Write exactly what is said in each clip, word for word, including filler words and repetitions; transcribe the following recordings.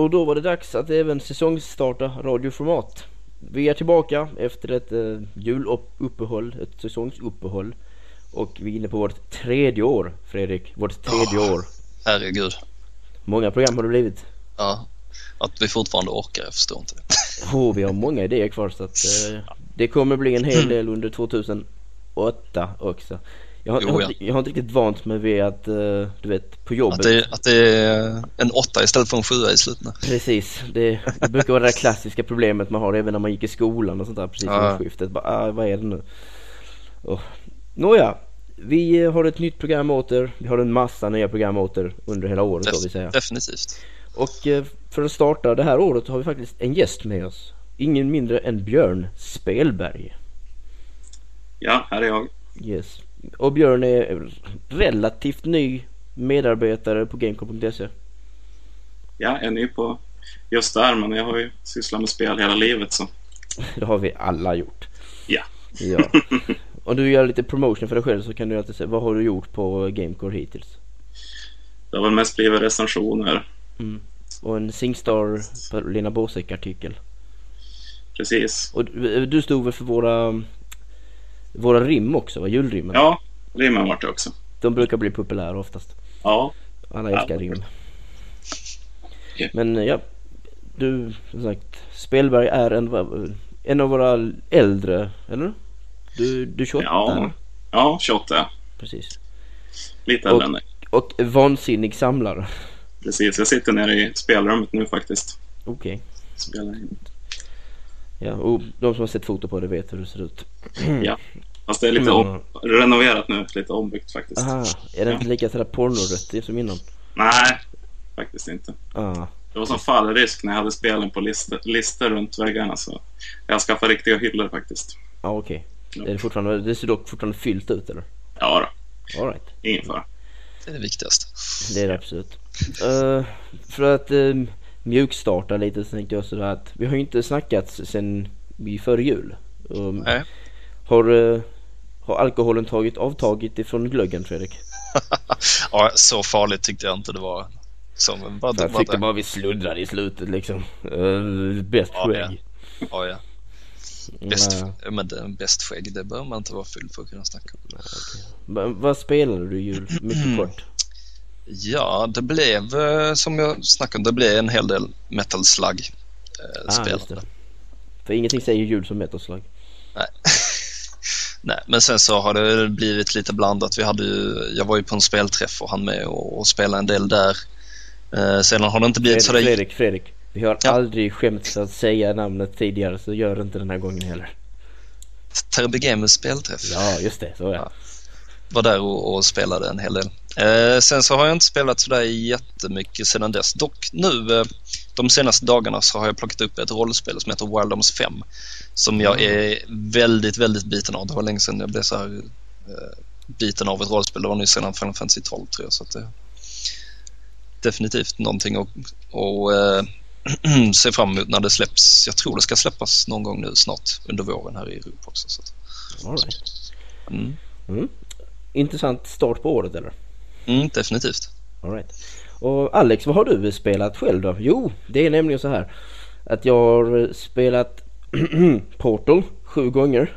och då var det dags att även säsongsstarta radioformat. Vi är tillbaka efter ett eh, juluppehåll, ett säsongsuppehåll. Och vi är inne på vårt tredje år, Fredrik. Vårt tredje oh, år. Herregud. Många program har det blivit. Ja, att vi fortfarande orkar, jag förstår inte det. Oh, vi har många idéer kvar, så att, eh, det kommer bli en hel del under tjugohundraåtta också. Jag har, jo, ja. jag, jag har inte riktigt vant mig vid att, uh, du vet, på jobbet. Att det, att det är en åtta istället för en sjua i slutet. Precis, det, det brukar vara det klassiska problemet man har även när man gick i skolan och sånt där, precis ja. Som skiftet. Bara, ah, vad är det nu? Oh. Nåja, vi har ett nytt program åter. Vi har en massa nya program åter under hela året. Def- då, vi säger. Definitivt. Och uh, för att starta det här året har vi faktiskt en gäst med oss. Ingen mindre än Björn Spelberg. Ja, här är jag. Yes. Och Björn är relativt ny medarbetare på Gamecom punkt se. Ja, jag är ny på just där, men jag har ju sysslat med spel hela livet så. Det har vi alla gjort. Ja. Ja. Om du gör lite promotion för dig själv så kan du alltid säga, vad har du gjort på Gamecore hittills? Det har väl mest blivit recensioner. Mm. Och en Singstar på Lena Bosek-artikel. Precis. Och du, du stod väl för våra våra rim också, va? Julrimmen. Ja, rimmen var det också. De brukar bli populära oftast. Ja. Alla älskar ja. rim. Okay. Men ja, du, som sagt, Spelberg är en, en av våra äldre, eller? Du, du är tjugoåtta? Ja, ja tjugoåtta. Precis. Lite äldre än dig. Och vansinnig samlare. Precis, jag sitter nere i spelrummet nu faktiskt. Okej. Okay. Spelar in. Ja, och de som har sett foto på det vet hur det ser ut. Ja, fast det är lite om, renoverat nu, lite ombyggt faktiskt. Aha, är det inte lika sådär pornorötter som innan? Nej, faktiskt inte. Ah. Det var som fallrisk när jag hade spelen på listor, listor runt väggarna, så jag skaffade riktiga hyllor faktiskt. Ja, ah, okej. Okay. Ja. Är det, fortfarande, det ser dock fortfarande fyllt ut, eller? Ja då. All right. Ingen fara. Det är det viktigaste. Det är det absolut. Uh, för att uh, mjukstarta lite så tänkte jag sådär att vi har ju inte snackat sen vi före jul. Um, Nej. Har, uh, har alkoholen tagit avtagit ifrån glöggen, Fredrik? Ja, så farligt tyckte jag inte det var. Som, bara, jag tyckte bara vi sluddrade i slutet liksom. Uh, bäst ja, skägg. Ja, ja. ja. Bäst, ja. Men det, bäst skägg, det bör man inte vara full för att kunna snacka om. Okay. B- vad spelade du i jul? Mycket mm. kort. Ja, det blev, som jag snackade om, det blev en hel del Metal Slug eh, ah, spelande. För ingenting säger jul som Metal Slug. Nej. Nej, men sen så har det blivit lite blandat. Vi hade ju, jag var ju på en spelträff och han med och, och spelade en del där. Eh, sen har det inte blivit Fredrik, sådär... Fredrik, Fredrik. Vi har ja. aldrig skämts att säga namnet tidigare, så gör det inte den här gången heller. Terby Gamers spelträff. Ja, just det, så är ja. Var där och, och spelade en hel del. Eh, sen så har jag inte spelat sådär jättemycket sedan dess. Dock nu, eh, de senaste dagarna så har jag plockat upp ett rollspel som heter Wild Arms fem. Som jag är väldigt, väldigt biten av. Det var länge sedan jag blev så här eh, biten av ett rollspel. Det var nu sedan Final Fantasy tolv tror jag. Så att det definitivt någonting att och, eh, se fram emot när det släpps. Jag tror det ska släppas någon gång nu snart under våren här i Europa också. Så att. All right. Mm. Mm. Intressant start på året, eller? Mm, definitivt. All right. Och Alex, vad har du spelat själv då? Jo, det är nämligen så här att jag har spelat Portal sju gånger.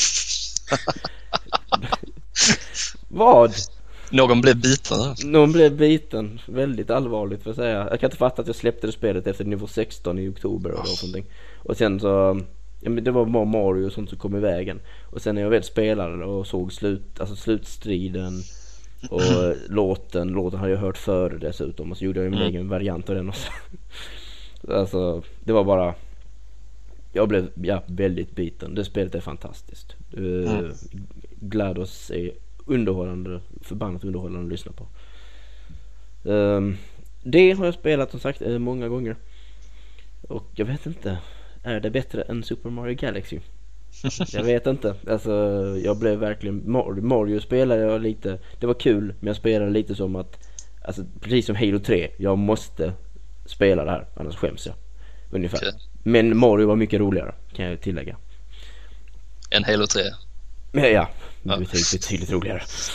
Vad? Någon blev biten. Någon blev biten. Väldigt allvarligt för att säga. Jag kan inte fatta att jag släppte det spelet efter nivå sexton i oktober och, oh. sånt. Och sen så ja, men det var bara Mario och sånt som kom i vägen. Och sen när jag väl spelade och såg slut, alltså slutstriden och låten, låten har jag hört förr dessutom, och så gjorde jag min mm. egen variant av den också. Alltså det var bara, jag blev ja, väldigt biten. Det spelet är fantastiskt. uh, mm. GLaDOS är underhållande, förbannat underhållande att lyssna på. um, Det har jag spelat som sagt många gånger. Och jag vet inte, är det bättre än Super Mario Galaxy? Jag vet inte. Alltså jag blev verkligen Mario, Mario spelade jag lite. Det var kul, men jag spelade lite som att, alltså precis som Halo tre, jag måste spela det här annars skäms jag. Ungefär. Okay. Men Mario var mycket roligare, kan jag tillägga. En Halo tre. Ja, ja. Betydligt, betydligt roligare.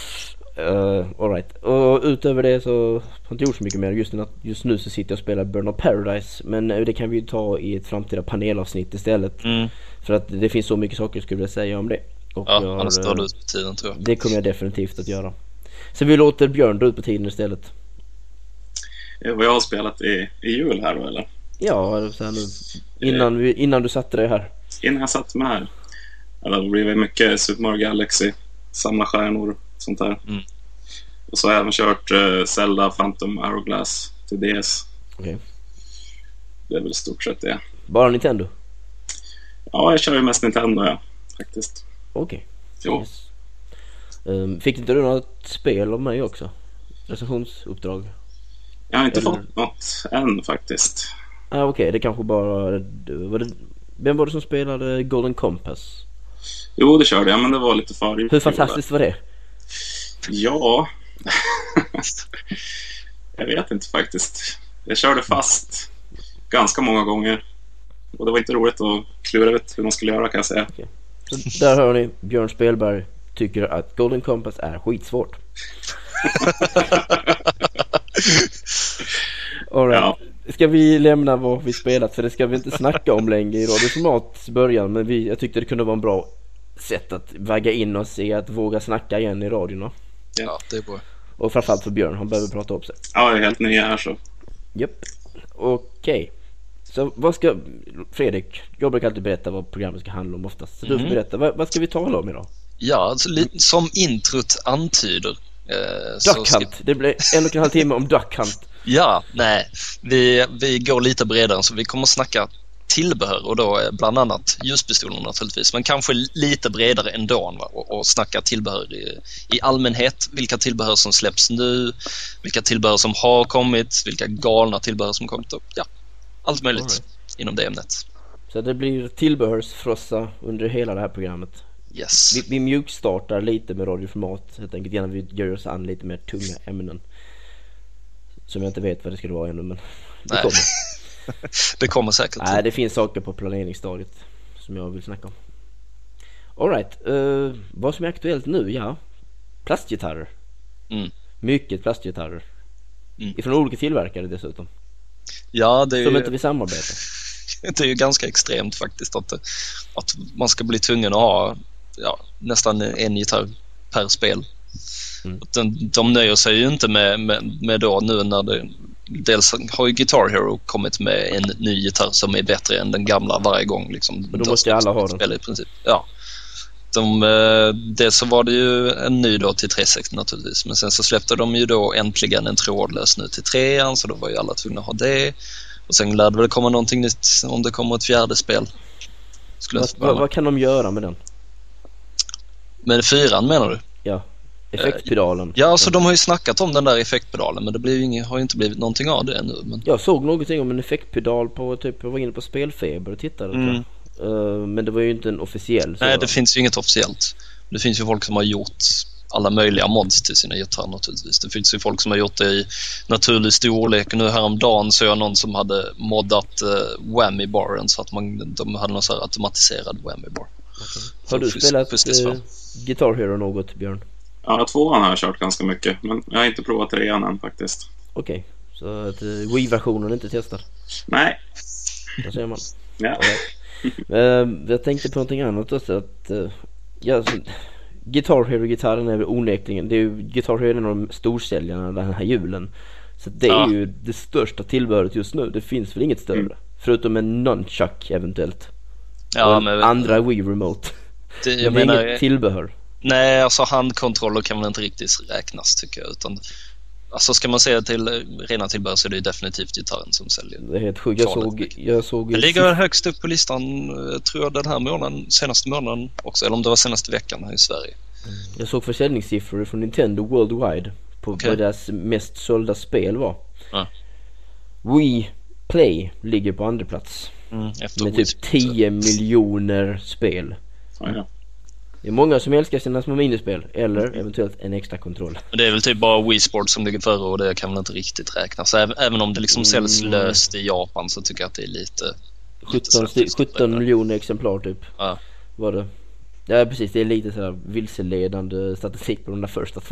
Uh, all right. Och utöver det så har jag inte gjort så mycket mer. Just nu, just nu så sitter jag och spelar Burnout Paradise. Men det kan vi ju ta i ett framtida panelavsnitt istället. Mm. För att det finns så mycket saker jag skulle vilja säga om det. Och Ja, jag, annars tar du ut på tiden tror jag. det kommer jag definitivt att göra. Så vi låter Björn dra ut på tiden istället. Vad jag har spelat i, i jul här då, eller? Ja, så här nu. Innan, vi, innan du satte dig här. Innan jag satt med här. Ja, det blev mycket Super Mario Galaxy, samla stjärnor, sånt där. Mm. Och så har jag även kört uh, Zelda Phantom Hourglass till D S. Okej. Okay. Det är väl stort sett det. Bara Nintendo? Ja, jag kör ju mest Nintendo, ja, faktiskt. Okej. Okay. Jo. Yes. Um, fick inte du något spel av mig också? Recensionsuppdrag? Jag har inte Eller... fått något än faktiskt. Ah, okej, okay. Det kanske bara var det... Vem var det som spelade Golden Compass? Jo, det körde jag, men det var lite för... Hur fantastiskt var det? Ja... jag vet inte faktiskt. Jag körde fast ganska många gånger. Och det var inte roligt att klura ut hur man skulle göra, kan jag säga. Okay. Så där hör ni, Björn Spelberg tycker att Golden Compass är skitsvårt. All right. Ja. Ska vi lämna vad vi spelat, för det ska vi inte snacka om längre i radioformat i början, men vi, jag tyckte det kunde vara en bra sätt att väga in oss i att våga snacka igen i radion. Ja, det är bra. Och framförallt för Björn, han behöver prata upp sig. Ja, jag är helt ny här så. Japp. Okej. Okay. Så vad ska Fredrik, jag brukar alltid berätta vad programmet ska handla om oftast. Så mm. du får berätta, vad, vad ska vi tala om idag? Ja, alltså, som introt antyder eh, Duck Hunt, ska... det blir en och en halv timme om Duck Hunt. Ja, nej, vi, vi går lite bredare, så vi kommer att snacka tillbehör, och då bland annat ljuspistoler naturligtvis, men kanske lite bredare ändå, va? Och, och snacka tillbehör i, i allmänhet, vilka tillbehör som släpps nu, vilka tillbehör som har kommit, vilka galna tillbehör som kommit upp, ja, allt möjligt right. inom det ämnet. Så det blir tillbehörsfrossa under hela det här programmet. Yes. Vi, vi mjukstartar lite med radioformat, helt enkelt, gärna vi gör oss an lite mer tunga ämnen som jag inte vet vad det skulle vara ännu, men det Nej. kommer. Det kommer säkert. Nej, det finns saker på planeringsstadiet som jag vill snacka om. All right, uh, vad som är aktuellt nu, ja, plastgitarrer. Mm. Mycket plastgitarrer. Mm. Ifrån olika tillverkare dessutom. Ja, det är som ju... inte vill samarbeta. Det är ju ganska extremt faktiskt att, att man ska bli tvungen att ha ja, nästan en gitarr per spel. Mm. De, de nöjer sig ju inte med, med, med då nu när det dels har ju Guitar Hero kommit med en ny gitarr som är bättre än den gamla varje gång liksom. Men då måste alla ha den. I princip. Ja. De, dels så var det ju en ny då till trehundrasextio naturligtvis, men sen så släppte de ju då äntligen en trådlös nu till trean, så då var ju alla tvungna att ha det. Och sen lär det väl komma någonting nytt om det kommer ett fjärde spel. Vad, vad, vad kan de göra med den? Med fyran menar du? Ja, effektpedalen. Ja, så de har ju snackat om den där effektpedalen, men det blir ju inget, har ju inte blivit någonting av det ännu. Men... Jag såg någonting om en effektpedal på typ, jag var inne på Spelfeber och tittade. Mm. Uh, men det var ju inte en officiell. Nej, det finns ju inget officiellt. Det finns ju folk som har gjort alla möjliga mods till sina gitarrer naturligtvis. Det finns ju folk som har gjort det i naturlig storlek. Nu häromdagen så jag någon som hade moddat uh, whammy baren så att man, de hade någon så här automatiserad whammy bar. Okay. Har du fus- spelat uh, Guitar Hero något, Björn? Ja, tvåan har jag kört ganska mycket, men jag har inte provat trean än faktiskt. Okej, okay. Så att uh, Wii-versionen är inte testad? Nej. Där ser man. Ja. uh, jag tänkte på någonting annat också, att uh, ja, så, Guitar Hero-gitarren är väl onekligen, det är ju, Guitar Hero är en av de storsäljarna den här julen. Så det ja. är ju det största tillbehöret just nu. Det finns väl inget större, mm. förutom en nunchuck eventuellt. Ja, men andra Wii Remote. Det, jag men det är inget tillbehör. Nej, alltså handkontroller kan väl inte riktigt räknas tycker jag, utan alltså ska man säga till rena tillbehör så är det ju definitivt gitarren som säljer. Det är helt sjukt. Jag såg, jag såg det ligger väl högst upp på listan, tror jag, den här månaden, senaste månaden också, eller om det var senaste veckan här i Sverige. Jag såg försäljningssiffror från Nintendo Worldwide på okay. vad deras mest sålda spel var. Ja. Wii Play ligger på andra plats. Mm, med typ tio miljoner spel. Ja, ja. Det är många som älskar sina små minispel eller eventuellt en extra kontroll. Det är väl typ bara Wii Sports som ligger före, och det kan väl inte riktigt räknas. Även om det liksom säljs mm. löst i Japan så tycker jag att det är lite sjutton, lite sjutton miljoner exemplar typ. Ja. Var det? Ja, precis, det är lite så här vilseledande statistik på de där första två.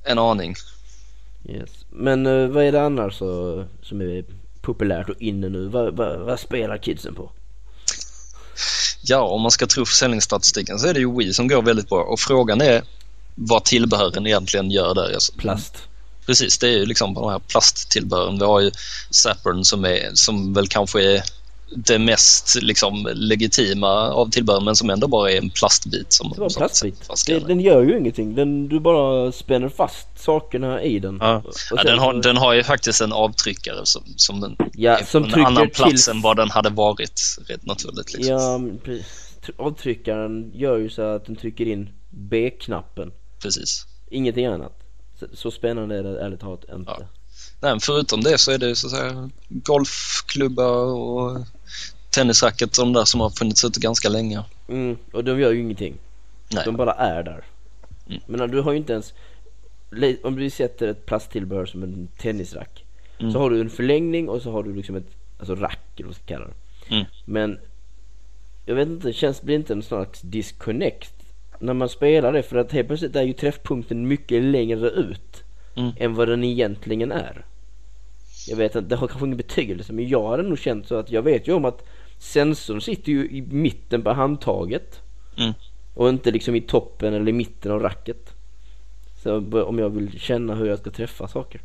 En aning. Yes. Men uh, vad är det annars så, som är populärt och inne nu? Vad, vad, vad spelar kidsen på? Ja, om man ska tro försäljningsstatistiken så är det ju Wii som går väldigt bra. Och frågan är vad tillbehören egentligen gör där. Plast. Precis, det är ju liksom de här plasttillbehören. Vi har ju Saturn som, är, som väl kanske är det mest liksom legitima av tillbehören, men som ändå bara är en plastbit. Som, det var en plastbit. Det, den gör ju ingenting. Den, du bara spänner fast sakerna i den. Ja. Ja, den, har, den har ju faktiskt en avtryckare som, som den ja, är som på en annan plats till... än vad den hade varit rätt naturligt. Liksom. Ja, avtryckaren gör ju så att den trycker in B-knappen. Precis. Ingenting annat. Så, så spännande är det ärligt talat inte. Ja. Nej, förutom det så är det så att säga golfklubbar och tennisracket och de där som har funnits ute ganska länge. Mm, och de gör ju ingenting. Nej. De bara är där. Mm. Men du har ju inte ens, om du sätter ett plasttillbehör som en tennisrack, mm. så har du en förlängning och så har du liksom ett, alltså rack eller vad ska jag kalla det. Mm. Men jag vet inte, det känns, blir inte en slags disconnect när man spelar det, för att helt plötsligt är ju träffpunkten mycket längre ut mm. än vad den egentligen är. Jag vet att det har kanske ingen betydelse, men jag hade nog känt så att jag vet ju om att sensorn sitter ju i mitten på handtaget mm. och inte liksom i toppen eller i mitten av racket. Så om jag vill känna hur jag ska träffa saker.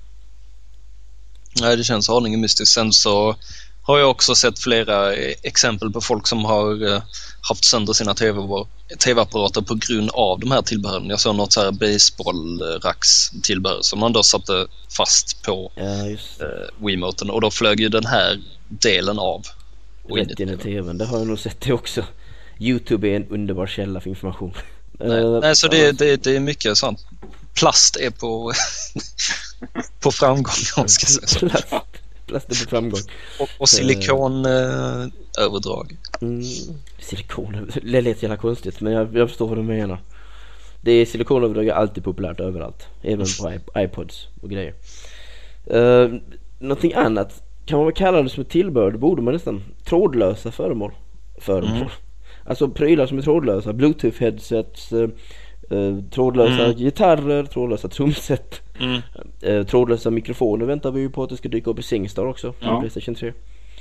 Nej, det känns aningen mystiskt. Sen så har jag också sett flera exempel på folk som har haft sönder sina T V-apparater på grund av de här tillbehören. Jag såg något så här baseball-racks-tillbehör som man då satte fast på ja, just eh, Wiimoten, och då flög ju den här delen av. Rätt in i T V:n, det har jag nog sett det också. YouTube är en underbar källa för information. Nej, uh, nej så det, det, det är mycket sånt. Plast är på på framgång, om man ska säga så. Plast, plast är på framgång. Och, och silikonöverdrag. Eh, mm, silikon, det lät jävla konstigt, men jag, jag förstår vad du menar. Det är silikonöverdrag är alltid populärt överallt, även på iPods och grejer. Uh, någonting annat kan man väl kalla det som ett tillbehör, det borde man nästan. Trådlösa föremål. Föremål. Mm. Alltså prylar som är trådlösa, Bluetooth headsets, eh, eh, trådlösa mm. gitarrer, trådlösa trumset, mm. eh, trådlösa mikrofoner väntar vi ju på att det ska dyka upp i SingStar också, ja. PlayStation tre.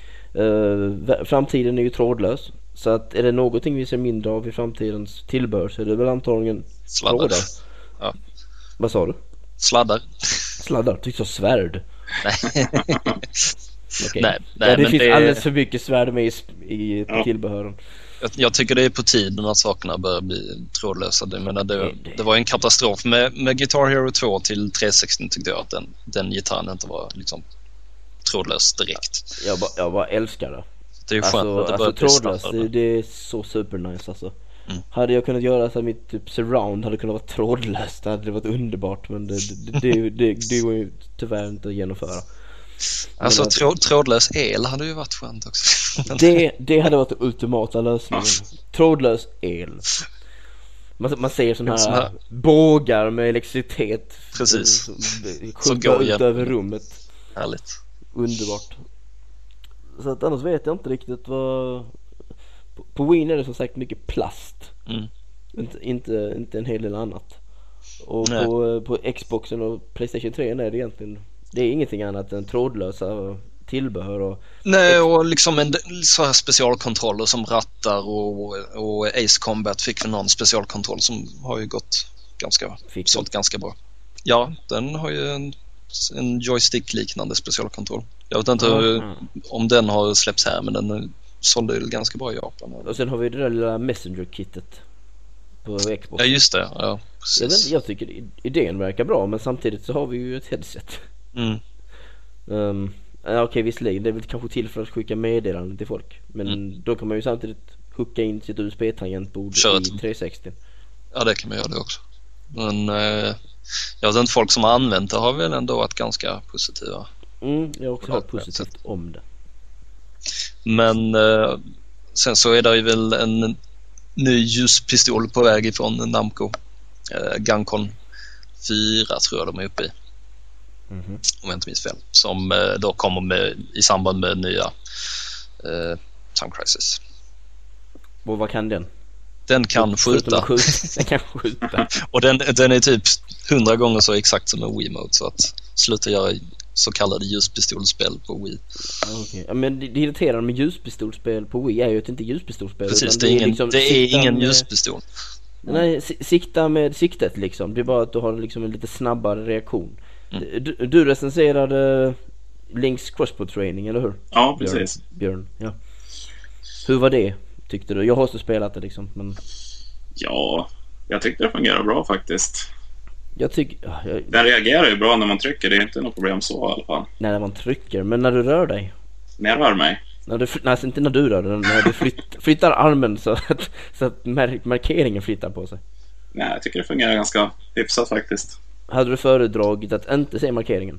Eh, framtiden är ju trådlös, så att är det någonting vi ser mindre av i framtidens tillbehör så är det väl antagligen sladdar. Trådar. Ja. Vad sa du? Sladdar. Sladdar, tyckte jag svärd. Nej. Okay. Nej, nej, ja, det men finns det... alldeles för mycket svärd med i, i ja. tillbehören. Jag, jag tycker det är på tiden att sakerna börjar bli trådlösa. Det, menar, det, det var en katastrof med, med Guitar Hero två till trehundrasextio, tyckte jag att den, den gitarren inte var liksom trådlös direkt. Jag bara, jag bara älskar det. Det är ju skönt alltså, att det alltså, börjar trådlöst, det, det är så super nice alltså. Mm. Hade jag kunnat göra så att mitt typ surround hade kunnat vara trådlöst, det hade det varit underbart, men det, det, det, det, det går ju tyvärr inte att genomföra. Alltså tråd, trådlös el hade ju varit skönt också. det, det hade varit den ultimata lösningen. Trådlös el. Man, man ser sådana här, här bågar med elektricitet. Precis. Som går ut över rummet. Härligt. Underbart. Så att annars vet jag inte riktigt vad... På, på Wii är det som sagt mycket plast. Mm. Inte, inte, inte en hel del annat. Och på, på Xboxen och PlayStation tre är det egentligen... Det är ingenting annat än trådlösa tillbehör och... Nej, och liksom en så här specialkontroller som rattar och, och Ace Combat fick någon specialkontroll som har ju gått ganska, sålt ganska bra. Ja, den har ju en, en joystick-liknande specialkontroll. Jag vet inte mm. hur, om den har släppts här, men den sålde ju ganska bra i Japan. Och sen har vi det där lilla Messenger-kittet på Xbox. Ja, just det. Ja, jag, vet, jag tycker idén verkar bra, men samtidigt så har vi ju ett headset. Mm. Um, Okej, okay, visserligen det är väl kanske till för att skicka meddelanden till folk, men mm. då kan man ju samtidigt hooka in sitt U S B-tangentbord i trehundrasextio. Ja, det kan man göra det också. Men eh, jag vet inte, folk som har använt det har väl ändå varit ganska positiva. Mm, jag har också hört positivt om det. Men eh, sen så är det ju väl en ny ljuspistol på väg ifrån Namco. eh, Guncon fyra tror jag de är uppe i. Mm-hmm. Om jag inte minns fel. Som eh, då kommer med, i samband med nya eh, Time Crisis. Och vad kan den? Den kan skjuta. skjuta. Den kan skjuta. Och den, den är typ hundra gånger så exakt som en Wiimote, så att sluta göra så kallade ljuspistolspel på Wii. Okay. Ja, men det, det irriterande med ljuspistolspel på Wii är ju att det inte är ljuspistolspel. Precis, det är, ingen, liksom det är ingen med, ljuspistol. Nej, sikta med siktet liksom. Det är bara att du har liksom en lite snabbare reaktion. Mm. Du, du recenserade Links Crossbow Training, eller hur? Ja, precis. Björn, Björn, ja. Hur var det, tyckte du? Jag har också spelat det liksom, men... Ja, jag tyckte det fungerar bra faktiskt. Jag tycker... Jag... Den reagerar ju bra när man trycker, det är inte något problem så i alla fall. Nej, när man trycker, men när du rör dig. När jag rör mig? När du, nej, inte när du rör dig, när du flytt, flyttar armen så att, så att mark- markeringen flyttar på sig. Nej, jag tycker det fungerar ganska hyfsat faktiskt. Hade du föredragit att inte se markeringen?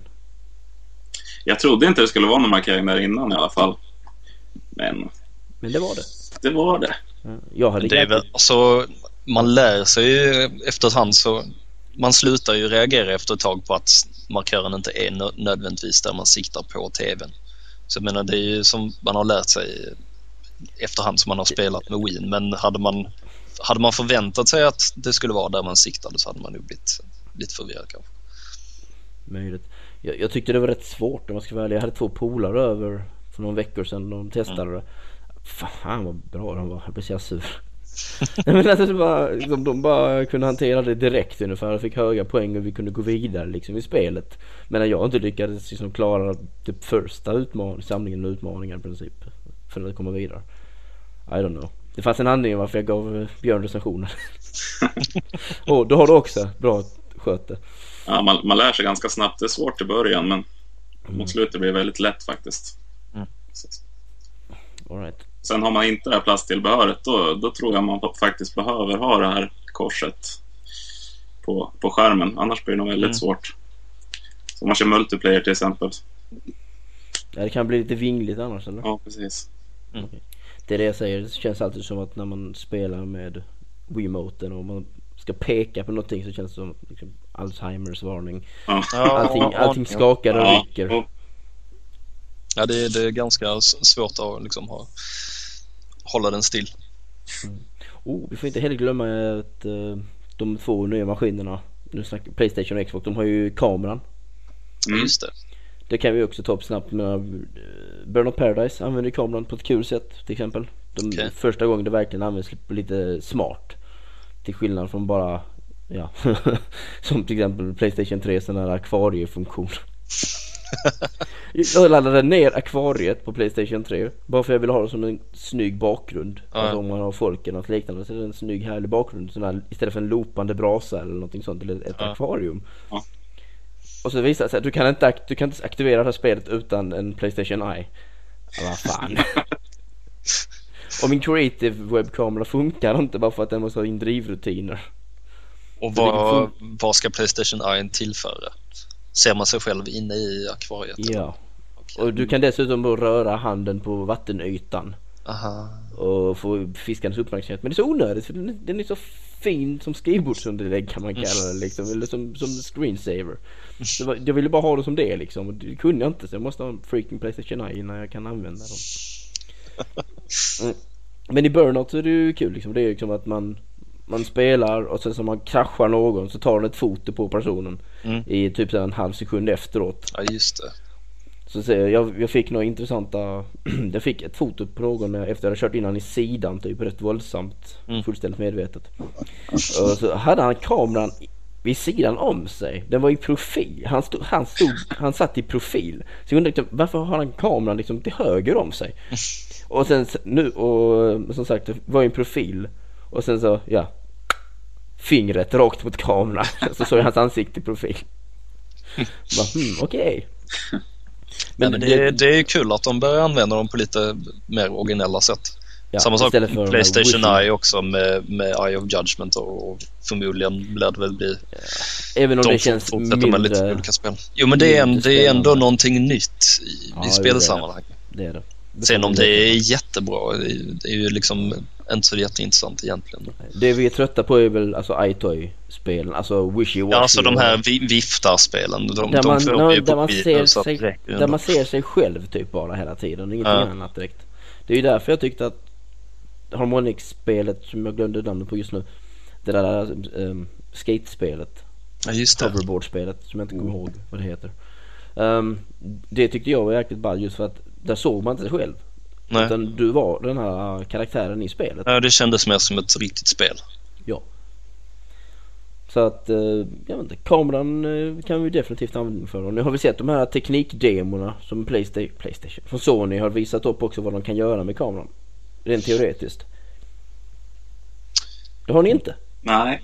Jag trodde inte det skulle vara någon markering där innan i alla fall. Men... Men det var det. Det var det. Ja, jag hade det är väl, alltså, man lär sig ju efterhand, så man slutar ju reagera efter ett tag på att markören inte är nö- nödvändigtvis där man siktar på tvn. Så jag menar, det är ju som man har lärt sig efterhand som man har spelat med Wii. Men hade man, hade man förväntat sig att det skulle vara där man siktade, så hade man ju blivit lite förvirrad kanske. Möjligt. Jag, jag tyckte det var rätt svårt, om man ska vara ärlig. Jag hade två polare över för några veckor sedan, de testade mm. det. Fan vad bra de var, jag blev så sur. Men alltså, det bara, liksom, de bara kunde hantera det direkt ungefär. Jag fick höga poäng och vi kunde gå vidare liksom, i spelet. Men jag inte lyckades liksom, klara det första utman- samlingen av utmaningar i princip för att komma vidare. I don't know. Det fanns en anledning varför jag gav Björn recensioner. Och då har du också bra sköte. Ja, man, man lär sig ganska snabbt. Det är svårt i början, men mm. mot slutet blir det väldigt lätt faktiskt. Mm. All right. Sen har man inte det här plasttillbehöret, då, då tror jag man faktiskt behöver ha det här korset på, på skärmen. Annars blir det nog väldigt mm. svårt. Så man kör multiplayer till exempel. Ja, det kan bli lite vingligt annars, eller? Ja, precis. Mm. Okay. Det är det jag säger. Det känns alltid som att när man spelar med Wiimoten och man ska peka på någonting, så känns det som liksom, Alzheimers varning. Ja. Allting, allting skakar och rycker. Ja. Ja, det, det är ganska svårt att liksom ha, hålla den still. Mm. Oh, vi får inte heller glömma att uh, de två nya maskinerna, nu snackar PlayStation och Xbox, de har ju kameran. Mm. Just det. Det kan vi också ta upp snabbt med uh, Burnout Paradise använder kameran på ett kul sätt till exempel. De, okay. Första gången det verkligen används lite smart. Till skillnad från bara, ja, som till exempel PlayStation tre sån här akvariefunktion. Jag laddade ner akvariet på PlayStation tre bara för jag ville ha det som en snygg bakgrund. Ja. Alltså om man har folk eller något liknande, så är det en snygg härlig bakgrund sån här, istället för en loopande brasa eller någonting sånt, eller ett ja. akvarium. Ja. Och så visar det sig att du kan inte, du kan inte aktivera det här spelet utan en PlayStation Eye. Ja, vad fan. Och min creative webbkamera funkar inte bara för att den måste ha in drivrutiner. Och vad, vad ska PlayStation Eye tillföra? Ser man sig själv inne i akvariet? Ja. Okay. Och du kan dessutom då röra handen på vattenytan. Aha. Och få fiskarnas uppmärksamhet. Men det är så onödigt, för den är, den är så fin som skrivbordsunderlägg kan man kalla det liksom. Eller som, som screensaver. Så jag ville bara ha det som det liksom. Och det kunde jag inte, så jag måste ha en freaking PlayStation Eye innan jag kan använda dem. Mm. Men i Burnout så är det ju kul liksom. Det är liksom att man Man spelar och sen så man kraschar någon, så tar den ett foto på personen mm. i typ så en halv sekund efteråt. Ja, just det. Så ser jag, jag fick några intressanta jag fick ett foto på någon efter jag hade kört in han i sidan typ rätt våldsamt, mm. fullständigt medvetet. Och så hade han kameran vid sidan om sig. Den var i profil. Han stod, han stod, han satt i profil. Så jag undrade varför har han kameran liksom till höger om sig? Och sen nu, och som sagt, det var ju en profil. Och sen så, ja, fingret rakt mot kameran. Så såg jag hans ansikte i profil. Bara, hmm, okej. Okay. Men, ja, men det, det är kul att de börjar använda dem på lite mer originella sätt. Ja, samma sak med PlayStation Eye också med, med Eye of Judgment, och förmodligen blir det väl bli ja. Även om de det känns mindre med lite olika spel. Jo, men det är, en, det är ändå någonting nytt i, ja, i spelsammanhang. Det är det. det Sen om det är jättebra, det är ju liksom inte så jätteintressant egentligen. Det vi är trötta på är väl alltså iToy-spelen, alltså Wishy-Washy. Ja, alltså de här vi- viftarspelen. De, där de man, får no, ju där, man ser så sig, där man ser sig själv typ bara hela tiden, ingenting ja. annat direkt. Det är ju därför jag tyckte att Harmonix-spelet, som jag glömde namnet på just nu, det där um, skate-spelet, Ja, just det. Hoverboard-spelet som jag inte kommer ihåg vad det heter. Um, det tyckte jag var jäkligt ball just för att där såg man inte sig själv. Nej. Utan du var den här karaktären i spelet. Ja, det kändes mer som ett riktigt spel. Ja. Så att, uh, jag vet inte, kameran uh, kan vi definitivt använda för. Och nu har vi sett de här teknikdemorna som Playsta- Playstation från Sony har visat upp också vad de kan göra med kameran. Rent teoretiskt. Det har ni inte? Nej.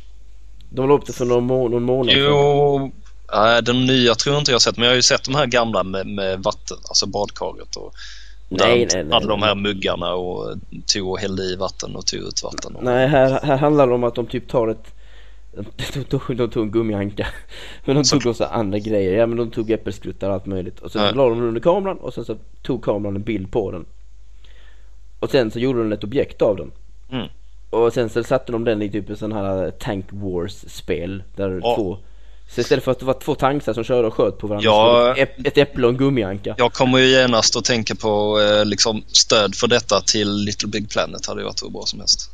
De la upp det för någon, må- någon månad. Jo, äh, den nya tror jag inte jag har sett. Men jag har ju sett de här gamla med, med vatten, alltså badkaret. Och Nej, där nej, nej. hade de här muggarna och tog och hällde i vatten och tog ut vatten. Och... Nej, här, här handlar det om att de typ tar ett de tog, de tog en gummianka. Men de tog också andra grejer. Ja, men de tog äppelskruttar och allt möjligt. Och sen ja. så la de den under kameran. Och sen så tog kameran en bild på den. Och sen så gjorde de ett objekt av den. Mm. Och sen så satte de den i typ en sån här Tank Wars-spel. Där ja. två... Så istället för att det var två tankar som körde och sköt på varandra, ja, så ett, ett äpple och en gummianka. Jag kommer ju genast att tänka på eh, liksom stöd för detta till Little Big Planet. Hade ju varit hur bra som helst.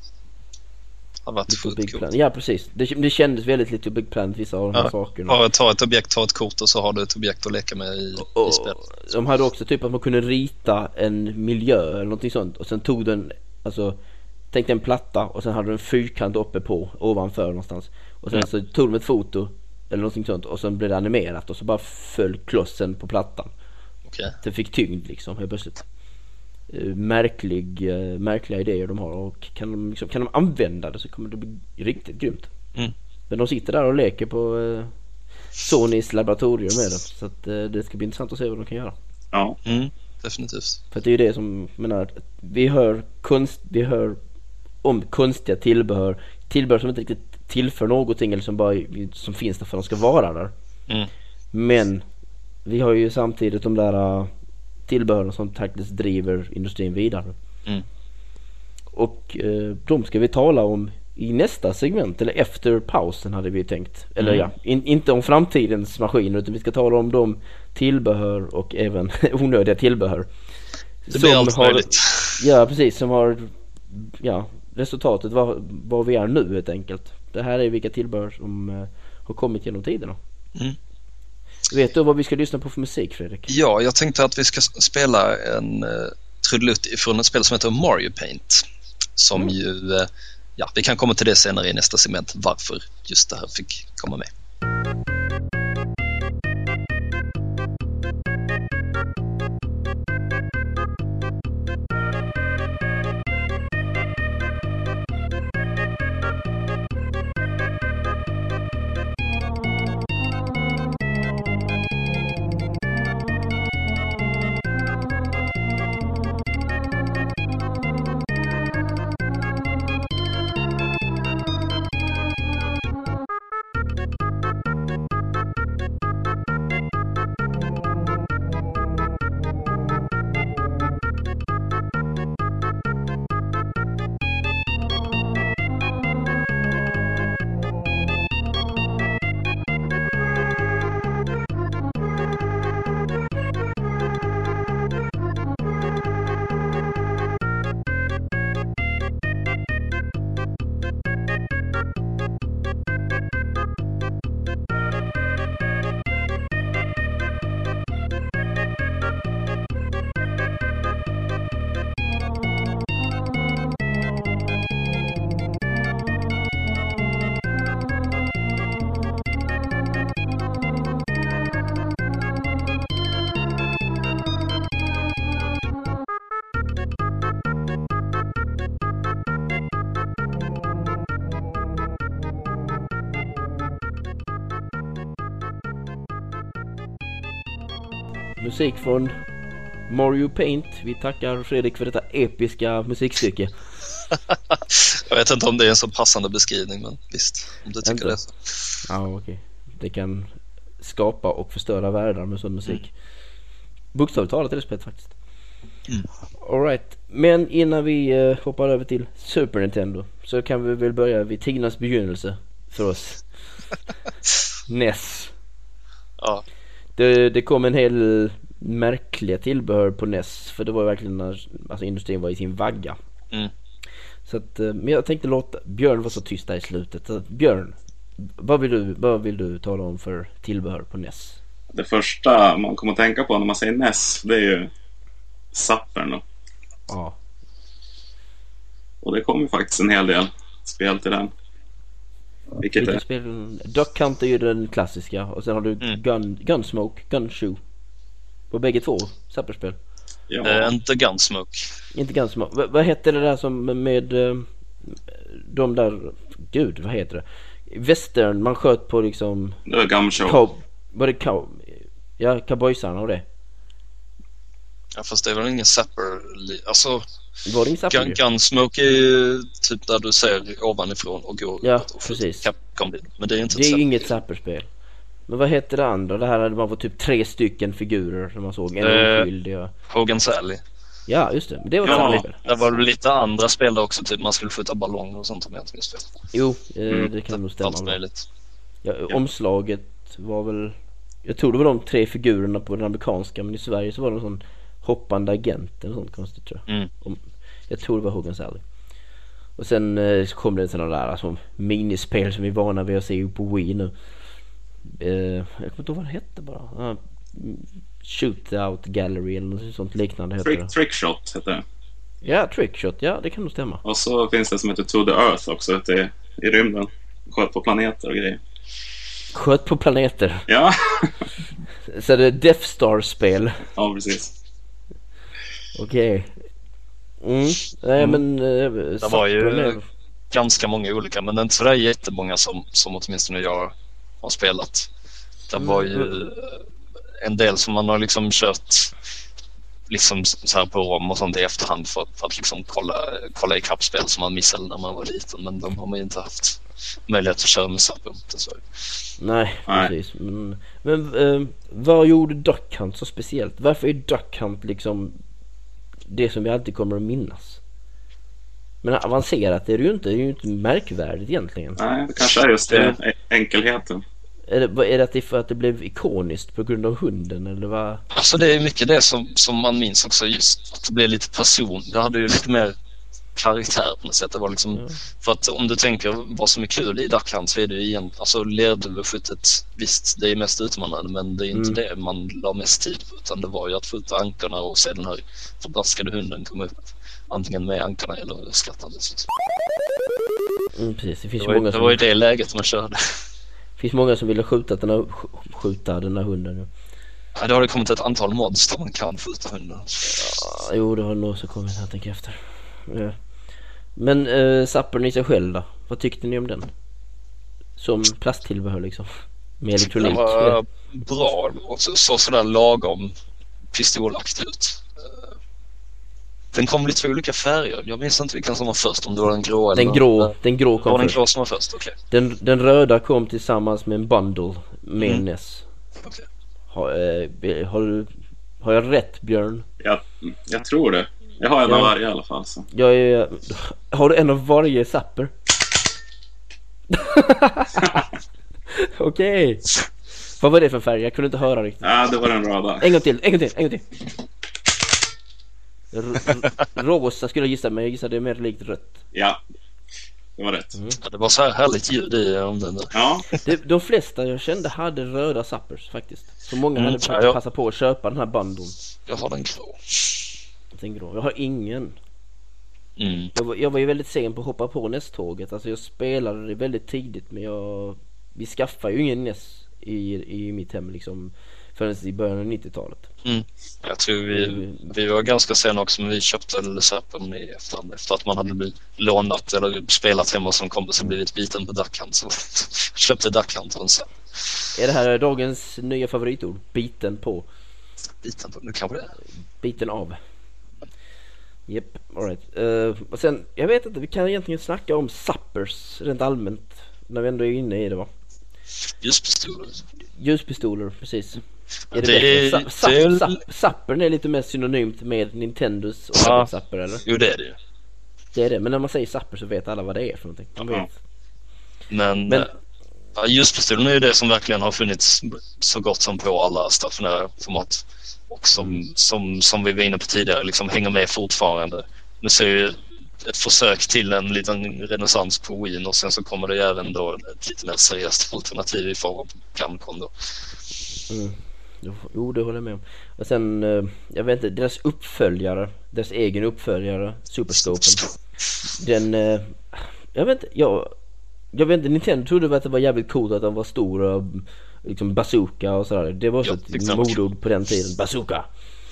Hade varit fullt Big coolt. Planet. Ja, precis. Det, det kändes väldigt Little Big Planet, vissa av de här ja, sakerna. Bara ta ett objekt, ta ett kort och så har du ett objekt att leka med i, och, i spelet. De hade också typ att man kunde rita en miljö eller någonting sånt. Och sen tog den, alltså, tänkte en platta och sen hade du en fyrkant uppe på, ovanför någonstans. Och sen mm. så tog de ett foto eller någonting sånt och sen blev det animerat och så bara föll klossen på plattan. Okej. Okay. Det fick tyngd liksom helt plötsligt. Uh, märklig, uh, märkliga idéer de har, och kan de, liksom, kan de använda det så kommer det bli riktigt grymt. Mm. Men de sitter där och leker på uh, Sonys laboratorium med det, så att, uh, det ska bli intressant att se vad de kan göra. Ja, mm, definitivt. För att det är ju det som, menar, vi hör konst, vi hör om konstiga tillbehör, tillbehör som inte riktigt tillför någonting eller som bara som finns där för att de ska vara där. Mm. Men vi har ju samtidigt de där uh, tillbehören som faktiskt driver industrin vidare. Mm. Och uh, de ska vi tala om i nästa segment, eller efter pausen hade vi tänkt. Eller mm. ja, in, inte om framtidens maskiner, utan vi ska tala om de tillbehör och även onödiga tillbehör. Det blir allt har, möjligt. Ja, precis, som har ja, resultatet var, var vi är nu helt enkelt. Det här är vilka tillbehör som uh, har kommit genom tiderna. Mm. Vet du vad vi ska lyssna på för musik, Fredrik? Ja, jag tänkte att vi ska spela en uh, trudelutt från ett spel som heter Mario Paint. Som mm. ju, uh, ja, vi kan komma till det senare i nästa segment, varför just det här fick komma med. Musik från Mario Paint. Vi tackar Fredrik för detta episka musikstycke. Jag vet inte om det är en så passande beskrivning, men visst, om du tycker inte. Det så. Ja, okej. Okay. Det kan skapa och förstöra världar med sån musik. Mm. Bokstavligt talat är det spelet faktiskt. Mm. All right. Men innan vi uh, hoppar över till Super Nintendo så kan vi väl börja vid tidernas begynnelse för oss. N E S. Ja. Det, det kom en hel märkliga tillbehör på N E S, för det var verkligen när alltså, industrin var i sin vagga. Mm. Så att, men jag tänkte låta Björn vara så tyst där i slutet. Så att, Björn, Vad vill du, vad vill du tala om för tillbehör på N E S? Det första man kommer att tänka på när man säger N E S, det är ju Zappern då. Ja. Och det kommer faktiskt en hel del spel till den. Vilket Vilka är... spel? Duck Hunt är ju den klassiska. Och sen har du Mm. Gun, Gunsmoke, Gunshoe. På bägge två Zapperspel. Ja, Eh, inte Gunsmoke. Inte Gunsmoke. V- vad hette det där som med eh, de där... Gud, vad heter det? Western, man sköt på liksom... det var Gumshow. Cow, var det cow, ja, cowboysarna och det. Ja, fast det är väl ingen Zapper. Alltså, Var det ingen Zapper? Gun, Gunsmoke är ju typ där du ser ovanifrån och går Ja, ut och skjuter precis. Capcom. Men det är inte Det är ju Zapper. inget Zapperspel. Men vad hette det andra? Det här hade man fått typ tre stycken figurer som man såg. En Eh. oskyldig. Ja. Hogan's Alley. Ja, just det. Men det var ett Ja. Zapperspel. Det var väl lite andra spel där också, typ man skulle skjuta ballonger och sånt om jag inte minns fel. Jo, eh, Mm. det kan nog stämma. Allt bra. möjligt. Ja, omslaget var väl... Jag tror det var de tre figurerna på den amerikanska. Men i Sverige så var det en sån hoppande agent eller sånt konstigt, tror jag. Mm. Om, jag tror det var Hogan's Alley. Och sen eh, så kom det sådana där alltså, minispel som vi är vana vid att se på Wii nu. Eh, jag kommer inte ihåg vad det hette bara. Ah, mm, Shootout Gallery eller något sånt liknande heter Trick, det. Trickshot heter det. Ja, Trickshot. Ja, det kan nog stämma. Och så finns det som heter To the Earth också ute i, i rymden. Sköt på planeter och grejer. Sköt på planeter. Ja, Så det är Death Star-spel. ja precis. Okej. Mm. Nej, men... Eh, Det var ju Zapper är- ganska många olika, men det är inte sådär jättemånga som, som åtminstone jag har spelat. Det var ju en del som man har liksom kört liksom så här på Rom och sånt i efterhand för, för att liksom kolla, kolla i kappspel som man missade när man var liten, men de har man ju inte haft möjlighet att köra med Zapper. Nej, Nej. precis. Men, men eh, vad gjorde Duck Hunt så speciellt? Varför är Duck Hunt liksom det som vi alltid kommer att minnas? Men avancerat är det ju inte. Det är ju inte märkvärdigt egentligen. Nej, det kanske är just det, e- enkelheten. Är det, vad- är det att det är för att det blev ikoniskt på grund av hunden eller vad? Alltså det är mycket det som, som man minns också, just att det blev lite person. Det hade ju lite mer karaktär på något sätt. Det var liksom, Ja. för att om du tänker vad som är kul i Duck Hunt så är det ju igen, alltså lerduveskyttet, visst det är mest utmanande, men det är inte Mm. det man la mest tid på, utan det var ju att skjuta ankorna och se den här förbaskade hunden komma upp antingen med ankorna eller skrattandes. Mm, precis. Det finns Det ju var, ju- många det som, var ju det läget man körde. finns många som ville skjuta den här, sk- skjuta den här hunden. Ja. Ja, det har det kommit ett antal mods där man kan skjuta hundar. Ja, jo, det har nog så kommit här, tänker jag efter. Ja. Men eh, Zappern i sig själv då? Vad tyckte ni om den? Som plasttillbehör liksom? Med elektronik? Den var bra och så, så sådär lagom pistolaktigt ut. Eh, Den kom lite i olika färger. Jag minns inte vilken som var först, om det var den grå eller... Den grå, den grå Det var kom den först. grå som var först, okej. Den, den röda kom tillsammans med en bundle med Mm. N E S. Okej. Har, eh, har, du, har jag rätt, Björn? Jag, jag tror det. Jag har en Ja. av varje i alla fall. Så. Jag är... Har du en av varje Zapper? Okej. Vad var det för färg? Jag kunde inte höra riktigt. Ja, det var den röda. En gång till, en gång till, en gång till. R- r- rosa skulle jag gissa, men jag gissar det är mer likt rött. Ja, det var rätt. Ja, det var så här härligt ljud i om den där. Ja, Det, de flesta jag kände hade röda Zappers faktiskt. Så många Mm, hade ja, ja. passat på att köpa den här bundlen. Jag har den grå. Den grå. Jag har ingen. Mm. Jag var, jag var ju väldigt sen på att hoppa på N E S-tåget. Alltså jag spelade det väldigt tidigt, men jag... Vi skaffade ju ingen N E S i, i mitt hem liksom förrän i början av nittiotalet. Mm. Jag tror vi, vi var ganska sena också, men vi köpte Zappern i efterhand efter att man hade blivit lånat eller spelat hemma som kompis och blivit biten på Duck Hunt. Så köpte Duck Hunt och sen Är det här dagens nya favoritord? Biten på. biten på, nu kanske det är. Biten av. Japp, alright. Uh, och sen, jag vet inte, vi kan egentligen snacka om Zappers rent allmänt när vi ändå är inne i det, va? Ljuspistoler. Ljuspistoler, precis. Är det, Det är- bättre? Za- det är- Zapp- Zapp- Zappern är lite mer synonymt med Nintendos och Ja. Zapper, eller? Jo, det är det ju. Det är det, men när man säger Zapper så vet alla vad det är för någonting. Man Ja. vet. Men, Men- men ja, ljuspistolen är ju det som verkligen har funnits så gott som på alla stationära format. Och som, som, som vi var inne på tidigare, liksom hänger med fortfarande. Nu ser ju ett försök till en liten renässans på Wii, och sen så kommer det ju även då ett lite mer seriöst alternativ i form av Famicom då. Mm. Jo, det håller jag med om. Och sen, jag vet inte, deras uppföljare, deras egen uppföljare, Superscopen, den, jag vet inte, jag, jag vet inte, Nintendo trodde att det var jävligt coolt att den var stor och liksom bazooka och sådär. Det var så ett modord på den tiden, bazooka.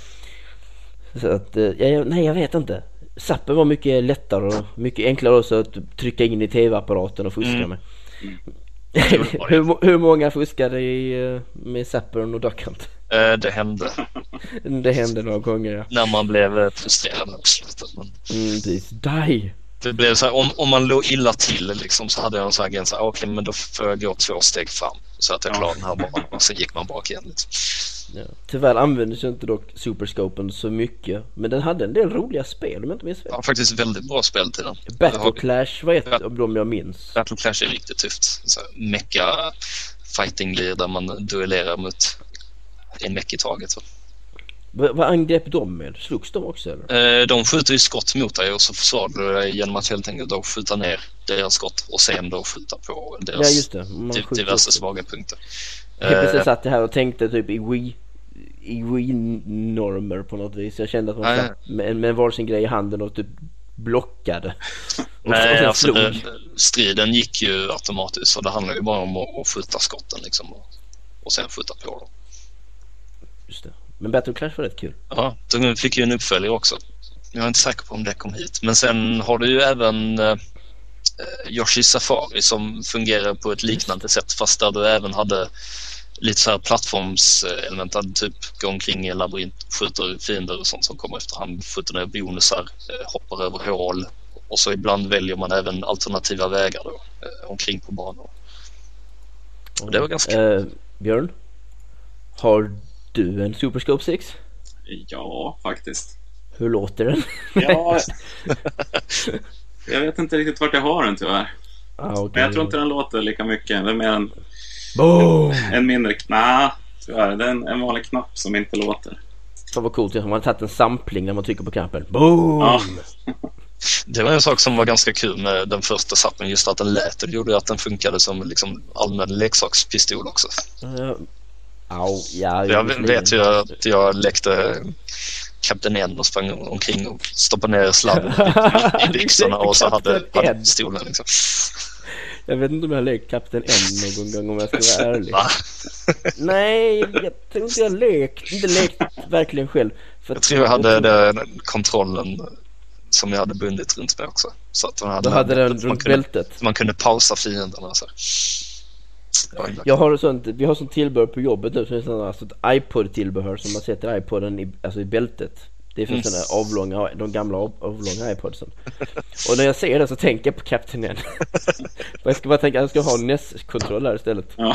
Så att, jag, nej jag vet inte. Zappen var mycket lättare och mycket enklare också att trycka in i tv-apparaten och fuska mm. med. Mm. hur, hur många fuskade i, med Zappern och Duck Hunt? Uh, det hände. Det hände några gånger, ja. När man blev frustrerad också. Men... Mm, det die. Det blev så här, om, om man låg illa till liksom, så hade jag en sån här gräns. Okej, okay, men då får jag gå två steg fram så att jag klarar den här banan, och sen gick man bak igen liksom. Ja. Tyvärr användes ju inte dock Superscopen så mycket, men den hade en del roliga spel om jag inte minns fel. Ja, faktiskt väldigt bra spel till den. Battle har... Clash var ett av dem jag minns. Battle Clash är riktigt tufft. Så mecka fighting-lir där man duellerar mot en meck i taget. Så. V- vad angrepp de med? Slogs de också eller? Eh, de skjuter ju skott mot dig och så försvarar du dig genom att helt enkelt då skjuta ner deras skott och sen då skjuta på deras ja, just det. Man div- diverse svaga punkter. Jag precis uh, satt här och tänkte typ i Wii i Wii-normer på något vis. Jag kände att man satt med, med varsin grej i handen och typ blockade. Och nej, så, alltså det, striden gick ju automatiskt, så det handlar ju bara om att, att skjuta skotten liksom, och, och sen skjuta på dem. Just det. Men Battle Clash var rätt kul. Ja, de fick ju en uppföljare också. Jag är inte säker på om det kom hit. Men sen har du ju även eh, Yoshi Safari som fungerar på ett liknande sätt, fast där du även hade lite så här plattformselement, att typ gå omkring i en labyrint, skjuter fiender och sånt som kommer efterhand, skjuter ner bonusar, eh, hoppar över hål, och så ibland väljer man även alternativa vägar då, eh, omkring på banan. Och det var ganska eh, Björn, har du en Super Scope sex? Ja, faktiskt. Hur låter den? Ja, jag vet inte riktigt vart jag har den tyvärr. Ah, okay. Men jag tror inte den låter lika mycket. Det är mer en, Boom! en, en mindre knapp. Tyvärr, det är en, en vanlig knapp som inte låter. Fan vad coolt, man har tagit en sampling när man trycker på knappen. Boom! Ja. Det var en sak som var ganska kul med den första zappen, just att den lät. Det gjorde att den funkade som liksom allmän leksakspistol också. Uh, au, ja, jag vet ju att jag lekte Kapten N och sprang omkring och stoppade ner sladden i byxorna och så hade, hade pistolen liksom. Jag vet inte om jag har lekt Kapten N någon gång, om jag ska vara ärlig. Va? Nej, jag tror inte jag lekt, inte lekt verkligen själv. För jag tror jag hade jag tror... den kontrollen som jag hade bundit runt mig också. Så att man hade, hade den runt bältet. Man kunde pausa fienderna så. Jag har sånt, vi har sånt tillbehör på jobbet nu, så det är sånt, alltså ett iPod-tillbehör som man sätter iPoden i, alltså i bältet. Det är för mm. sådana avlånga, de gamla av, avlånga iPodsen. Och när jag ser det så tänker jag på Captain N. Jag ska bara tänka att jag ska ha N E S-kontroll här istället. Ja.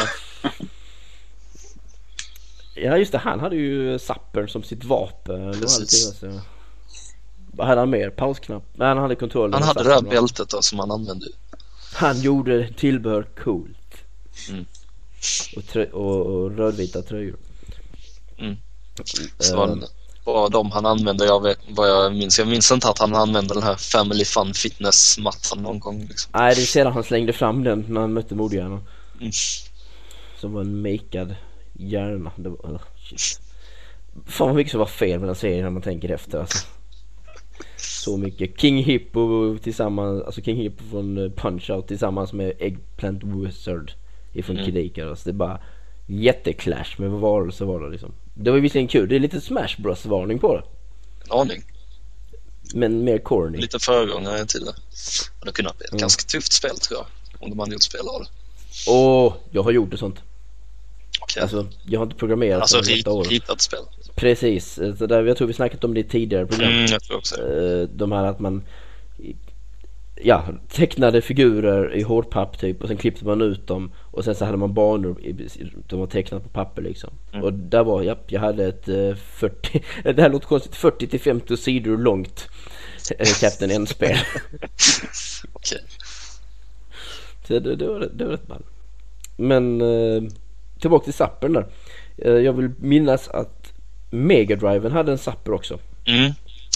Ja just det, han hade ju Zappern som sitt vapen. Precis. Så. Vad hade han mer? Pausknapp? Nej, han hade kontrollen. Han hade det där bältet då, som han använde. Han gjorde tillbehör coolt. Mm. Och, trö- och, och rödvita tröjor. Mm. Så var det bara de han använde, jag vet vad jag minns. Jag minns inte att han använde den här Family Fun Fitness-mattan någon gång liksom. Nej, det är sedan han slängde fram den när han mötte Mordhjärnan. Mm. Som var en makead hjärna. Det var, oh, shit. Fan vad mycket som var fel med den serien när man tänker efter alltså. Så mycket. King Hippo tillsammans, alltså King Hippo från Punch-Out tillsammans med Eggplant Wizard ifrån mm. Kid Icarus. Det är bara jätteklash med vad varelser var det liksom. Det var ju visserligen kul. Det är lite Smash Bros varning på det. En aning. Men mer corny. Lite föregångare till det. Det kunde bli ett mm. ganska tufft spel tror jag. Om de hade gjort spel av det. Åh, jag har gjort det sånt. Okay. Alltså, jag har inte programmerat. Alltså rit, ritat spel. Precis. Så där, jag tror vi snackat om det tidigare program. Mm, jag tror också. De här att man ja, tecknade figurer i hårdpapp typ, och sen klippte man ut dem och sen så hade man banor de var tecknat på papper liksom. Mm. Och där var ja, jag hade ett fyrtio det här låter konstigt, fyrtio till femtio sidor långt Captain N-spel. Okej. Så det, det var det var rätt ball. Men eh, tillbaka till Zappern där. Eh, jag vill minnas att Mega Driven hade en Zapper också. Mm.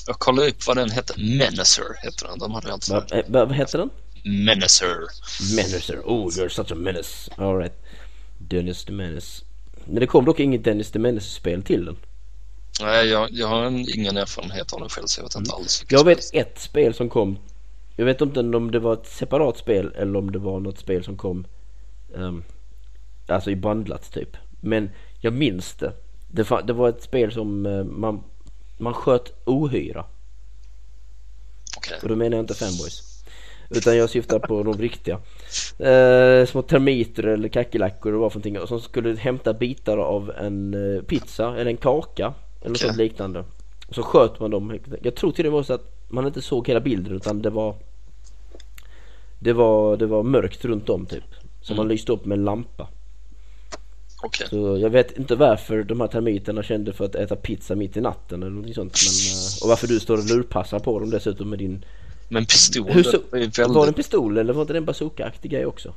Jag kollade upp vad den hette. Menacer heter den. De hade alltså Va, eh, vad heter den? Menacer. Menacer. Oh, you're such a menace. All right. Dennis the Menace. Men det kom dock inget Dennis the Menace-spel till den. Nej, jag, jag har en, ingen erfarenhet av den själv, så jag vet inte mm. alls. Jag vet spel. ett spel som kom. Jag vet inte om det var ett separat spel eller om det var något spel som kom um, alltså i bandlat typ. Men jag minns det. Det var, det var ett spel som uh, man, man sköt ohyra. Okay. Och då menar jag inte fanboys. Utan jag syftar på de riktiga. Uh, små termiter eller kackerlackor och vad för någonting. Som skulle hämta bitar av en uh, pizza eller en kaka. Eller okay. Något liknande. Och så sköt man dem. Jag tror till det var så att man inte såg hela bilden, utan det var det var, det var mörkt runt om typ. Så mm. man lyste upp med en lampa. Okay. Så jag vet inte varför de här termiterna kände för att äta pizza mitt i natten eller något sånt. Men, och varför du står och lurpassar på dem dessutom med din... Men pistol... Hur så... är väldigt... Var det en pistol eller var det en bazooka-aktig grej också?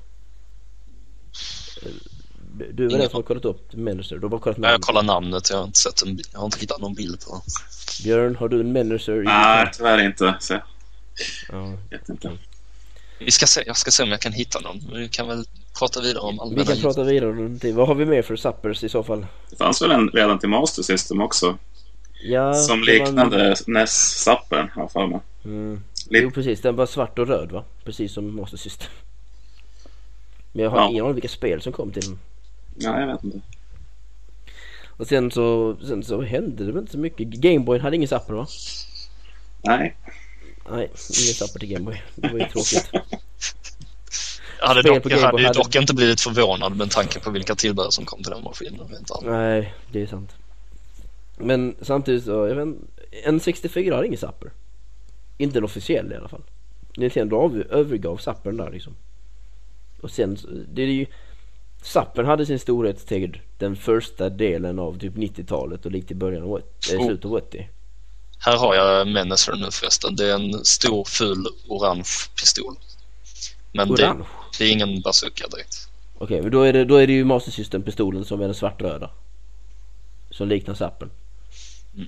Du är väl den som har kollat upp Menacer? Du har bara kollat namnet. Ja, jag kollar namnet, jag har inte sett en, jag har inte hittat någon bild på. Björn, har du en Menacer? Nej, tyvärr inte. Så. Ja, vet inte. Vi ska se, jag ska se om jag kan hitta någon. Vi kan väl prata vidare om allmänna. Vi kan prata vidare om det. Vad har vi mer för suppers i så fall? Det fanns väl en redan till Master System också. Ja, som liknande man... N E S-sappern, har jag för mig. Mm. Jo, precis. Den var svart och röd, va? Precis som Master System. Men jag har ja. ingen aning vilka spel som kom till den. Ja, jag vet inte. Och sen så, sen så hände det väl inte så mycket. Gameboy hade ingen zapper, va? Nej. Nej, ingen zapper till Gameboy. Det var ju tråkigt. Jag hade, dock, jag hade ju hade... dock inte blivit förvånad med tanke på vilka tillbehör som kom till den maskinen. Nej, det är sant. Men samtidigt så, jag vet, N sextiofyra hade ingen zapper. Inte en officiell i alla fall. Nintendo övergav zappern där liksom. Och sen, det är ju... Zappern hade sin storhetstid den första delen av typ nittiotalet och lite i början av äh, slutet av åttio. Här har jag Menacer nu förresten. Det är en stor, ful, orange pistol. Men det, det är ingen bazooka direkt. Okej, okay, men då är, det, då är det ju Master System-pistolen som är den svartröda. Som liknar Zappern. Mm.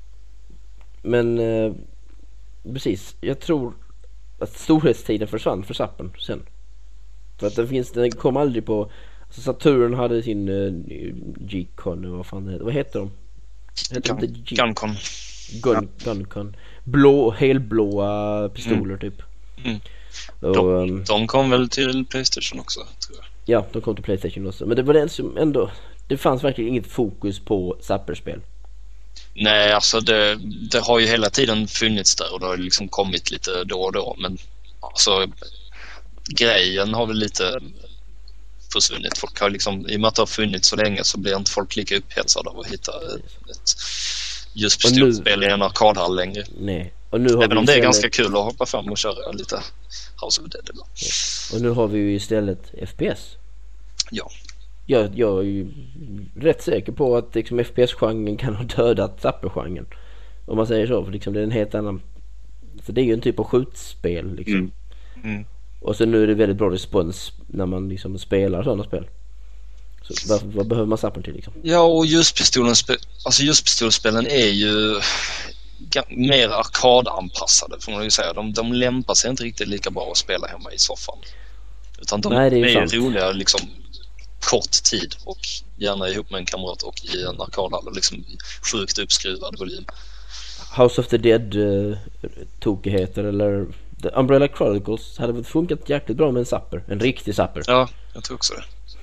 Men eh, precis, jag tror att storhetstiden försvann för Zappern sen. För att den finns, den kom aldrig på... Alltså Saturn hade sin uh, G-Con, vad fan det heter. Vad heter de? Heter Gun, G- Guncon. Gun, Guncon. Blå, helblåa pistoler mm. typ. Mm. Och, de, um, de kom väl till PlayStation också, tror jag. Ja, de kom till PlayStation också. Men det var den som ändå... Det fanns verkligen inget fokus på zapperspel. Nej, alltså det, det har ju hela tiden funnits där och det har liksom kommit lite då och då. Men alltså... Grejen har väl lite försvunnit. Folk har liksom, i och med att det har funnits så länge så blir inte folk lika upphetsade av att hitta ett just pistolspel i en arkadhall längre. Nej. Och nu har Även vi om det är istället... ganska kul att hoppa fram och köra lite House of the Dead. Ja. Och nu har vi ju istället F P S. Ja. Jag, jag är ju rätt säker på att liksom F P S-genren kan ha dödat zapper-genren. Om man säger så, för liksom det är en helt annan... För det är ju en typ av skjutspel liksom. Mm. Mm. Och så nu är det väldigt bra respons när man liksom spelar sådana spel. Så vad, vad behöver man zappen till liksom? Ja, och ljuspistolen spe- alltså ljuspistolspelen är ju g- mer arkadanpassade får man ju säga. De, de lämpar sig inte riktigt lika bra att spela hemma i soffan. Utan de Nej, det är, är ju roliga liksom kort tid och gärna ihop med en kamrat och i en arkadhall och liksom sjukt uppskruvad volym. House of the Dead uh, tokigheter eller The Umbrella Chronicles hade väl funkat jäkligt bra med en zapper. En riktig zapper. Ja, jag tror också det.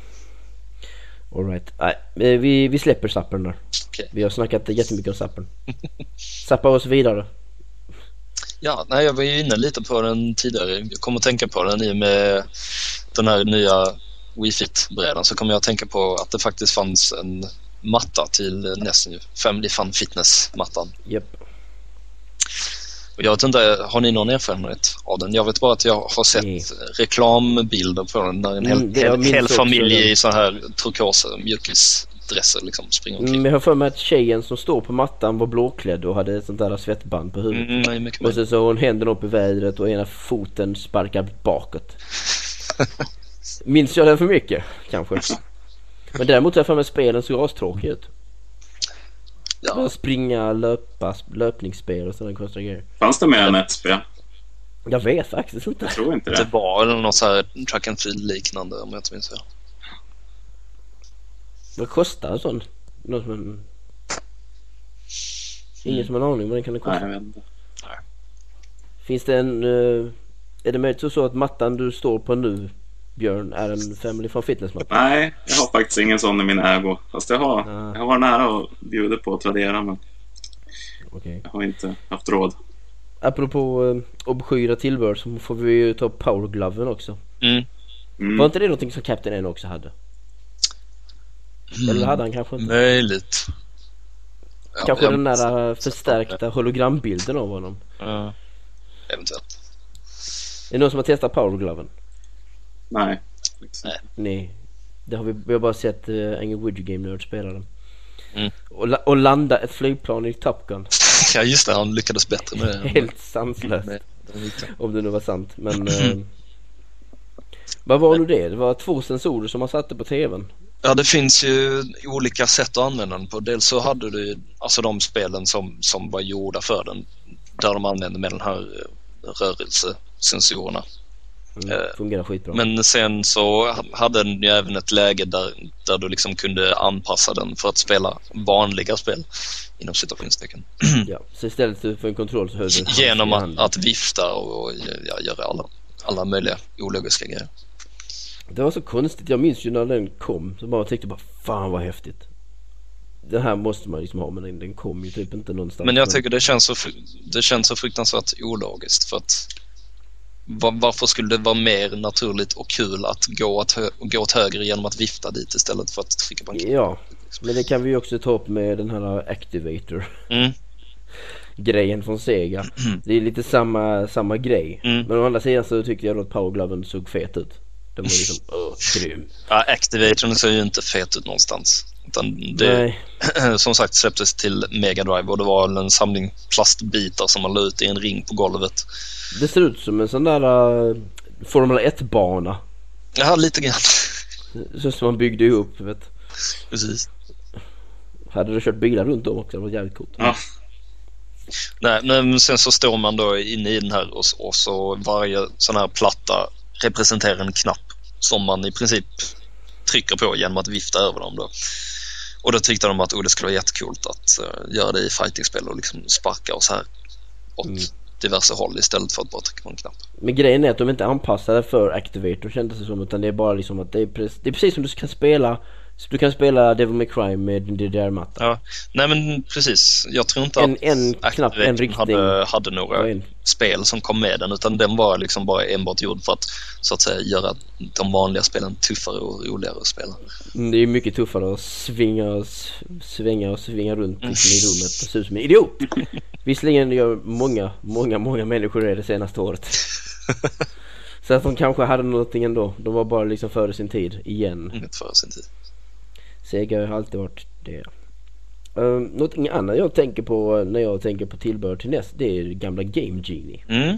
All right. Nej, vi, vi släpper zappern där. Okay. Vi har snackat jättemycket om zappern. Zappa oss vidare. Ja, nej, jag var ju inne lite på den tidigare. Jag kommer att tänka på den i med den här nya Wii Fit-brädan. Så kommer jag att tänka på att det faktiskt fanns en matta till N E S nu. Family Fun Fitness-mattan. Japp. Och jag vet inte, har ni någon erfarenhet av den? Jag vet bara att jag har sett Nej. reklambilder på den där en hel, mm, hel, hel familj i så här turkosa mjukisdresser liksom springer omkring. Mm, jag har för mig att tjejen som står på mattan var blåklädd och hade ett sånt där svettband på huvudet. Mm, nej, mycket och så så hon händerna upp i vädret och ena foten sparkar bakåt. Minns jag det för mycket, kanske? Men däremot har jag för mig spelen så astråkigt ut. Ja. Springa, löpa, löpningsspel och sådana konstiga grejer. Fanns det med nätspel? Jag vet faktiskt inte. Jag tror inte det. Det var något så här track and field liknande om jag inte minns fel. Vad kostar en sån? Något som en... Ingen Mm. som har en aning vad den kan kosta. Nej, jag vet inte. Finns det en... Uh, är det möjligt så att mattan du står på nu, Björn, är en Family Fun Fitness-matta? Nej, jag har faktiskt ingen sån i min ägo. Fast jag har, Ah. jag har varit nära att bjuda på att Tradera, men Okej. jag har inte haft råd. Apropå uh, obskyra tillbehör så får vi ju ta powergloven också. Mm. Mm. Var inte det någonting som Captain N också hade? Eller hade han kanske inte? Möjligt. Ja, Kanske jag- den där uh, förstärkta hologrambilden av honom. Ja, eventuellt. Är det någon som har testat powergloven? Nej. Nej. Nej. Det har vi, vi har bara sett uh, Angry Video Game Nerd spela den. Mm. Och, la- och landa ett flygplan i Top Gun. Ja, just det. Han lyckades bättre med det. Helt sanslöst. med den vita. Om det nu var sant. Men eh, vad var nu det? Det var två sensorer som man satte på tvn. Ja, det finns ju olika sätt att använda den på. Dels så hade du alltså de spelen som, som var gjorda för den, där de använde med den här eh, rörelsesensorerna. Mm, Eh, fungerar skitbra. Men sen så hade den ju även ett läge där, där du liksom kunde anpassa den för att spela vanliga spel inom citationstecken. Ja, så istället för en kontroll så höll du ett Genom hand i att, handen. att vifta och, och ja, göra alla, alla möjliga ologiska grejer. Det var så konstigt. Jag minns ju när den kom så bara tyckte bara fan vad häftigt. Den här måste man liksom ha, men den, den kom ju typ inte någonstans. Men jag tycker det känns så, fru- det känns så fruktansvärt ologiskt för att var, varför skulle det vara mer naturligt och kul att gå åt, hö, gå åt höger genom att vifta dit istället för att trycka på en knapp? Ja, men det kan vi ju också ta upp med den här Activator Mm. grejen från Sega. Det är lite samma, samma grej. Mm. Men å andra sidan så tyckte jag då att powergloven såg fet ut. Den var liksom åh, grym. Ja, Activatorn ser ju inte fet ut någonstans. Utan det, Nej. som sagt, släpptes till Mega Drive och det var en samling plastbitar som man la ut i en ring på golvet. Det ser ut som en sån där uh, Formel ett-bana. Ja, lite grann. Så som man byggde ihop, vet. Precis. Hade du kört bilar runt om också, det var jävligt coolt. Ja. Nej, men sen så står man då inne i den här och, och så varje sån här platta representerar en knapp som man i princip trycker på genom att vifta över dem då. Och då tyckte de att oh, det skulle vara jättekult att uh, göra det i fightingspel och liksom sparka och så här åt Mm. diverse håll istället för att bara trycka på en knapp. Men grejen är att de inte är anpassade för Activator, kändes det som, utan det är bara liksom att det är, precis, det är precis som du kan spela du kan spela Devil May Cry med din D D R-matta. Ja, nej men precis. Jag tror inte En, att en knapp, en Activator riktning. hade, hade några och en. spel som kom med den, utan den var liksom bara enbart gjord för att så att säga göra de vanliga spelen tuffare och roligare att spela. Mm, det är mycket tuffare att svinga och s- svänga och svinga runt liksom i rummet och se ut som en idiot. Visserligen gör många, många, många människor det det senaste året. Så att de kanske hade någonting ändå. De var bara liksom före sin tid igen. Inget för sin tid. Sega har alltid varit det. Uh, någonting annat jag tänker på när jag tänker på tillbehör till N E S, det är gamla Game Genie. Mm.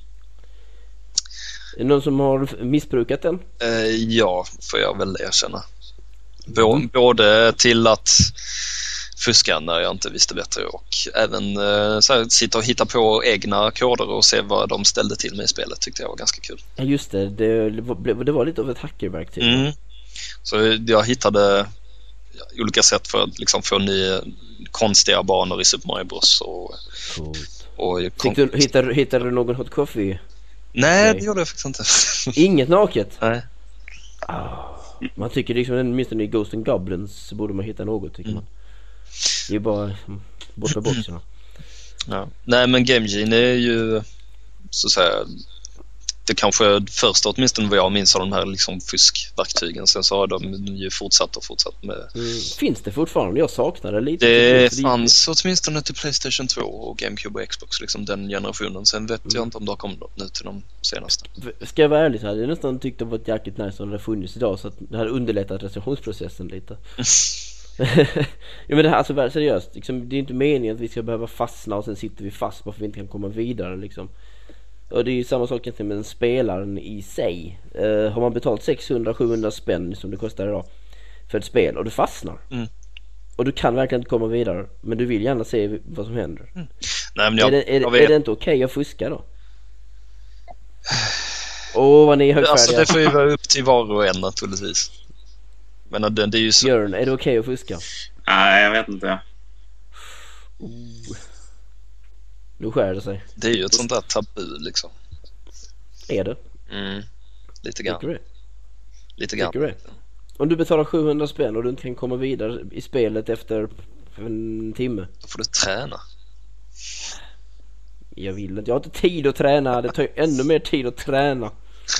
Är det någon som har missbrukat den? Eh, ja, får jag väl erkänna. Bå- Både till att fuska när jag inte visste bättre och även eh, så här, sitta och hitta på egna koder och se vad de ställde till med i spelet tyckte jag var ganska kul. Ja just det, det, det, var, det var lite av ett hackerverktyg. Mm. Så jag hittade ja, olika sätt för att liksom få nya konstiga banor i Super Mario Bros. Och, Coolt. och Fick du, hittade, hittade du någon hot coffee? Nej, Nej. det gjorde jag faktiskt inte. Inget naket? Nej. Ah, man tycker liksom, åtminstone i Ghost and Goblins så borde man hitta något tycker Mm. man. Det är ju bara mm, borta boxarna. Ja. Nej, men Game Genie är ju så att säga det kanske första åtminstone vad jag minns av de här liksom fuskverktygen. Sen så har de ju fortsatt och fortsatt med. Mm. Finns det fortfarande? Jag saknar det lite. Det lite. fanns åtminstone till PlayStation två och GameCube och Xbox, liksom den generationen. Sen vet Mm. jag inte om det har kommit något nu till de senaste. Ska jag vara ärlig så hade jag nästan tyckt det var jäkligt nice om det funnits idag, så att det hade underlättat recensionsprocessen lite. Ja, men det här, alltså seriöst, liksom, det är inte meningen att vi ska behöva fastna och sen sitter vi fast bara för att vi inte kan komma vidare liksom. Och det är ju samma sak egentligen med spelaren i sig. uh, Har man betalt sexhundra sjuhundra spänn som det kostar idag för ett spel och du fastnar, Mm. och du kan verkligen inte komma vidare, men du vill gärna se vad som händer. Mm. Nej, men jag, är, det, är, jag vet. är det inte okej okay att fuska då? Åh, oh, vad ni är högfärdiga. Alltså det får ju vara upp till var och en naturligtvis. Men det, det är ju så... Björn, är det okej okay att fuska? Nej, jag vet inte. Oh. Nu skär det sig. Det är ju ett sånt där tabu liksom. Är det? Mm. Lite grann. Tycker du? Lite grann. Tycker du? Om du betalar sjuhundra spänn och du inte kan komma vidare i spelet efter en timme. Då får du träna. Jag vill inte. Jag har inte tid att träna. Det tar ju ännu mer tid att träna.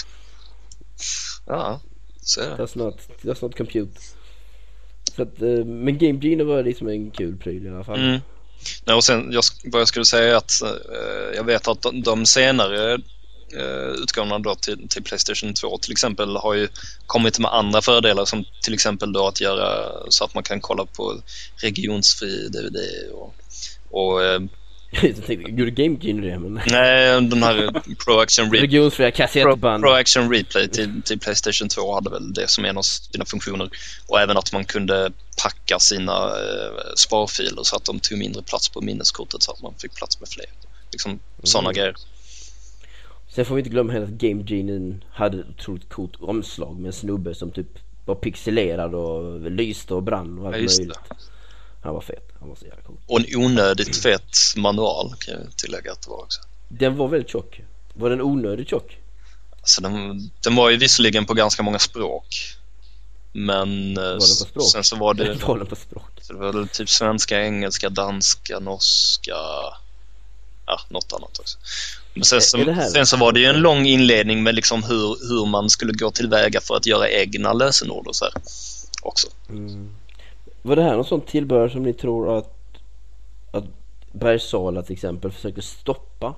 Ja, så är det. Det är snart, det är snart compute. Så att, men Game Genie var liksom en kul pryl i alla fall. Mm. Nej, och sen, jag, vad jag skulle säga är att eh, jag vet att de, de senare eh, utgåvorna då till, till PlayStation två till exempel har ju kommit med andra fördelar, som till exempel då att göra så att man kan kolla på regionsfri D V D och, och eh, jag tänkte, gjorde Game Genie det? Men... nej, den här Pro Action Replay, regionsfria kassettband. Pro, Pro Action Replay till, till PlayStation två hade väl det som en av sina funktioner, och även att man kunde packa sina eh, sparfiler så att de tog mindre plats på minneskortet så att man fick plats med fler. Liksom mm. sådana grejer. Sen får vi inte glömma heller att Game Genie hade ett otroligt coolt omslag med en snubbe som typ var pixelerad och lyste och brann och allt ja, möjligt. Han var fet, han var så jävla cool. Och en onödigt fet manual kan jag tillägga att det var också. Den var väldigt tjock. Var den onödigt tjock? Alltså den, den var ju visserligen på ganska många språk. Men var den på språk? Sen så var det, var den på språk? Så det var typ svenska, engelska, danska, norska, ja, något annat också. Men sen, så, sen så var det ju en lång inledning med liksom hur, hur man skulle gå tillväga för att göra egna lösenord och så här också. Mm. Var det här något sånt tillbehör som ni tror att att Bergsala till exempel försöker stoppa?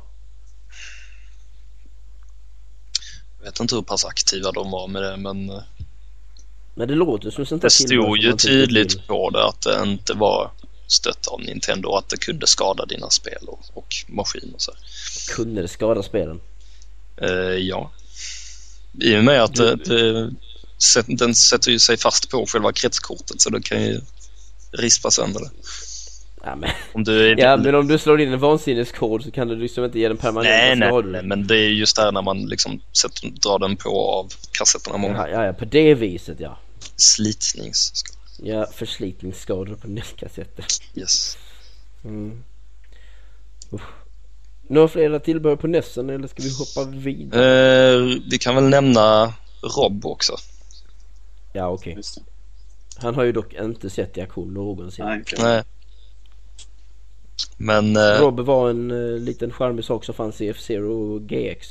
Jag vet inte hur pass aktiva de var med det, men men det låter som sånt där. Det stod ju tydligt på det att det inte var stött av Nintendo och att det kunde skada dina spel och, och maskiner och så. Kunde det skada spelen? Eh, ja. I och med att det, det, den sätter ju sig fast på själva kretskortet, så det kan ju rispa sönder det. Ja, men, om du är... ja, men om du slår in en vansinneskod så kan du liksom inte ge den permanent. Nej, nej, nej, men det är just där när man liksom sätter, drar den på av kassetterna många. Ja, ja, ja, på det viset, ja. Slitningsskador. Ja, förslitningsskador på nästkassetter. Yes. Mm. Några fler tillbehör på Nessen, eller ska vi hoppa vidare? Eh, vi kan väl nämna Rob också. Ja, okej. Okay. Han har ju dock inte sett i aktion någonsin. Nej, okay. Nej. Men eh... Rob var en uh, liten charmig sak som fanns i F-Zero G X.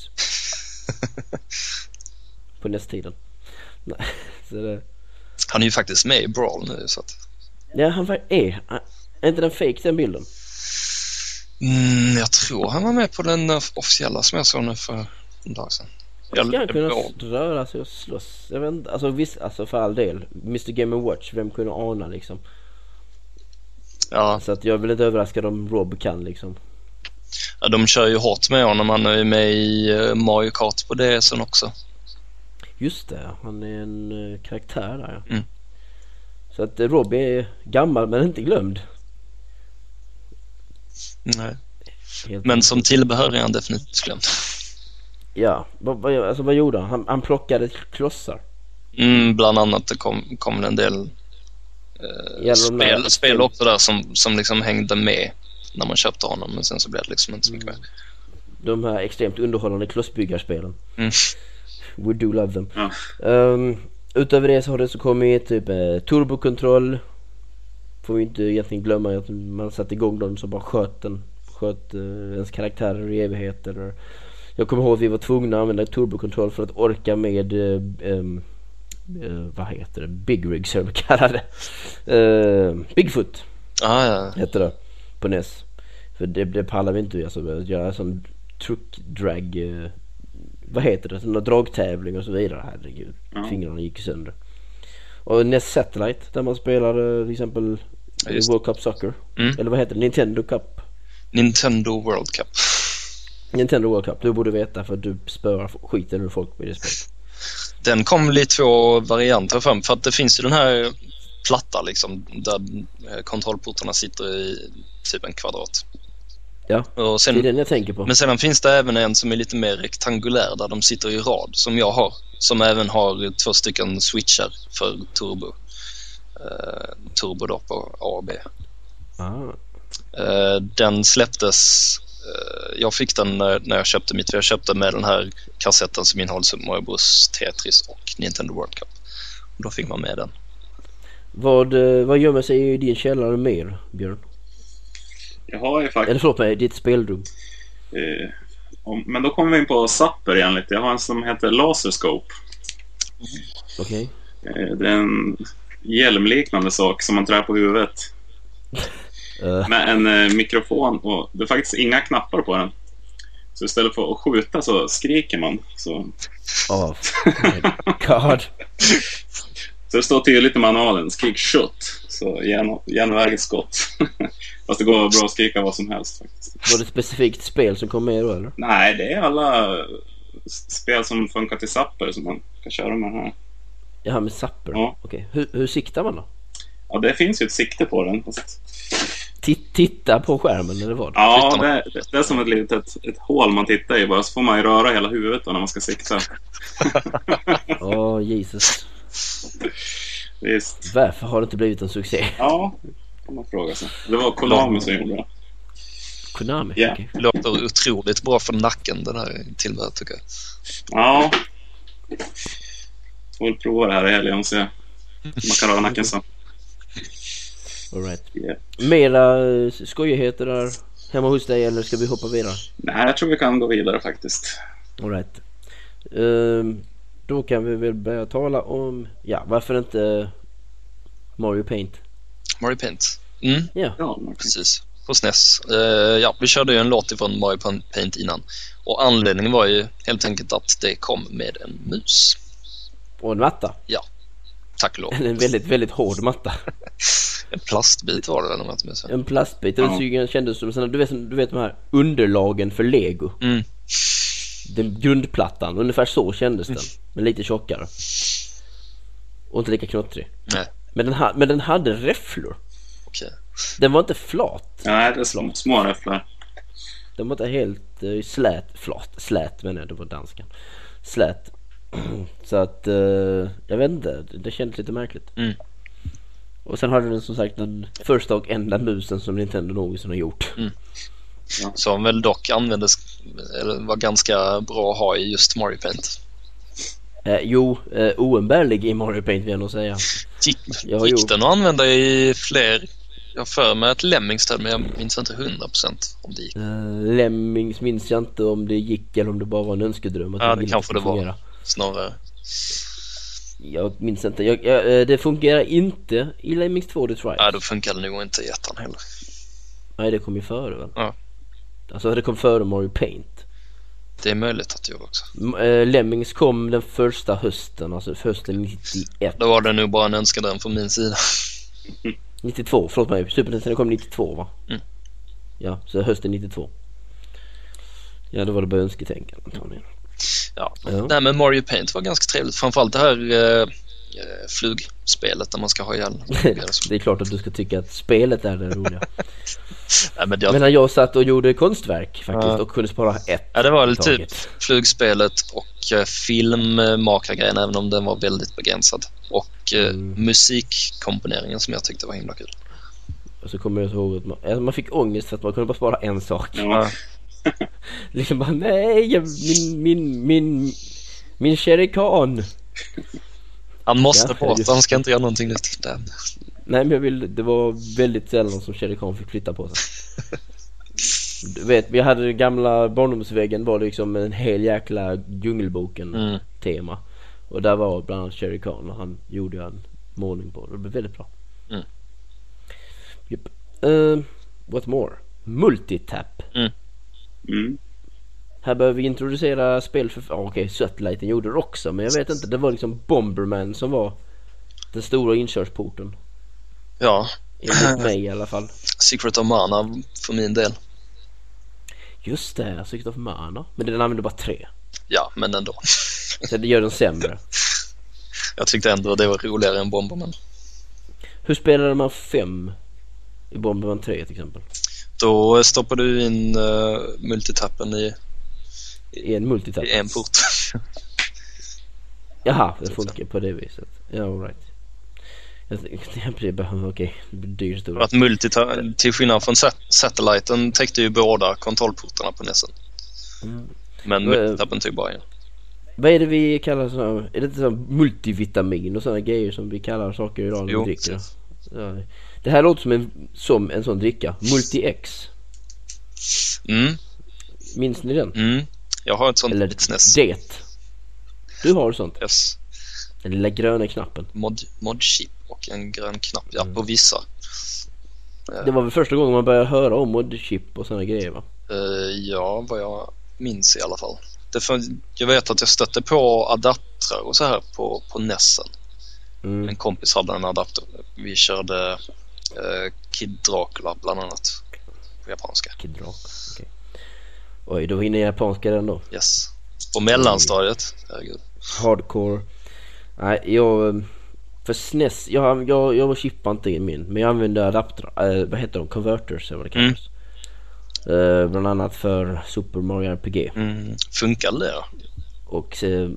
På nästtiden. Nej, så det... Han är ju faktiskt med i Brawl nu, så att... Ja, han var är. Är inte den fake, den bilden? Mm, jag tror han var med på den officiella som jag såg nu för en dag sedan. Jag ska han kunna röra sig och slåss? Jag vet inte, alltså, visst, alltså för all del mister Game and Watch, vem kunde ana liksom? Ja. Så att jag vill inte överraska om Rob kan liksom. Ja, de kör ju hårt med honom. Han är ju med i Mario Kart på D S också. Just det, han är en uh, karaktär där. Mm. Så att uh, Rob är gammal men inte glömd. Nej. Helt men som tillbehör är han definitivt glömd. Ja, vad, vad, alltså, vad gjorde han? han? Han plockade klossar. Mm, bland annat det kom, kom en del eh, spel, spel också där som, som liksom hängde med när man köpte honom, men sen så blev det liksom inte så mycket mm. mer. De här extremt underhållande klossbyggarspelen. Mm. We do love them. Ja. Um, utöver det så har det så kommit typ eh, turbokontroll. Får vi inte egentligen glömma att man satte igång den så bara sköt den sköt uh, ens karaktärer i evigheter. Jag kommer ihåg att vi var tvungna att använda turbokontroll för att orka med uh, um, uh, vad heter det? Big Rig som vi kallar det. Uh, Bigfoot. Ah, ja. Heter det på N E S. För det, det pallar vi inte alltså, att göra sån truck drag uh, vad heter det? Såna dragtävling och så vidare. Herregud. Mm. Fingrarna gick sönder. Och N E S Satellite där man spelar till exempel ja, World Cup Soccer. Mm. Eller vad heter det? Nintendo Cup. Nintendo World Cup. Nintendo World Cup. Du borde veta för att du spöar skiten ur folk med det spelet. Den kom lite två varianter fram. För att det finns ju den här platta liksom, där kontrollportarna sitter i typ en kvadrat. Ja, och sen, det är den jag tänker på. Men sedan finns det även en som är lite mer rektangulär där de sitter i rad, som jag har, som även har två stycken switchar för turbo. Uh, turbo då på A och B. Ah. Uh, den släpptes, uh, jag fick den när, när jag köpte mitt, för jag köpte med den här kassetten som innehåller Super Mario Bros, Tetris och Nintendo World Cup. Och då fick man med den. Vad, vad gömmer sig i din källare mer, Björn? Jag har ju faktiskt... Eller förlåt mig, ditt spelrum. Eh, om, men då kommer vi in på Zapper igen lite. Jag har en som heter Laserscope. Okej. Okay. Eh, det är en hjälmliknande sak som man trär på huvudet. Uh. Med en eh, mikrofon, och det är faktiskt inga knappar på den. Så istället för att skjuta så skriker man. Så... Oh my god. Så det står tydligt i manualen, skrik shot. Så genväget skott. Fast det går bra att skrika vad som helst faktiskt. Var det ett specifikt spel som kom med då, eller? Nej, det är alla spel som funkar till Zapper som man kan köra med den här. Jaha, med Zapper? Ja. Okej, hur, hur siktar man då? Ja, det finns ju ett sikte på den. Fast... Titt, titta på skärmen eller vad? Ja, det, det är som ett litet ett, ett hål man tittar i bara, så får man ju röra hela huvudet då när man ska sikta. Åh, oh, Jesus. Visst. Varför har det inte blivit en succé? Ja, kan man fråga sig. Det var Konami som gjorde det. Konami? Ja. Okay. Det låter otroligt bra för nacken, den här tillbehöret, tycker jag. Ja. Får väl prova det här i helgen och se. Man kan röra nacken så. All right. Yeah. Mera skojigheter där hemma hos dig, eller ska vi hoppa vidare? Nej, jag tror vi kan gå vidare faktiskt. All right. Um, då kan vi väl börja tala om, ja, varför inte Mario Paint? Mario Paint. Mm. Ja. Ja, precis. På S N E S. Uh, ja, vi körde ju en låt ifrån Mario Paint innan. Och anledningen var ju helt enkelt att det kom med en mus. Och en matta. Ja. Tack och lov. En väldigt, väldigt hård matta. En plastbit var det, eller något med sig. En plastbit. Ja. Det kändes som såna, du vet, du vet de här underlagen för Lego. Mm. Den grundplattan, ungefär så kändes den. Men lite tjockare. Och inte lika knottrig. Nej. Men den, ha, men den hade räfflor. Okej. Den var inte flat. Nej, det är små, små räfflor. Den var inte helt uh, slät. Flat. Slät, men det var danskan. Slät. Så att uh, jag vet inte, det kändes lite märkligt. Mm. Och sen hade den som sagt den första och enda musen som Nintendo någonsin har gjort. Mm. Ja. Som väl dock användes, eller var ganska bra att ha i just Mario Paint. Eh, jo, eh, oumbärlig i Mario Paint vill jag nog säga. Gick, jag gick den att använda i fler? Jag för mig ett Lemmings, men jag minns inte hundra procent om det gick. Eh, Lemmings minns jag inte om det gick eller om det bara var en önskedröm. Att ja, det kanske det fungera. var. Snarare. Jag minns inte. Jag, jag, det fungerar inte i Lemmings två The Trials. Ja, då funkar det nog inte i ettan heller. Nej, det kom ju före väl? Ja. Alltså det kom före Mario Paint. Det är möjligt att det gjorde också. Äh, Lemmings kom den första hösten, alltså hösten nittioett. Då var det nog bara en önskadröm från min sida. nittiotvå, förlåt mig. Super Nintendo kom nittiotvå, va? Mm. Ja, så hösten nittiotvå. Ja, då var det bara önsketänkande antagligen. Ja. Ja. Nej, men Mario Paint var ganska trevligt. Framförallt det här eh, flugspelet där man ska ha ihjäl. Det är klart att du ska tycka att spelet är det roliga. Nej, men, jag... men jag satt och gjorde konstverk faktiskt, ja. Och kunde spara ett. Ja, det var lite typ flugspelet och eh, filmmakargrejen, även om den var väldigt begränsad. Och eh, mm. musikkomponeringen som jag tyckte var himla kul. Och så kommer jag ihåg att man, alltså man fick ångest för att man kunde bara spara en sak. Ja. Liksom bara, nej, jag, min, min, min, min Sherikan. Han måste ja, bort, just... han ska inte göra någonting nytt. Där. Nej, men jag vill, det var väldigt sällan som Sherikan fick flytta på sig. Du vet, vi hade den gamla barndomsväggen, var det liksom en hel jäkla djungelboken mm. tema. Och där var bland annat Sherikan och han gjorde en målning på det. Det blev väldigt bra. Mm. Yep. Uh, what more? Multitap. Mm. Mm. Här behöver vi introducera spel för... Oh, okej, okay, Sötlighten gjorde det också. Men jag vet inte, det var liksom Bomberman som var den stora inkörsporten. Ja. Enligt mig i alla fall. Secret of Mana för min del. Just det, Secret of Mana. Men den använder bara tre. Ja, men ändå. Så det gör den sämre. Jag tyckte ändå det var roligare än Bomberman. Hur spelade man fem i Bomberman tre till exempel? Då stoppar du in uh, multitappen i, I en multitapp? i en port. Jaha, det funkar på det viset. Ja, all right. Jag behöver, okej, det blir dyrt För att multita- till skillnad från sat- satelliten täckte ju båda kontrollportarna på Nessen. Mm. Men multitappen tog bara en. Vad är det vi kallar så? Är det inte så multivitamin och sådana grejer som vi kallar saker idag när Jo, vi dricker? Ja. Det här låter som en, som en sån dricka. Multi-X. Mm. Minns ni den? Mm. Jag har ett sånt Eller litet snäss. det. Du har sånt? Yes. Den lilla gröna knappen. Mod, mod chip och en grön knapp. Ja, Mm. på vissa. Det var väl första gången man började höra om mod-chip och såna grejer, va? Uh, ja, vad jag minns i alla fall. Det för, jag vet att jag stötte på adaptrar och så här på, på Nessen. Mm. En kompis hade en adapter. Vi körde uh, Kid Dracula bland annat på japanska. Kid Drak, okej. Oj, då hinner jag japanska den då. Yes. På mellanstadiet. Herregud. Hardcore. Nej, jag... För S N E S, jag, jag, jag chippar inte in min, men jag använder adapter, äh, vad heter de? Converters eller vad det kallas. Mm. Uh, bland annat för Super Mario R P G. Mm. Funkar det då? Och uh,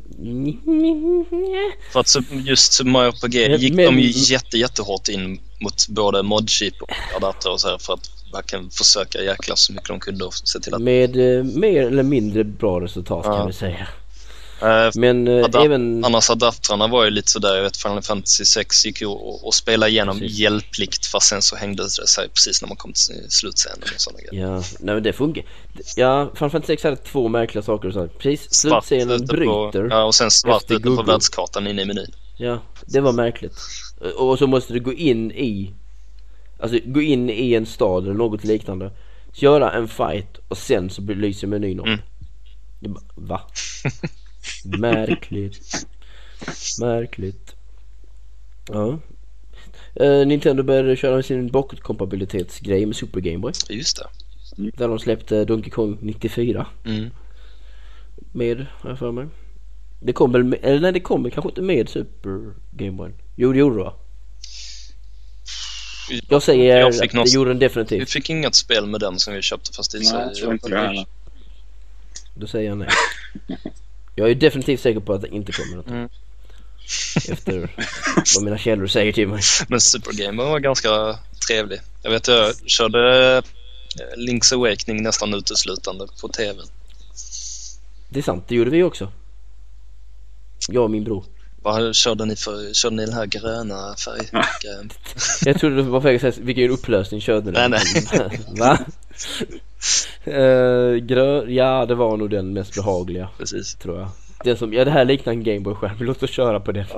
för att just Super Mario R P G gick men, de ju jätte, jättehårt in mot både modchip och adapter och så här för att verkligen försöka jäkla så mycket de kunde och se till att... Med uh, mer eller mindre bra resultat, ja, kan vi säga. Uh, men uh, adap- även... annars adaptrarna var ju lite sådär. Jag vet Final Fantasy sex gick ju och, och spela igenom precis. Hjälpplikt, fast sen så hängde det sig precis när man kom till slutscenen och sådana grejer. Ja, nej men det funkar. Ja, Final Fantasy sex hade två märkliga saker och så. Precis, slutscenen bryter. På, ja, och sen svart ute på Google. världskartan inne i menyn. Ja, det var märkligt. Och så måste du gå in i, alltså gå in i en stad eller något liknande, göra en fight och sen så lyser menyn upp. Mm. Det bara, va? Märkligt. Märkligt. Ja. Uh, Nintendo började köra sin bakåtkompatibilitetsgrej med Super Game Boy. Just det. Mm. Där de släppte Donkey Kong nittiofyra. Mm. Med, jag för mig. Det kom väl med, eller nej, det kom kanske inte med Super Game Boy. Jo, det gjorde det, va? Jag säger jag att något... det gjorde den definitivt. Vi fick inget spel med den som vi köpte, fast det nej, jag tror inte det heller. Då säger jag nej. Jag är definitivt säker på att det inte kommer något. Mm. Efter vad mina källor säger till mig. Men Super Game Boy var ganska trevlig. Jag vet jag körde Link's Awakening nästan uteslutande på tvn. Det är sant, det gjorde vi också. Jag och min bror. Vad körde ni för? Körde ni den här gröna färggrejen? Jag trodde det var för att säga vilken upplösning körde ni. Nej, nej. Va? Uh, grö... Ja, det var nog den mest behagliga. Precis. Tror jag. Den som, ja, det här liknar en Gameboy-skärm. Låt oss köra på den.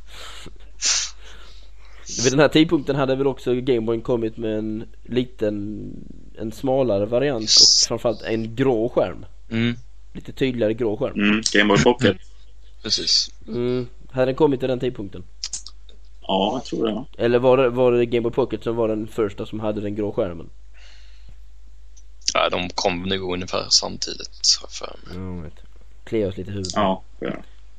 Vid den här tidpunkten hade väl också Gameboy kommit med en liten, en smalare variant och framförallt en grå skärm. Mm. Lite tydligare grå skärm. Mm, Gameboy Pocket. Precis. Mm. Hade den kommit till den tidpunkten? Ja, jag tror det. Eller var det, var det Gameboy Pocket som var den första som hade den grå skärmen? Ja, de kom nog ungefär samtidigt för mig. Mm, vet. Klia oss lite i huvudet. Ja, ja.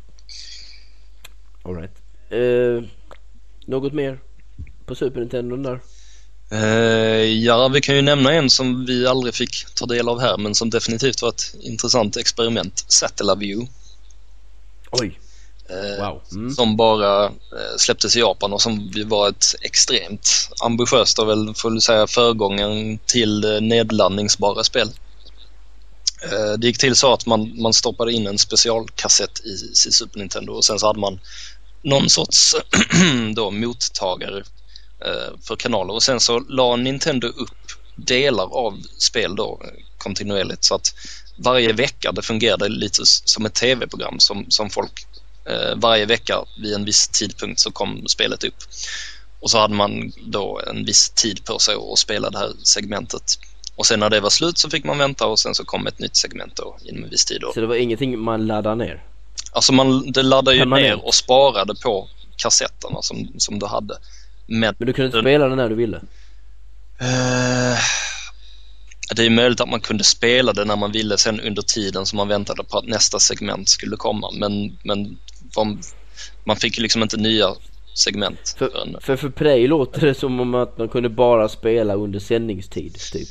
All right. Uh, något mer på Super Nintendo där? Uh, ja, vi kan ju nämna en som vi aldrig fick ta del av här, men som definitivt var ett intressant experiment. Satellaview. Oj. Uh, wow. Mm. Som bara uh, släpptes i Japan och som var ett extremt ambitiöst och väl får jag säga föregångaren till uh, nedladdningsbara spel. Uh, det gick till så att man, man stoppade in en specialkassett i sin Super Nintendo och sen så hade man någon sorts då, mottagare uh, för kanaler och sen så la Nintendo upp delar av spel då kontinuerligt så att varje vecka det fungerade lite som ett tv-program som, som folk uh, varje vecka vid en viss tidpunkt så kom spelet upp och så hade man då en viss tid på sig att spela det här segmentet. Och sen när det var slut så fick man vänta och sen så kom ett nytt segment då inom en viss tid. Då. Så det var ingenting man laddade ner? Alltså man, det laddade ju permanent ner och sparade på kassetterna som, som du hade. Men, Men du kunde inte spela den när du ville? Uh, det är möjligt att man kunde spela det när man ville sen under tiden som man väntade på att nästa segment skulle komma. Men, men man, man fick ju liksom inte nya segment. För, för, en... för, för Prey låter det som om att man kunde bara spela under sändningstid, typ.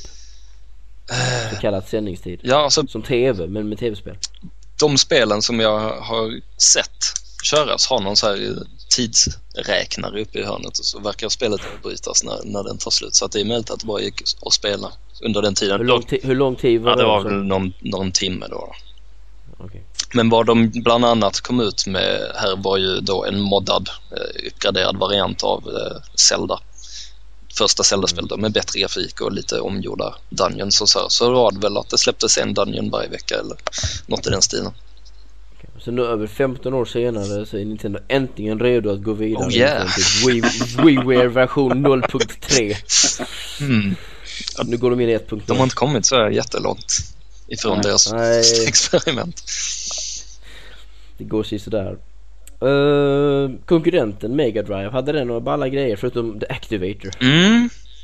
Så kallat sändningstid. Ja, alltså, som tv, men med tv-spel. De spelen som jag har sett köras har någon så här tidsräknare uppe i hörnet och så verkar spelet avbrytas när, när den tar slut. Så att det är möjligt att det bara gick att spela under den tiden. Hur lång, ti- hur lång tid var ja, det? det var också? väl någon, någon timme då. Okay. Men vad de bland annat kom ut med här var ju då en moddad, eh, uppgraderad variant av eh, Zelda. Första Zelda-spelet med bättre grafik och lite omgjorda dungeons och så. Så var det väl att det släpptes en dungeon varje vecka eller något i den stilen. Okay. Så nu över femton år senare så är Nintendo äntligen redo att gå vidare. Oh yeah. Till WiiWare version noll punkt tre. Mm. Nu går de in i ett punkt noll. De har inte kommit så här jättelångt ifrån Nej. deras Nej. experiment. Det går sig sådär. Uh, konkurrenten Mega Drive, hade den några balla grejer förutom The Activator? Mm.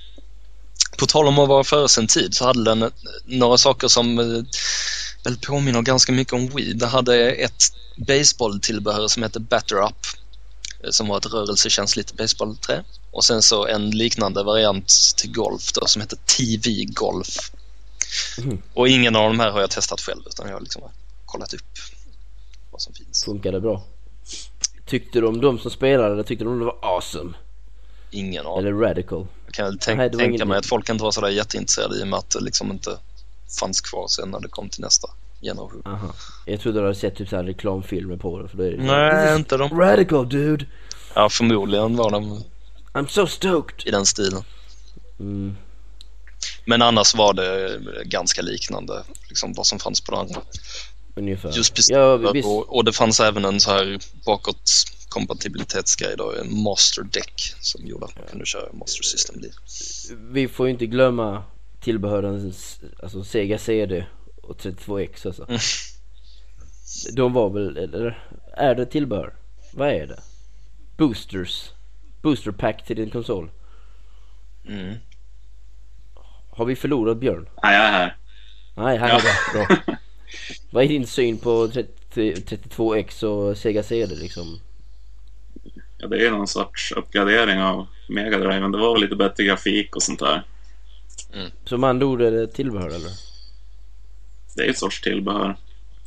På tal om att vara före sin tid så hade den några saker som eh, väl påminner ganska mycket om Wii. Det hade ett baseballtillbehör som heter Batter Up, eh, som var ett rörelsekänsligt baseballträ. Och sen så en liknande variant till golf då, som heter T V Golf. Mm. Och ingen av de här har jag testat själv, utan jag har liksom kollat upp vad som finns. Funkade bra. Tyckte de de som spelade eller tyckte de det var awesome? Ingen av Eller radical? Jag kan väl tänk, Nej, det var tänka ingen- mig att folk inte var så där jätteintresserade i och med att det liksom inte fanns kvar sen när det kom till nästa generation. Aha. Jag trodde du hade sett typ så här reklamfilmer på det, för då är det Nej, inte de. radical dude. Ja, förmodligen var de I'm so stoked. i den stilen. Mm. Men annars var det ganska liknande liksom vad som fanns på det andra. Ungefär. Just Ja, pistoler visst. och, och det fanns även en så här bakåt kompatibilitetsgrej då, en master deck som gjorde att man kunde köra master system dit. Vi får ju inte glömma tillbehören, alltså Sega C D och trettiotvå X alltså. Mm. De var väl, eller är det tillbehör? Vad är det? Boosters. Booster pack till din konsol. Mm. Har vi förlorat Björn? Nej, jag är här. Nej, här Ja. är det. Bra. Vad är din syn på trettio, trettiotvå X och Sega C D liksom? Ja, det är ju någon sorts uppgradering av Mega Drive, men det var väl lite bättre grafik och sånt där. Så man andra ord är det tillbehör eller? Det är ju ett sorts tillbehör.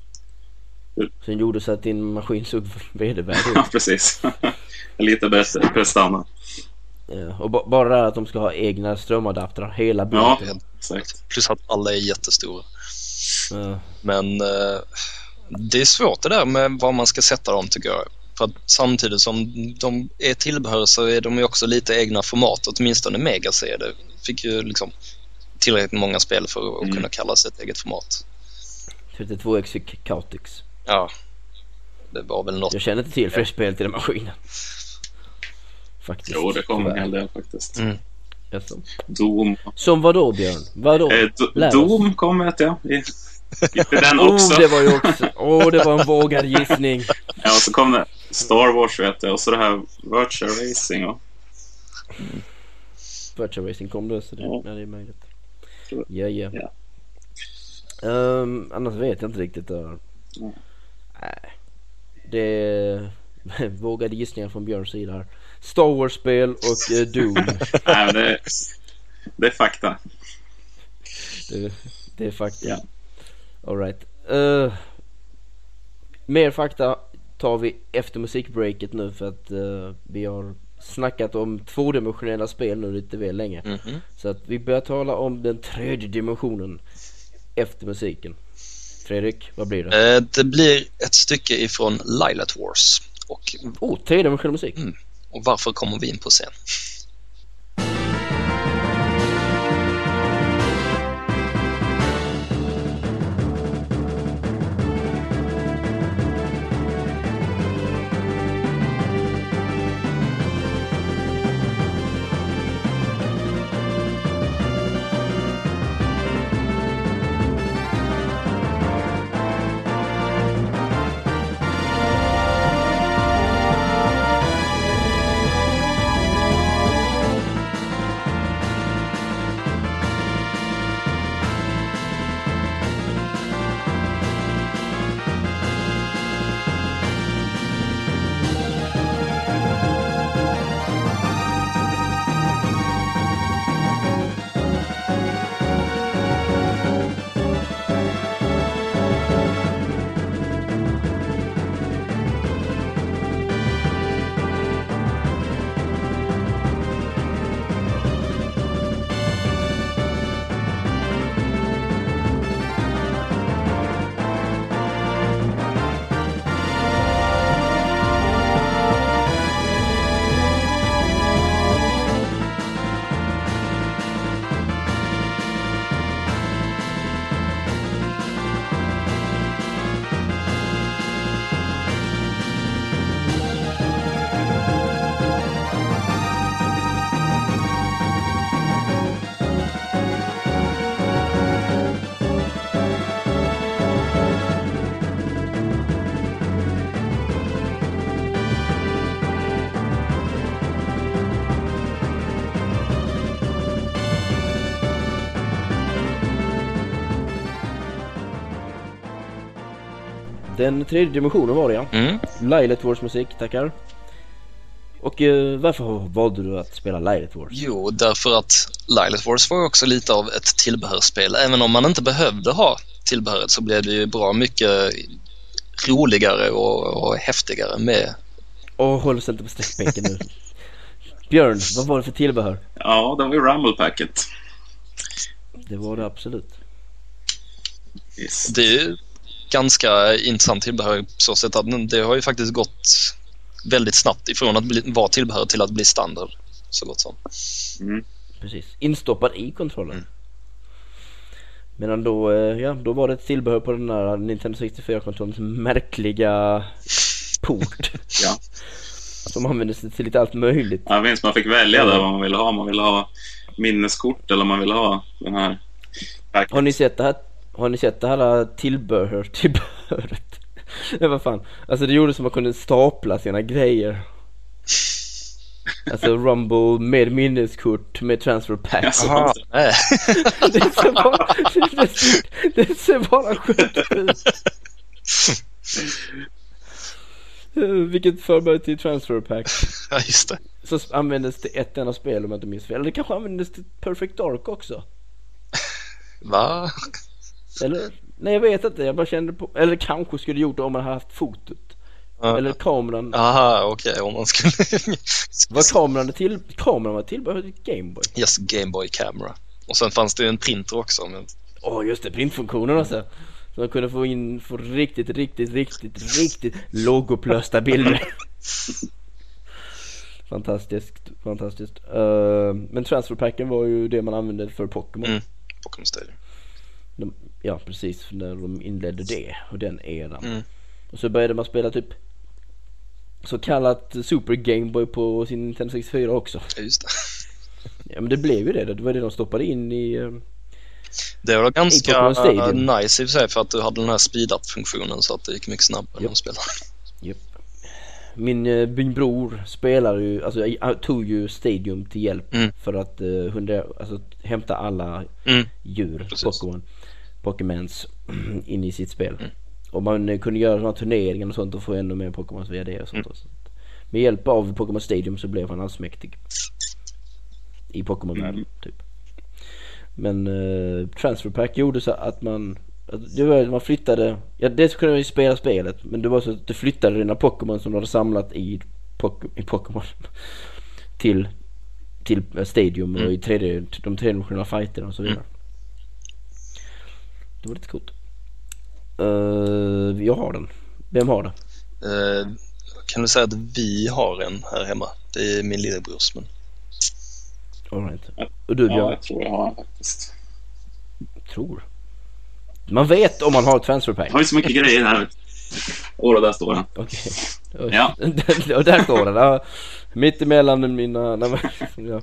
Sen gjorde så att din maskin såg vedervärdig Ja, ut. precis. lite bättre prestanda. Ja, och ba- bara det här att de ska ha egna strömadaptrar hela Ja, biten. exakt. Plus att alla är jättestora. Ja. Men eh, det är svårt det där med vad man ska sätta dem tycker jag. För att samtidigt som de är tillbehör så är de ju också lite egna format. Åtminstone Mega C D fick ju liksom tillräckligt många spel för att Mm. kunna kalla sig ett eget format. trettiotvå X fick Cautix. Ja, det var väl något. Jag känner inte till fler spel till den maskinen. Faktiskt. Jo, det kom en Tyvärr. hel del faktiskt. Mm. Jaså. Doom. Som vad då Björn? Vad då? Eh, do- Lär oss. Doom kom vet jag. I, i den Oh, också. det var ju också. Åh, oh, det var en vågad gissning. Ja, och så kom det Star Wars vet jag. Och så det här Virtual Racing. Och... Virtual Racing kom då, så det, Ja. ja. det är möjligt. Tror Ja, ja. Ja. Um, annars vet jag inte riktigt. Uh. Ja. Nej. Det är vågade gissningar från Björns sida här. Star Wars-spel och uh, Doom. Nej, men det, det är fakta. det, det är fakta. Ja. All right. Uh, mer fakta tar vi efter musikbreaket nu, för att uh, vi har snackat om tvådimensionella spel nu lite väl länge. Mhm. Så att vi börjar tala om den tredje dimensionen efter musiken. Fredrik, vad blir det? Eh, det blir ett stycke ifrån Lylat Wars. Och, Oh, tredimensionell musik. mm, och varför kommer vi in på scen? Den tredje dimensionen var det, ja. Mm. Lilith Wars musik, tackar. Och uh, varför valde du att spela Lilith Wars? Jo, därför att Lilith Wars var också lite av ett tillbehörsspel. Även om man inte behövde ha tillbehöret så blev det ju bra mycket roligare och, och häftigare med. Åh, oh, håll sig inte på sträckbänken nu. Björn, vad var det för tillbehör? Ja, det var ju Rumble Packet. Det var det absolut. Yes. Det är ju ganska intressant tillbehör så sätt att det har ju faktiskt gått väldigt snabbt ifrån att bli, vara tillbehör till att bli standard så gott som. Mm. Precis, instoppad i kontrollen. Mm. Men då, ja, då var det ett tillbehör på den där Nintendo sextiofyra-kontrollens märkliga port. Ja. Som användes till lite allt möjligt. Jag minns man fick välja där vad man ville ha. Man ville ha minneskort eller man ville ha den här packet. Har ni sett det här? Har ni sett det här tillbehör, tillbehöret? Det var fan. Alltså det gjorde som man kunde stapla sina grejer. Alltså Rumble med minneskort med transfer pack. Alltså, Aha, nej. Det ser bara, det, det ser bara sjukt ut. Vilket förberett till transfer pack. Ja, just det. Så användes det ett enda spel om jag inte minns fel. Eller det kanske användes till Perfect Dark också. Va? Eller, nej jag vet inte, jag bara kände på. Eller kanske skulle gjort det om man hade haft fotot. Ja. Eller kameran. Aha, okej, okay, om man skulle... Var kameran till, kameran var tillbehör till Gameboy? Yes, Gameboy camera. Och sen fanns det ju en printer också. Men... Åh oh, just det, printfunktionen också. Så man kunde få in få riktigt, riktigt, riktigt, riktigt lågupplösta bilder. Fantastiskt, fantastiskt. Uh, men transferpacken var ju det man använde för Pokémon. Mm, Pokémon Stadium. De, ja, precis, när de inledde det och den eran. Mm. Och så började man spela typ så kallat Super Gameboy på sin Nintendo sextiofyra också. Ja, just det. Ja, men det blev ju det. Det var det de stoppade in i... Uh, det var ganska uh, nice i och för sig för att du hade den här speed-up-funktionen så att det gick mycket snabbare yep. att spela. Yep. Min, uh, min bror spelar ju, alltså jag tog ju Stadium till hjälp mm. för att uh, hundra, alltså, hämta alla mm. djur, Precis. Pokémon, Pokémons in i sitt spel. Mm. Och man uh, kunde göra några turneringar och sånt och få ännu mer Pokémons via det och sånt. Mm. Och sånt. Med hjälp av Pokémon Stadium så blev han allsmäktig i Pokémon-världen mm. typ. Men uh, Transfer Pack gjorde så att man det var, man flyttade, ja det kunde man ju spela spelet, men det var så att du flyttade dina Pokémon som du hade samlat i, Pok- i Pokémon till till Stadium mm. och i tredje, de tredimensionella fighterna och så vidare. Mm. Det var lite coolt. Uh, jag har den. Vem har det? Uh, kan du säga att vi har en här hemma? Det är min lillebrors, men... All right. Och du, Björn? Ja, jag tror jag har den faktiskt. Tror? Man vet om man har transferpack. Jag har ju så mycket grejer här. Och där står den. Okej. Okay. Ja. Och där står den. Ja. Mitt emellan mina... ja.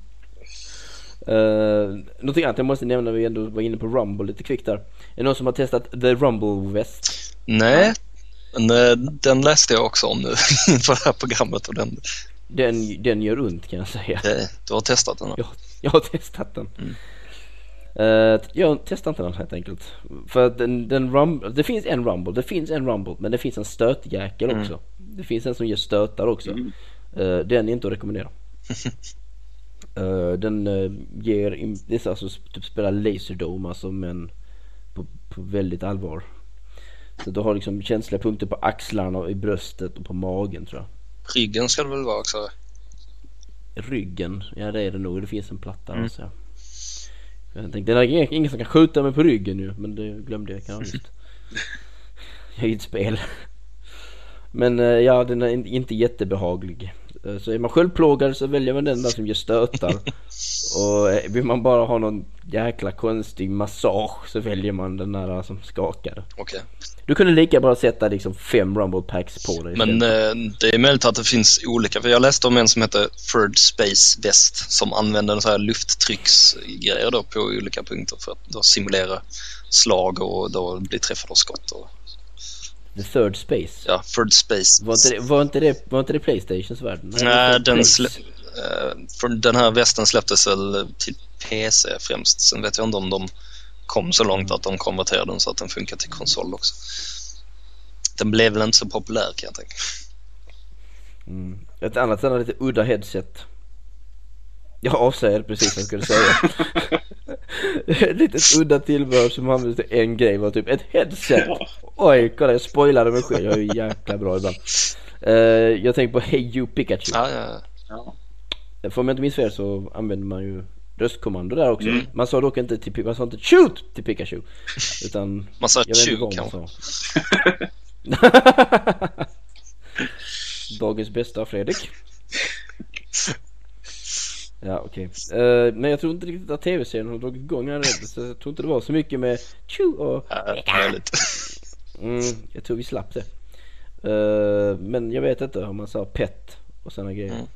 Uh, någonting annat jag måste nämna när vi ändå var inne på Rumble lite kvickt där. Är det någon som har testat The Rumble West? Nej, men den läste jag också om nu inför det här programmet och den... Den, den gör ont kan jag säga. Det, du har testat den? Jag, jag har testat den. Mm. Uh, jag testar inte den helt enkelt. För att den, den Rumble, det finns en Rumble, det finns en Rumble, men det finns en stötjäkel också. Mm. Det finns en som ger stötar också. Mm. Uh, den är inte att rekommendera. uh, den uh, ger, det är alltså typ spela Laserdome alltså, men på, på väldigt allvar. Så du har liksom känsliga punkter på axlarna och i bröstet och på magen tror jag. Ryggen ska det väl vara också? Ryggen, ja det är det nog. Det finns en platta mm. alltså. Jag tänkte, det är ingen som kan skjuta mig på ryggen nu, men det glömde jag kan just. Jag är i ett spel. Men ja, den är inte jättebehaglig. Så är man självplågad så väljer man den där som ger stötar. Och vill man bara ha någon jäkla konstig massage så väljer man den där som skakar. Okej. Okay. Du kunde lika bara sätta liksom fem Rumble Packs på dig. Men eh, det är möjligt att det finns olika. För jag läste om en som heter Third Space Vest som använder en så här lufttrycksgrejer då på olika punkter för att då simulera slag och då bli träffad av skott. Och... The Third Space? Ja, Third Space. Var inte det, var inte det, var inte det PlayStations värld? Nej, Nej den, slä- uh, för den här västen släpptes väl till P C främst. Sen vet jag inte om de kom så långt att de konverterade den så att den funkar till konsol också. den blev väl inte så populär kan jag tänka. Mm. Ett annat sådant lite udda headset. Jag avslöjade precis vad jag skulle säga. Ett litet udda tillbehör som användes till en grej var typ ett headset. Oj, kolla, jag spoilade mig själv. Jag är ju jäkla bra ibland. uh, Jag tänker på Hey You Pikachu. Ja, ja, Ja. För om jag inte minns fel så använder man ju röstkommando där också. Mm. Man sa dock inte till, man sa inte shoot till Pikachu, utan man sa jag vet inte tjugo vad man kanske. sa. Dagens bästa Fredrik. Ja, okej. Okay. Uh, men jag tror inte riktigt att tv-serien har dragit igång här, så jag tror inte det var så mycket med tju och Ja, möjligt. mm, jag tror vi slapp det. Uh, men jag vet inte om man sa pet och såna grejer. Mm.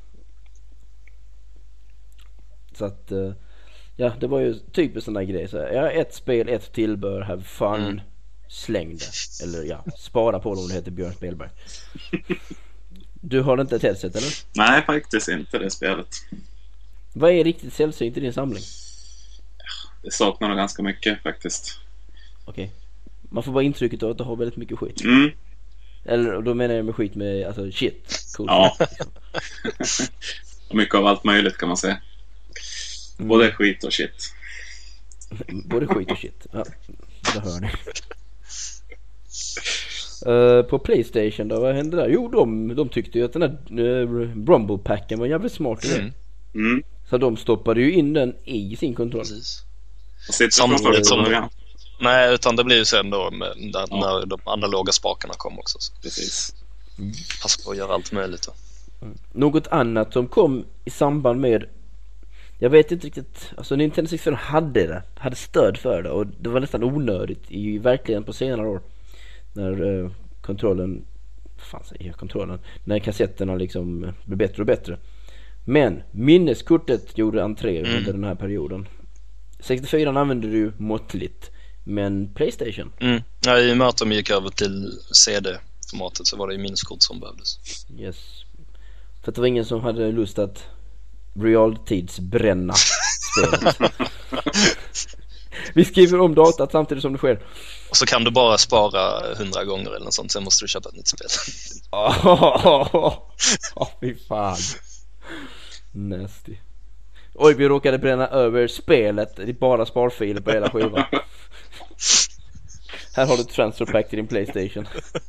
Så att uh, ja, det var ju typ en sån där grej så här, ja, ett spel, ett tillbehör, have fun, Mm. släng det. Eller ja, spara på det om det heter Björn Spelberg. Du har inte ett headset eller? Nej, faktiskt inte det spelet. Vad är riktigt sällsynt i din samling? Det saknar nog ganska mycket faktiskt. Okej. Man får bara intrycket av att du har väldigt mycket skit. Mm. Eller då menar jag med skit med, alltså shit. Cool. Ja. Och mycket av allt möjligt kan man säga. Mm. Både skit och shit. Både skit och shit. Ja, det hör ni. Uh, på PlayStation då, vad hände där? Jo, de, de tyckte ju att den här uh, Rumble-packen var jävligt smart. Mm. Mm. Så de stoppade ju in den i sin kontroll. Precis. Och sitter Samtidigt från första som- början. Nej, utan det blir ju sen då med, där, Ja. när de analoga spakarna kom också. Så Precis. passa på att göra allt möjligt då. Något annat som kom i samband med, jag vet inte riktigt, alltså Nintendo sextiofyra hade det, hade stöd för det och det var nästan onödigt i verkligen på senare år när uh, kontrollen, vad fan säger jag, kontrollen, när kassetterna liksom uh, blev bättre och bättre. Men minneskortet gjorde entré Mm. under den här perioden. sextiofyra använde du måttligt, men PlayStation, Mm. Ja, i och med att de gick över till C D-formatet så var det ju minneskort som behövdes. yes. För att det var ingen som hade lust att realtidsbränna spelet. Vi skriver om datat samtidigt som det sker. Och så kan du bara spara hundra gånger eller något sånt, sen måste du köpa ett nytt spel. Åh, oh, fy fan. Nasty. Oj, vi råkade bränna över spelet. Det är bara sparfiler på hela skivan. Här har du ett transfer pack till din PlayStation.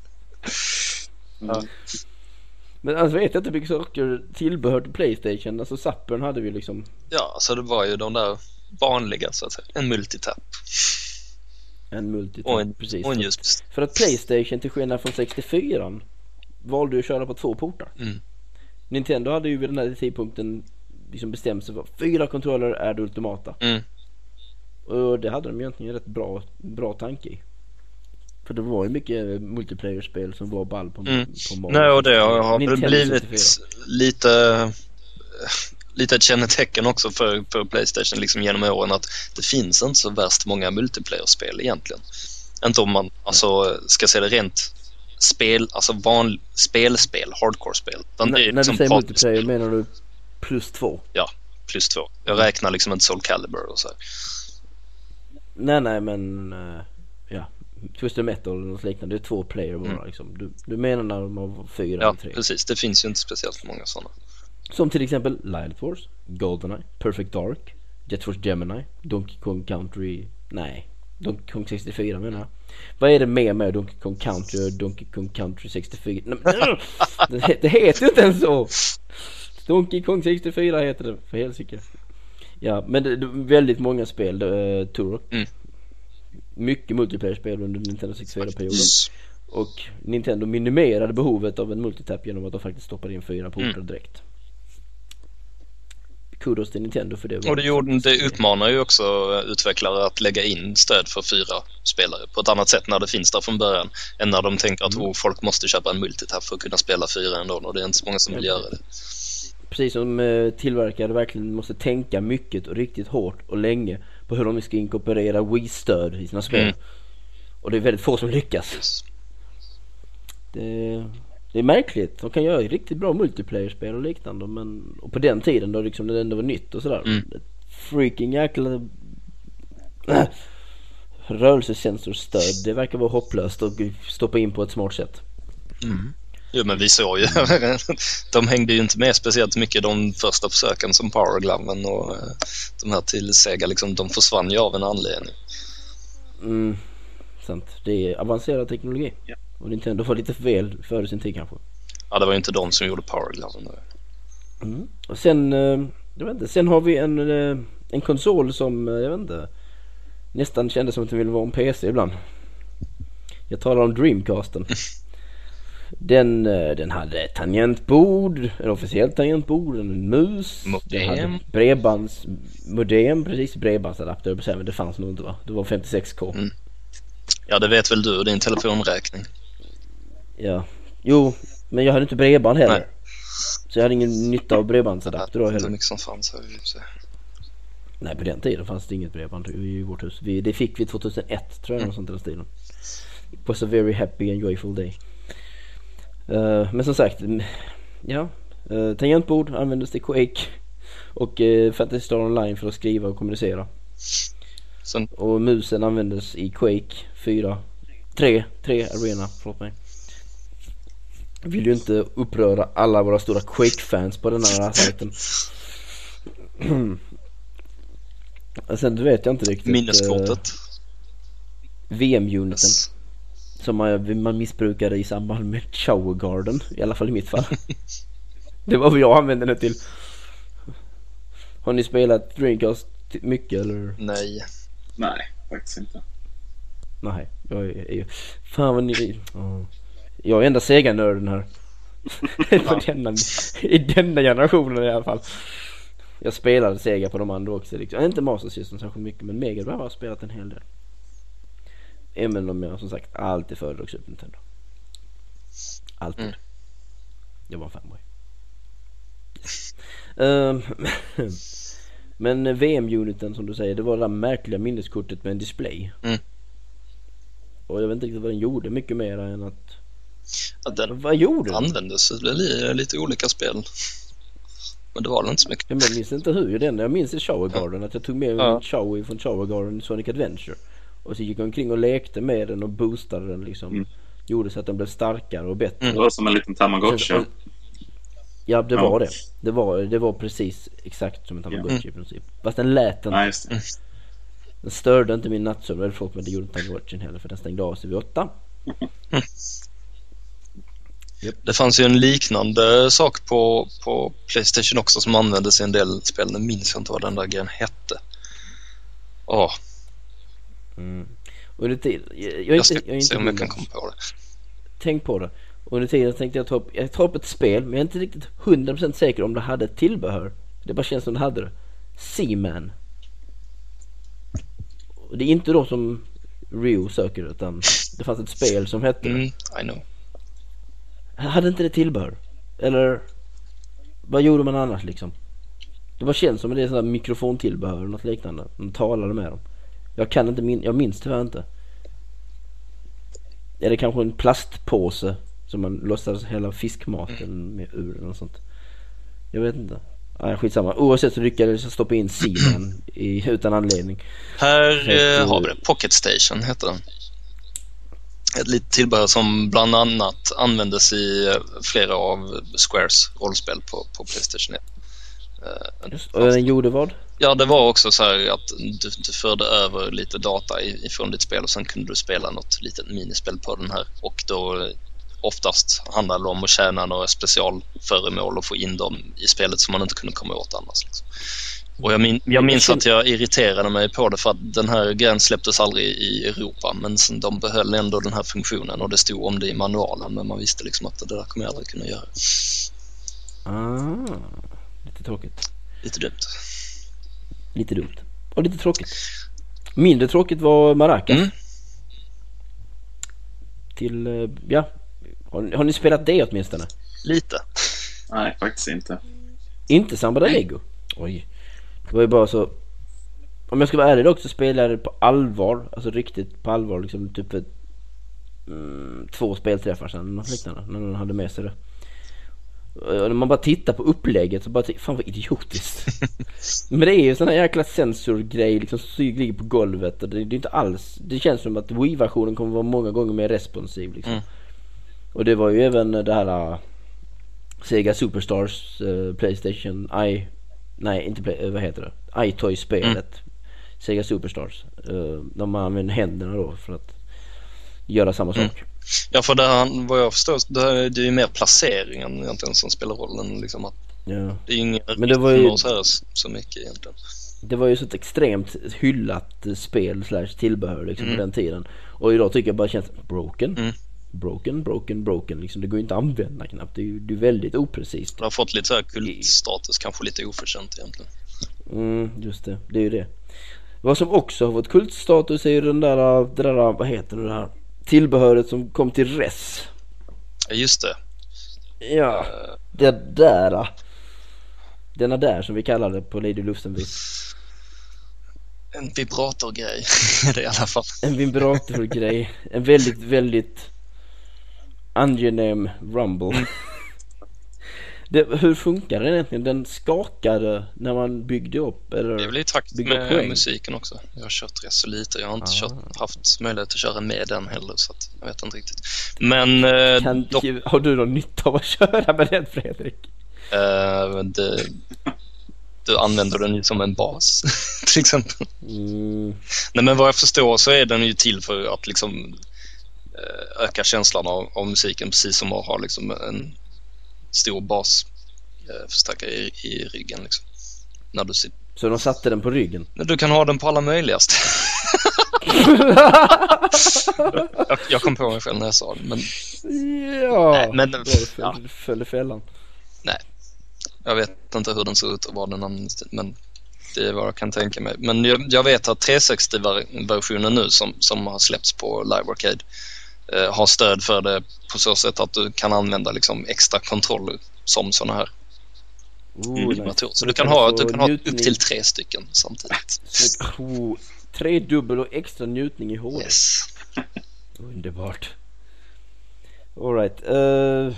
Mm. Men alltså vet jag inte mycket saker tillbehör till PlayStation. Alltså zappern hade vi liksom. Ja, så det var ju de där vanliga så att säga. En multitap En multitap, och en, precis. och en just. För att PlayStation till skillnad från sextiofyra valde ju att köra på två portar. Mm. Nintendo hade ju vid den här tidpunkten liksom bestämt sig för fyra kontroller är det ultimata. Mm. Och det hade de egentligen rätt bra, bra tanke i. För det var ju mycket multiplayer-spel som var ball på, Mm. på Mario. Nej, och det har, har Nintendo blivit sextiofyra. lite lite ett kännetecken också för, för PlayStation liksom genom åren att det finns inte så värst många multiplayer-spel egentligen. Inte om man alltså ska se det rent spel, alltså van spelspel, hardcore-spel. Utan det är N- när du liksom säger gratis. multiplayer menar du plus två? Ja, plus två. Jag räknar liksom inte Soul Calibur och så här. Nej, nej, men uh, ja, Twisted Metal och något liknande, det är två player bara Mm. liksom. Du, du menar när de har fyra Ja, eller tre? precis. Det finns ju inte speciellt många sådana. Som till exempel Light Force, GoldenEye, Perfect Dark, Jet Force Gemini, Donkey Kong Country, nej, Donkey Kong sextiofyra menar jag. Vad är det mer med Donkey Kong Country och Donkey Kong Country sextiofyra? Nej, men, det, he- det heter ju inte ens så. Donkey Kong sextiofyra heter det, för helsike. Ja, men det, det är väldigt många spel, uh, Turok. Mm. Mycket multiplayer-spel under Nintendo sextiofyra-perioden. Och Nintendo minimerade behovet av en multitap genom att de faktiskt stoppade in fyra portar Mm. direkt. Kudos till Nintendo för det. Och det, gjorde, det utmanar ju också utvecklare att lägga in stöd för fyra spelare på ett annat sätt när det finns där från början än när de tänker att Mm. oh, folk måste köpa en multitap för att kunna spela fyra ändå, och det är inte så många som vill Ja, göra det. Precis som eh, tillverkare verkligen måste tänka mycket och riktigt hårt och länge på hur de ska inkorporera Wii-stöd i sina spel. Mm. Och det är väldigt få som lyckas. Just. Det, det är märkligt. De kan göra riktigt bra multiplayer-spel och liknande, men och på den tiden då liksom det ändå var nytt och sådär. Mm. Freaking jäkla rörelsesensorstöd, det verkar vara hopplöst att stoppa in på ett smart sätt. Mm. Jo, men vi såg ju de hängde ju inte med speciellt mycket de första försöken som Power Gloven och de här till Sega liksom, de försvann ju av en anledning. Mm, sant. Det är avancerad teknologi. Ja. Och Nintendo var lite fel före sin tid kanske. Ja, det var ju inte de som gjorde Power Gloven. Mm. Och sen, jag vet inte, sen har vi en, en konsol som, jag vet inte, nästan kändes som att den ville vara en P C ibland. Jag talar om Dreamcasten. Den, den hade ett tangentbord, ett officiellt tangentbord, en mus, modem, bredbands modem, precis, bredbandsadapter, men det fanns nog inte, va? Det var femtiosex K. Mm. Ja, det vet väl du, din telefonräkning. Ja, jo, men jag hade inte bredband heller. Nej. Så jag hade ingen nytta av bredbandsadapter då heller. Det mycket som fanns här, så. Nej, på den tiden fanns det inget bredband i vårt hus. Vi, det fick vi tjugohundraett, tror jag, mm. något sånt i den stilen. It was a very happy and joyful day. Uh, men som sagt, ja, uh, tangentbord användes till Quake och uh, Fantasy Star Online för att skriva och kommunicera. Sen. Och musen användes i Quake fyra, tre, tre Arena, förlåt mig. Jag vill ju inte uppröra alla våra stora Quake-fans på den här sajten. Och sen vet jag inte riktigt. Minneskortet. Uh, V M-uniten. Yes. Som man, man missbrukade i samband med Shower Garden, i alla fall i mitt fall. Det var vad jag använde det till. Har ni spelat Dreamcast mycket eller? Nej. Nej, faktiskt inte. Nej, jag är ju... Fan vad ni... Oh. Jag är enda Sega-nörden här. Ja. denna, I denna generationen i alla fall. Jag spelade Sega på de andra också. Liksom. Inte Master System så mycket, men Mega Drive har jag spelat en hel del. Även om jag som sagt alltid föredrog Super Nintendo. Alltid. Mm. Jag var en fanboy. Yes. um, Men V M-uniten som du säger, det var det där märkliga minneskortet med en display. Mm. Och jag vet inte riktigt vad den gjorde mycket mer än att... Ja, den vad gjorde den? Användes li- lite olika spel. Men det var väl inte så mycket. Jag minns inte hur den. Jag minns i Shower Garden ja. Att jag tog med ja. min Shower från Shower Garden i Sonic Adventure. Och så gick jag omkring och lekte med den och boostade den liksom. Mm. Gjorde så att den blev starkare och bättre. Mm. Det var som en liten Tamagotchi. Och, ja, det var ja. det. Det var, det var precis exakt som en Tamagotchi ja. i princip. Fast den lät den. Ja, just det. Den störde inte min nattsömn. Eller folk, men det gjorde inte Tamagotchin heller. För den stängde av sig vid åtta. Mm. Yep. Det fanns ju en liknande sak på, på PlayStation också som användes i en del spel. Nu minns jag inte vad den där grejen hette. Åh. Mm. Och det, jag, jag, jag ska inte, jag se inte om jag kan komma på det. Tänk på det. Och under tiden tänkte jag ta upp, jag tar upp ett spel, men jag är inte riktigt hundra procent säker om det hade ett tillbehör. Det bara känns som det hade det. Seaman. Och det är inte då som Rio söker, utan det fanns ett spel som hette mm, I know. Hade inte det tillbehör? Eller vad gjorde man annars liksom? Det bara känns som att det är sådana mikrofontillbehör eller något liknande. Man talade med dem. Jag kan inte min- jag minns tyvärr inte. Är det kanske en plastpåse som man låtsas hela fiskmaten med ur eller något sånt? Jag vet inte. Ja, skitsamma. Oavsett så lyckades jag stoppa in Seaman i utan anledning. Här eh, har vi det. Pocket Station heter den. Ett litet tillbehör som bland annat användes i flera av Squares rollspel på, på PlayStation ett. Just, och den gjorde vad? Ja, det var också så här att du, du förde över lite data ifrån ditt spel och sen kunde du spela något litet minispel på den här. Och då oftast handlade det om att tjäna några specialföremål och få in dem i spelet som man inte kunde komma åt annars. Liksom. Och jag, min, jag minns att jag irriterade mig på det för att den här grejen släpptes aldrig i Europa, men sen de behöll ändå den här funktionen och det stod om det i manualen, men man visste liksom att det där kommer jag aldrig kunna göra. Ah, lite tråkigt. Lite dumt. Lite dumt. Och lite tråkigt. Mindre tråkigt var Maracas. Mm. Till, ja. Har, har ni spelat det åtminstone? Lite. Nej, faktiskt inte. Inte Samba de Lego? Oj. Det var ju bara så. Om jag ska vara ärlig dock så spelade jag det på allvar. Alltså riktigt på allvar. Liksom typ ett, mm, två spelträffar sedan. Något liknande. När någon hade med sig det. När man bara tittar på upplägget så bara tänker, fan vad idiotiskt. Men det är ju sån här jäkla sensorgrej liksom, som ligger på golvet. Och det, det är inte alls, det känns som att Wii-versionen kommer vara många gånger mer responsiv liksom. Mm. Och det var ju även det här uh, Sega Superstars uh, PlayStation i nej inte play, uh, vad heter det? iToy-spelet. Mm. Sega Superstars. Uh, de man använder händerna då för att göra samma sak. Mm. Ja, för det här, vad jag förstår, det, här, det är ju mer placeringen egentligen som spelar rollen liksom, att ja. Det är ingen men det var ju så, här, så mycket egentligen. Det var ju så ett extremt hyllat spel slash tillbehör liksom Mm. på den tiden. Och idag tycker jag bara känns broken. Mm. Broken, broken, broken liksom, det går ju inte att använda knappt. Det är ju det är väldigt oprecist. Det har fått lite så här kultstatus, kanske lite oförtjänt egentligen. Mm, just det, det är ju det. Vad som också har fått kultstatus är ju den där, det där, vad heter det här tillbehöret som kom till Res. Ja, just det. Ja, uh, det där. Denna där som vi kallar det på Lady Lufsenvis. En vibratorgrej är det i alla fall. En vibratorgrej. En väldigt, väldigt angenäm rumble. Mm. Det, hur funkar den egentligen? Den skakade när man byggde upp? Eller det är väl i takt med poäng. Musiken också. Jag har kört rätt så lite. Jag har inte ah. kört, haft möjlighet att köra med den heller, så att jag vet inte riktigt. Men eh, kan, dock, har du någon nytta av att köra med den, Fredrik? Eh, det, du använder den ju som en bas till exempel. Mm. Nej, men vad jag förstår så är den ju till för att liksom öka känslan av, av musiken, precis som att ha liksom en stor bas eh, förstärkare i, i ryggen liksom. När du sitter. Så de satte den på ryggen? Du kan ha den på alla möjliga jag, jag kom på mig själv när jag sa det, men ja, nej, men ja. Föll fällan. Nej, jag vet inte hur den ser ut och vad den används till, men det är vad jag kan tänka mig. Men jag, jag vet att trehundrasextio-versionen nu som, som har släppts på Live Arcade eh, har stöd för det på så sätt att du kan använda liksom extra kontroller som såna här. Oh, nice. Så, så du kan, ha, du kan ha upp till tre stycken samtidigt. Så, oh, tre dubbel och extra njutning i håret. Yes. Underbart. All right. Uh,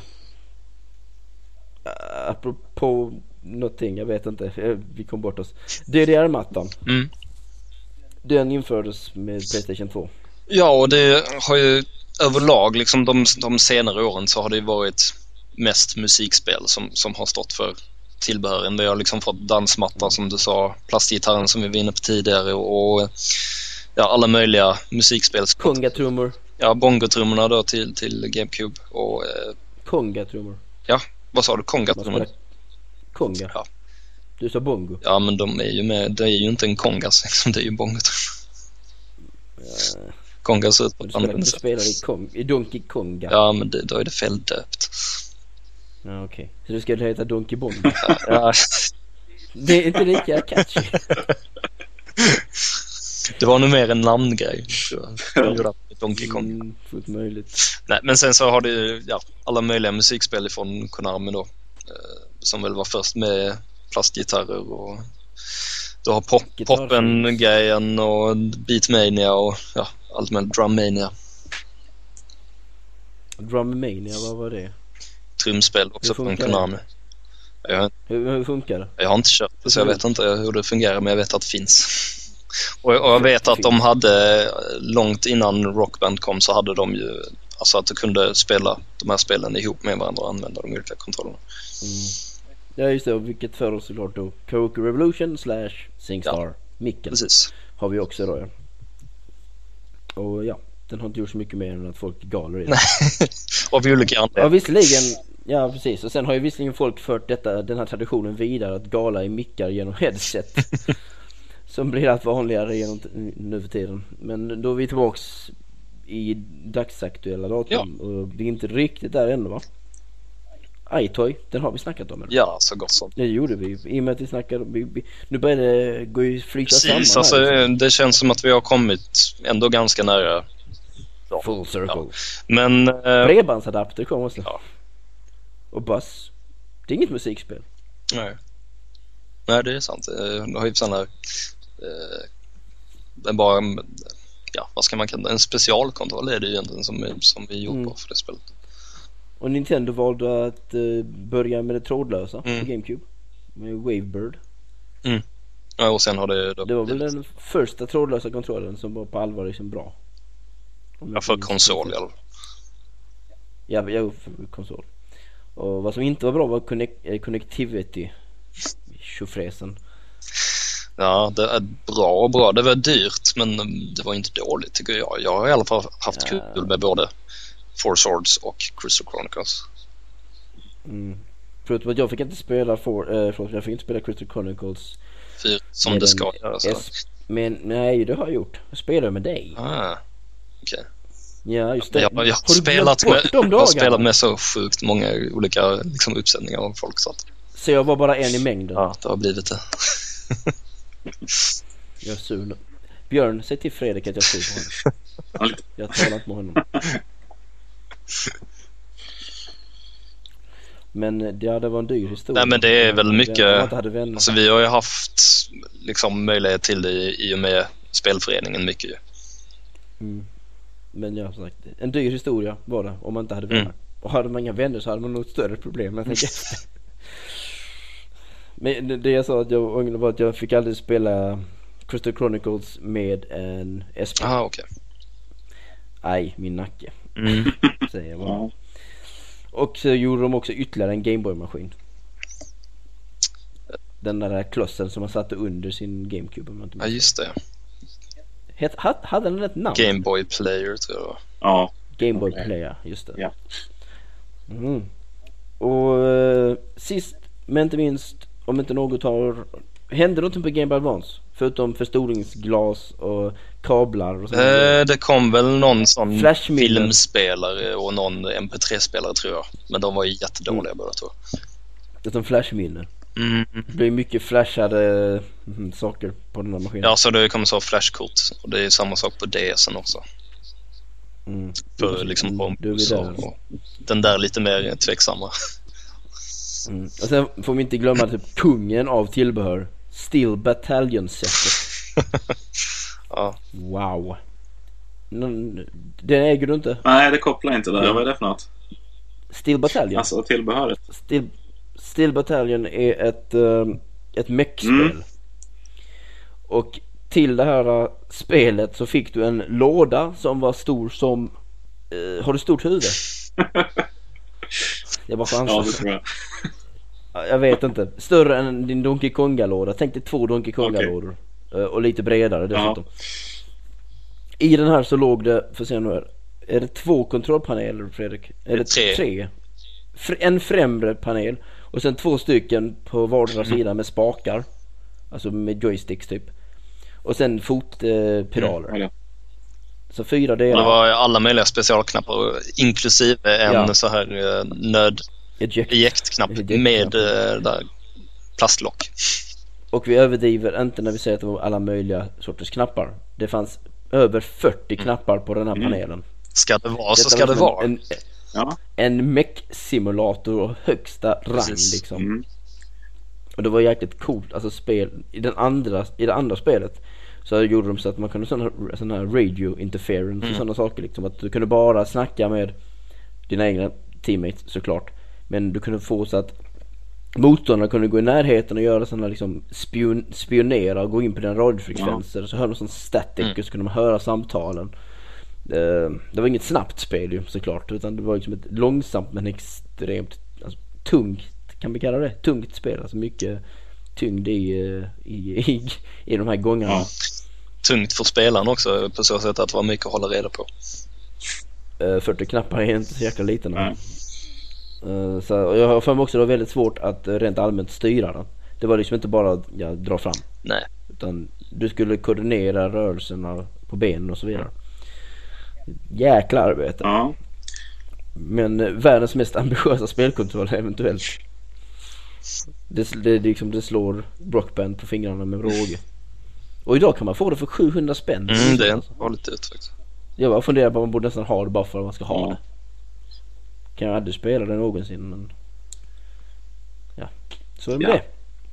apropå någonting, jag vet inte. Vi kom bort oss. D D R-mattan. Mm. Den infördes med PlayStation två. Ja, och det har ju överlag liksom de, de senare åren så har det varit mest musikspel som, som har stått för tillbehören. Vi har liksom fått dansmatta som du sa, plastgitarren som vi var inne på tidigare och ja, alla möjliga musikspel. Kongatrummor. Ja, bongotrummorna då till, till GameCube och eh, kongatrummor. Ja, vad sa du? Kongatrummor? Konga. Ja. Du sa bongo. Ja, men de är ju med, det är ju inte en kongas liksom, det är ju bongotrummor. Ja. Kongas ut på ett annat sätt. Du spelar i, Kong, i Donkey Konga. Ja, men det, då är det felldöpt. Ja, okej. Okay. Så du ska heta Donkey Bongo? Ja. Det är inte lika catchy. Det var nog mer en namngrej. Jag gjorde Donkey Kong. Mm, fullt möjligt. Nej, men sen så har det ja, alla möjliga musikspel från Konami då. Eh, som väl var först med plastgitarrer och du har pop, poppen-grejen och Beatmania och ja, allt med Drummania. Drummania, vad var det? Trumspel också från Konami. Jag, hur, hur funkar det? Jag har inte kört det, så jag vet inte hur det fungerar, men jag vet att det finns. Och, och jag vet att de hade, långt innan Rock Band kom så hade de ju, alltså att du kunde spela de här spelen ihop med varandra och använda de olika kontrollerna. Mm. Ja, just det, vilket för oss såklart då Karaoke Revolution slash Singstar. Ja, Micken. Precis. Har vi också då, ja. Och ja, den har inte gjort så mycket mer än att folk galer i den. Nej, av olika anledningar. Ja, visserligen, ja precis. Och sen har ju visserligen folk fört detta, den här traditionen vidare att gala i mickar genom headset. Som blir allt vanligare genom nu för tiden. Men då är vi tillbaks i dagsaktuella datum. Ja. Och vi är inte riktigt där ännu, va? iToy, den har vi snackat om. Eller? Ja, så gott som. Det gjorde vi. I och med att vi snackade, vi, vi, nu börjar det gå i flyta samman. Precis, alltså, det känns som att vi har kommit ändå ganska nära. Ja. Full circle. Ja. Men äh, bredbandsadapter kommer också. Ja. Och buss. Det är inget musikspel. Nej. Nej, det är sant. Det har ju sådana eh, det är bara ja, vad ska man kalla det? En specialkontroll är det ju egentligen som, som vi gjort mm. på för det spelet. Och Nintendo valde att uh, börja med det trådlösa Mm. på GameCube med Wavebird. Mm. Ja, och sen har det... Det var väl den första trådlösa kontrollen som var på allvar liksom bra. Om Ja, jag för minns konsol i rätt. alla fall. Ja, ja, för konsol. Och vad som inte var bra var connect- eh, connectivity. Tjofräsen. Ja, det är bra och bra. Det var dyrt, men det var inte dåligt tycker jag. Jag har i alla fall haft Ja. kul med både Four Swords och Crystal Chronicles. Mm. Förutom att jag fick inte spela for, eh, förlåt, jag fick inte spela Crystal Chronicles För, som med det en ska göra. Så. S- Men nej, det har jag gjort. Jag spelar med dig. Ah, okej. Ja, just det. Jag, jag, har du spelat glömt med, bort de jag har spelat dagarna? med så sjukt många olika liksom, uppsättningar av folk. Så att, Så jag var bara en i mängden. ja, det har blivit det. Jag är sur nu. Björn, säg till Fredrik att jag är sur på honom. Ja, lite. Jag talar inte med honom. Men eh, ja, det var en dyr historia. Nej, men det är väl mycket- Jag inte hade vänner. Alltså, vi har ju haft liksom, möjlighet till det i, i och med spelföreningen mycket ju. Mm. Men ja, som sagt, en dyr historia var det om man inte hade vänner. Mm. Och hade man inga vänner så hade man nog ett större problem. Jag tänker efter. Men det- det jag sa att jag ångrade var att jag fick aldrig spela Crystal Chronicles med en S P. Ah, okej. Aj, min nacke, Mm. säger jag bara. Ja. Och så gjorde de också ytterligare en Gameboy-maskin. Den där klossen som man satte under sin GameCube. Om jag inte Ja, minns. just det. Het, ha- hade den ett namn? Game Boy Player tror jag det var. Ja. Gameboy Okej. Player, just det. Ja. Mm. Och eh, sist men inte minst, om inte något har... Hände någonting på Game Boy Advance? Förutom förstoringsglas och kablar och sånt. Eh, det kom väl någon sån Flashminnen. filmspelare och någon M P tre-spelare tror jag. Men de var ju jättedåliga båda två. Det är som flashminnen. Mm. Det blir mycket flashade mm, saker på den här maskinen. Ja, så det kommer så flashkort. Och det är samma sak på D S:en också. Mm. För liksom på Du är så, där. och den där lite mer tveksamma. Mm. Och sen får vi inte glömma typ kungen av tillbehör. Steel Battalion-sättet. Ja. Wow. N- Den äger du inte? Nej, det kopplar inte där. Ja. Vad är det för något? Steel Battalion? Alltså tillbehöret. Steel, Steel Battalion är ett, eh, ett mech-spel. Mm. Och till det här eh, spelet så fick du en låda som var stor som... eh, har du stort huvud? Jag bara Ja, chansar. det tror jag. Jag vet inte. Större än din Donkey Konga-låda. Tänk dig två Donkey Konga-lådor. Eh, Och lite bredare dessutom. I den här så låg det, för se nu här. Är det två kontrollpaneler, Fredrik? Är det Tre. tre? Fr- En främre panel. Och sen två stycken på vardera sida med spakar. Alltså med joysticks typ. Och sen fotpedaler. Ja, det. Så fyra Det delar. var alla möjliga specialknappar inklusive en Ja. så här eh, nöd Eject. eject-knapp Eject-knapp. med eh, där plastlock. Och vi överdriver inte när vi säger att det var alla möjliga sorters knappar. Det fanns över fyrtio knappar på den här panelen. Ska det vara så Detta ska var det som vara. En, Ja. en mech-simulator av högsta rang Precis. liksom. Mm. Och det var jäkligt coolt. Alltså spel, i, den andra, i det andra spelet så gjorde de så att man kunde sån här, sån här radio interference och sådana saker liksom. Att du kunde bara snacka med dina egna teammates såklart. Men du kunde få så att motståndarna kunde gå i närheten och göra sådana liksom spion, spionera och gå in på den radiofrekvenser. Så hörde de sån static Mm. och så kunde man höra samtalen. Eh, Det var inget snabbt spel ju såklart, utan det var liksom ett långsamt men extremt alltså, tungt, kan vi kalla det, tungt spel. Alltså mycket tyngd i, eh, i, i, i de här gångerna. Ja. Tungt för spelaren också på så sätt att det var mycket att hålla reda på. Eh, fyrtio knappar är inte så jäkla liten. Nej. Eh, så, och jag har för mig också det var väldigt svårt att eh, rent allmänt styra den. Det var liksom inte bara att ja, dra fram, Nej. utan du skulle koordinera rörelserna på benen och så vidare. Jäkla arbete. Ja. Men eh, världens mest ambitiösa spelkontroll eventuellt. Det, det, det, liksom, det slår Rockband på fingrarna med råge. Och idag kan man få det för sjuhundra spänn. Mm, det är inte farligt ut faktiskt. Jag bara funderar på om man borde nästan ha det bara för att man ska ha Ja. det. Kan jag aldrig spela det någonsin, men ja, så är det med Ja. det.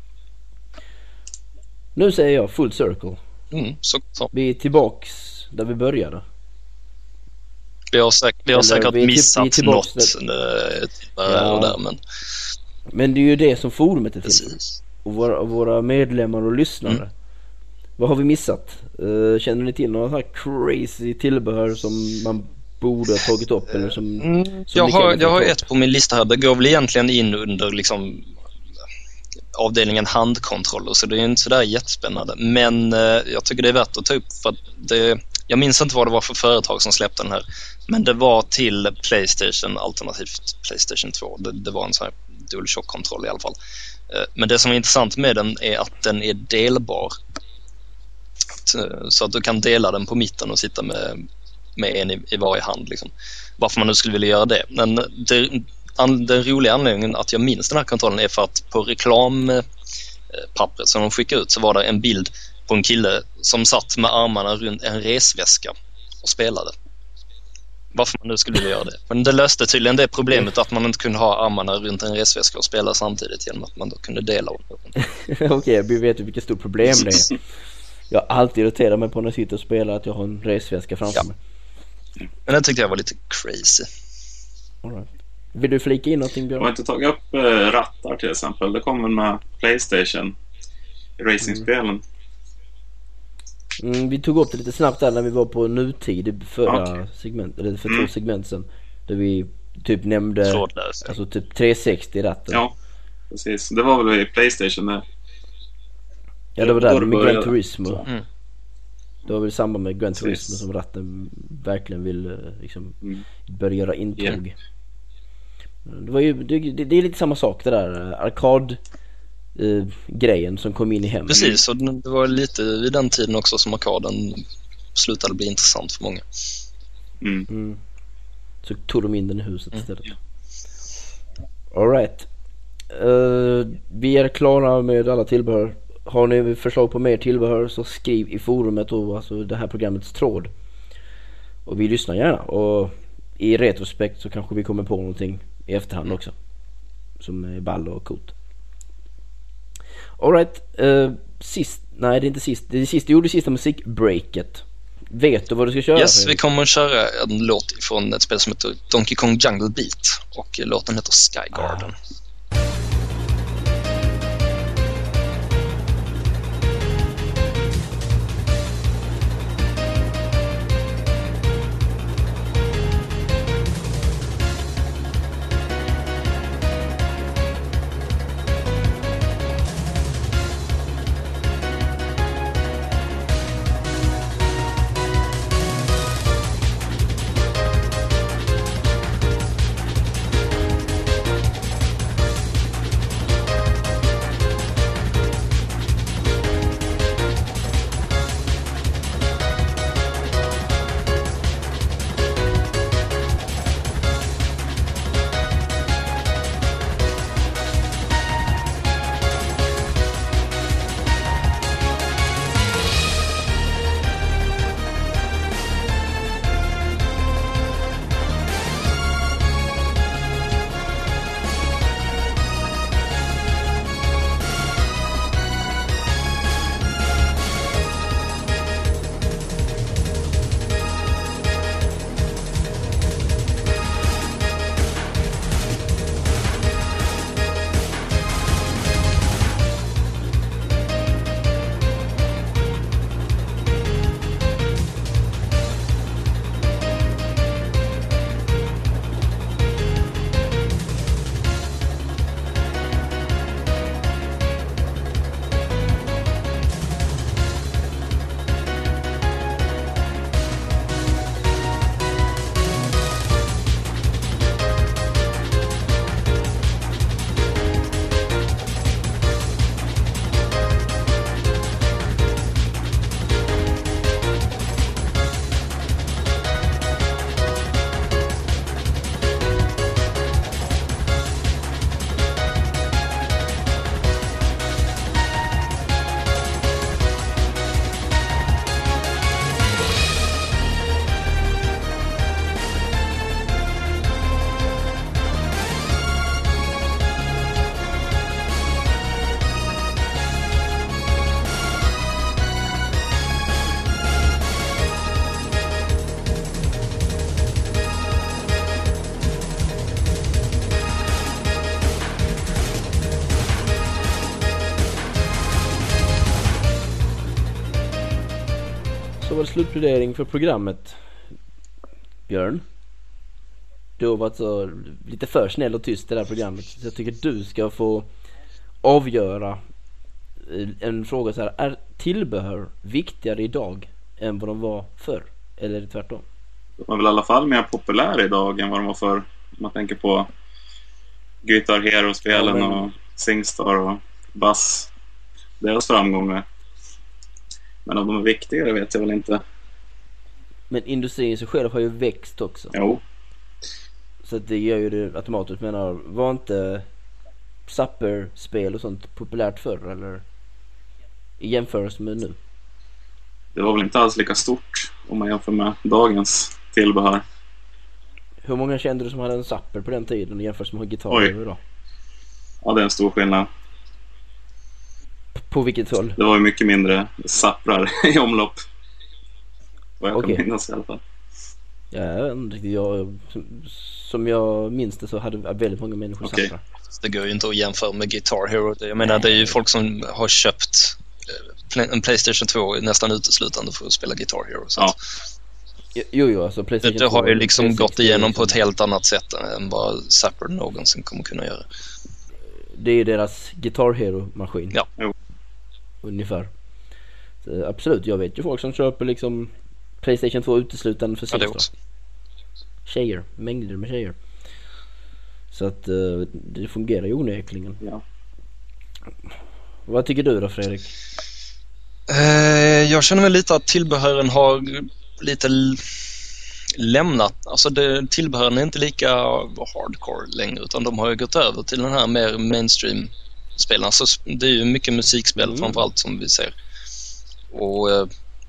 Nu säger jag full circle. Mm, så, så. Vi är tillbaks där vi började. Vi har, säk- vi har Eller, säkert vi är typ- missat vi är tillbaks något äh, Ja. och där, men Men det är ju det som forumet är till. precis. Och våra, våra medlemmar och lyssnare. Mm. Vad har vi missat? Uh, känner ni till några så här crazy tillbehör som man borde ha tagit upp? Eller som, Mm. som Jag, ni har, kan jag har ta upp? ett på min lista här. Det går väl egentligen in under liksom avdelningen handkontroller, så det är inte så där jättespännande. Men eh, jag tycker det är värt att ta upp för att det, jag minns inte vad det var för företag som släppte den här, men det var till PlayStation alternativt PlayStation två. Det, det var en sån här DualShock-kontroll i alla fall. Eh, men det som är intressant med den är att den är delbar. Så att du kan dela den på mitten och sitta med, med en i, i varje hand liksom. Varför man nu skulle vilja göra det. Men det, an, den roliga anledningen att jag minns den här kontrollen är för att på reklampappret som de skickade ut så var det en bild på en kille som satt med armarna runt en resväska och spelade. Varför man nu skulle vilja göra det. Men det löste tydligen det problemet att man inte kunde ha armarna runt en resväska och spela samtidigt genom att man då kunde dela dem. Okej, okay, vi vet ju vilket stort problem det är. Jag har alltid irriterat mig på när jag sitter och spelar att jag har en resväska framför Ja. mig. Men det tyckte jag var lite crazy. All right. Vill du flika in någonting, Björn? Jag har inte tagit upp eh, rattar till exempel. Det kommer med PlayStation racingspelen. Mm, vi tog upp det lite snabbt där när vi var på nutid i förra Okej. segment, eller för Mm. två segment sen. Där vi typ nämnde Trådlös. alltså typ trehundrasextio ratten. Ja, precis. Det var väl i PlayStation där. Ja, det var där Då med började Gran det. Turismo. Mm. Det var väl i samband med Gran Precis. Turismo som ratten verkligen vill eh, liksom Mm. börja göra intåg. Det var ju det, det, det är lite samma sak det där eh, arkad eh, grejen som kom in i hemmet. Precis, och det var lite vid den tiden också som arkaden slutade bli intressant för många. Mm. Mm. Så tog de in den i huset istället. Ja. All right. Uh, vi är klara med alla tillbehör. Har ni förslag på mer tillbehör så skriv i forumet och alltså det här programmets tråd. Och vi lyssnar gärna. Och i retrospekt så kanske vi kommer på någonting i efterhand också. Som är ball och coolt. All right. Uh, sist, nej det är inte sist. Det är sist, jo det sista musikbreaket. Vet du vad du ska köra? Yes, för? vi kommer att köra en låt från ett spel som heter Donkey Kong Jungle Beat och låten heter Sky Garden. Ah. så var det slutplädering för programmet. Björn, du har varit så lite för snäll och tyst i det här programmet, så jag tycker att du ska få avgöra en fråga så här: är tillbehör viktigare idag än vad de var förr, eller är det tvärtom? De är väl i alla fall mer populära idag än vad de var förr. Om man tänker på Guitar Hero-spelen, ja, men... och Singstar och Bass, deras framgångar. Men om de är viktigare vet jag väl inte. Men industrin sig själv har ju växt också. Jo. Så det gör ju det automatiskt. Menar, var inte Zapper-spel och sånt populärt förr, eller i jämförelse med nu? Det var väl inte alls lika stort om man jämför med dagens tillbehör. Hur många kände du som hade en Zapper på den tiden och jämfört med att ha gitarr? Oj. Idag? Ja, det är en stor skillnad. P- på vilket håll? Det var ju mycket mindre Zapprar i omlopp. Vad jag Okej. kan minnas i alla fall. Ja, jag, som jag minns det så hade väldigt många människor Okej. Zapprar. Det går ju inte att jämföra med Guitar Hero. Jag menar, det är ju folk som har köpt en PlayStation två nästan uteslutande för att spela Guitar Hero. Så Ja. att Jo, jo, alltså det, PlayStation det har ju två, liksom PlayStation gått igenom på ett liksom- helt annat sätt än vad Zapper någonsin kommer kunna göra. Det är ju deras Guitar Hero-maskin. Ja. Jo. Ungefär. Så, absolut, jag vet ju folk som köper liksom PlayStation två uteslutande för Ja, det Singstar. också. Tjejer, mängder med tjejer. Så att uh, det fungerar ju onekligen. Ja. Vad tycker du då, Fredrik? Eh, jag känner väl lite att tillbehören har lite l- lämnat, alltså det, tillbehören är inte lika hardcore längre, utan de har ju gått över till den här mer mainstream spelen. Alltså det är ju mycket musikspel Mm. framförallt som vi ser. Och eh,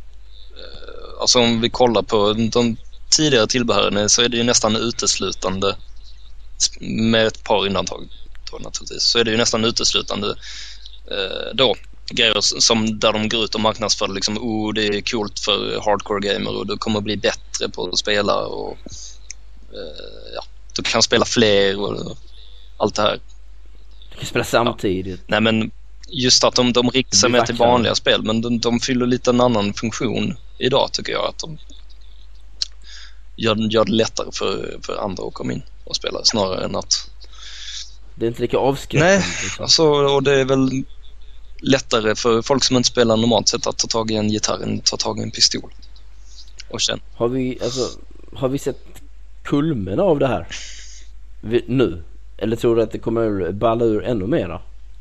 alltså om vi kollar på de tidigare tillbehören så är det ju nästan uteslutande, med ett par undantag då naturligtvis, så är det ju nästan uteslutande eh, då grejer som där de går ut och marknadsför liksom, oh, det är coolt för hardcore gamer och du kommer bli bättre på att spela och eh, ja, du kan spela fler och allt det här. Du kan spela samtidigt. Nej, men just att de, de riktar sig Det blir med till vackrare. vanliga spel, men de, de fyller lite en annan funktion idag, tycker jag, att de gör, gör det lättare för, för andra att komma in och spela, snarare än att Det är inte lika avskräckande. nej, Liksom. alltså, och det är väl lättare för folk som inte spelar normalt sett att ta tag i en gitarr än ta tag i en pistol. Och sen. Har vi, alltså, har vi sett kulmen av det här vi, nu? Eller tror du att det kommer balla ur ännu mera?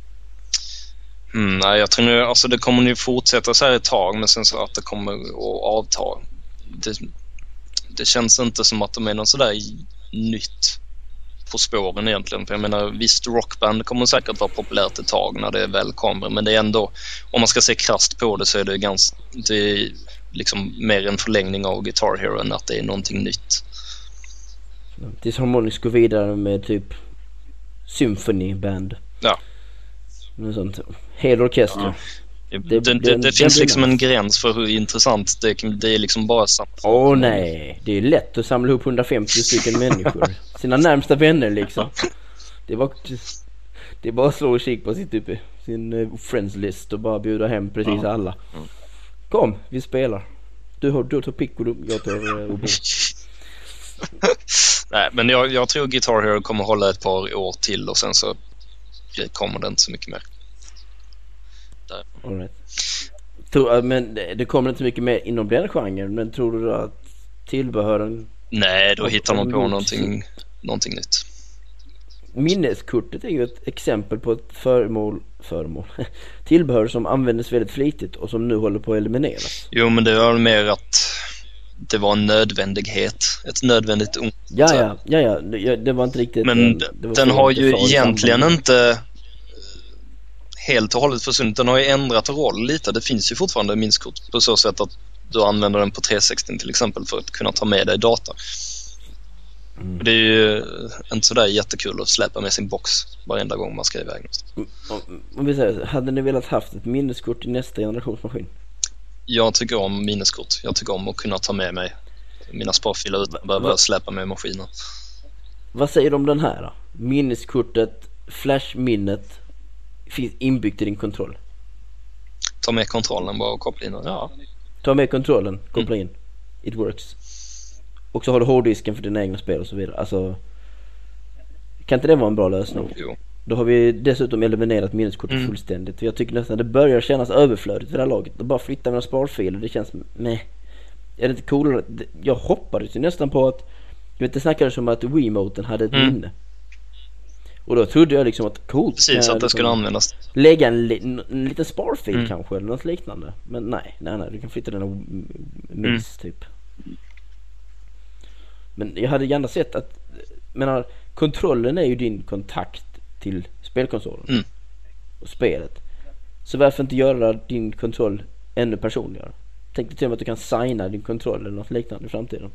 Mm, nej, jag tror nu, alltså det kommer nu fortsätta så här ett tag, men sen så att det kommer att avta. Det, det känns inte som att de är någon sådär nytt på spåren egentligen. För jag menar, visst, rockband kommer säkert vara populärt ett tag när det väl kommer, men det är ändå, om man ska se krasst på det, så är det ganska, det är liksom mer en förlängning av Guitar Hero än att det är någonting nytt. Tills Harmonix går vidare med typ Symphony Band. Ja. Något sånt. Hel orkester. Ja. Det, Det- det, det, den- det den finns blir liksom nice. en gräns för hur intressant det, det är liksom bara samma. Åh nej, det är lätt att samla ihop hundrafemtio stycken människor. Sina närmsta vänner liksom. Det är bara, det är bara att slå och kik på sitt, typ, sin uh, friends list och bara bjuda hem precis Ja. alla. Kom, vi spelar. Du, har, du tar piccolo, jag tar uh, oboe. Nej, men jag, jag tror Guitar Hero kommer hålla ett par år till och sen så kommer det inte så mycket mer. All right. Tror, uh, men det det kommer inte mycket mer inom den genren, men tror du att tillbehören, Nej, då Och- hittar man och på gjort någonting, någonting nytt. minneskortet är ju ett exempel på ett föremål, föremål tillbehör som användes väldigt flitigt och som nu håller på att elimineras. Jo, men det var mer att det var en nödvändighet. Ett nödvändigt ont. Ja, ja, ja, ja, det, det var inte riktigt. Men eh, det var den så har jag ju sa i egentligen samband. inte eh, helt och hållet försvunnit. Den har ju ändrat roll lite. Det finns ju fortfarande minneskort på så sätt att du använder den på tre sextio till exempel för att kunna ta med dig data. Mm. Det är ju inte sådär jättekul att släppa med sin box varenda gång man ska iväg. Om, om vi säger, hade ni velat haft ett minneskort i nästa generations maskin? Jag tycker om minneskort. Jag tycker om att kunna ta med mig mina sparfiler utan att behöva Va- släppa med maskinen. Vad säger du om den här då? Minneskortet, flashminnet finns inbyggt i din kontroll. Ta med kontrollen bara och koppla in den. Ja, Ta med kontrollen, koppla in. It works. Och så har du hårddisken för dina egna spel och så vidare. Alltså, kan inte det vara en bra lösning? Jo. Då har vi dessutom eliminerat minneskortet Mm. fullständigt. Jag tycker nästan det börjar kännas överflödigt för det här laget. Att bara flytta mina sparfiler, det känns meh. Är det inte coolare? Jag hoppades ju nästan på att, jag vet inte, snackades om att Wiimoten hade ett Mm. minne. Och då trodde jag liksom att coolt. Precis, kan jag att det liksom skulle användas. lägga en, li- en, en liten sparfil Mm. kanske eller något liknande. Men nej, nej, nej, du kan flytta den och minns typ. Men jag hade gärna sett att, menar, kontrollen är ju din kontakt till spelkonsolen Mm. och spelet. Så varför inte göra din kontroll ännu personligare? Tänk dig till och med att du kan signa din kontroll eller något liknande i framtiden.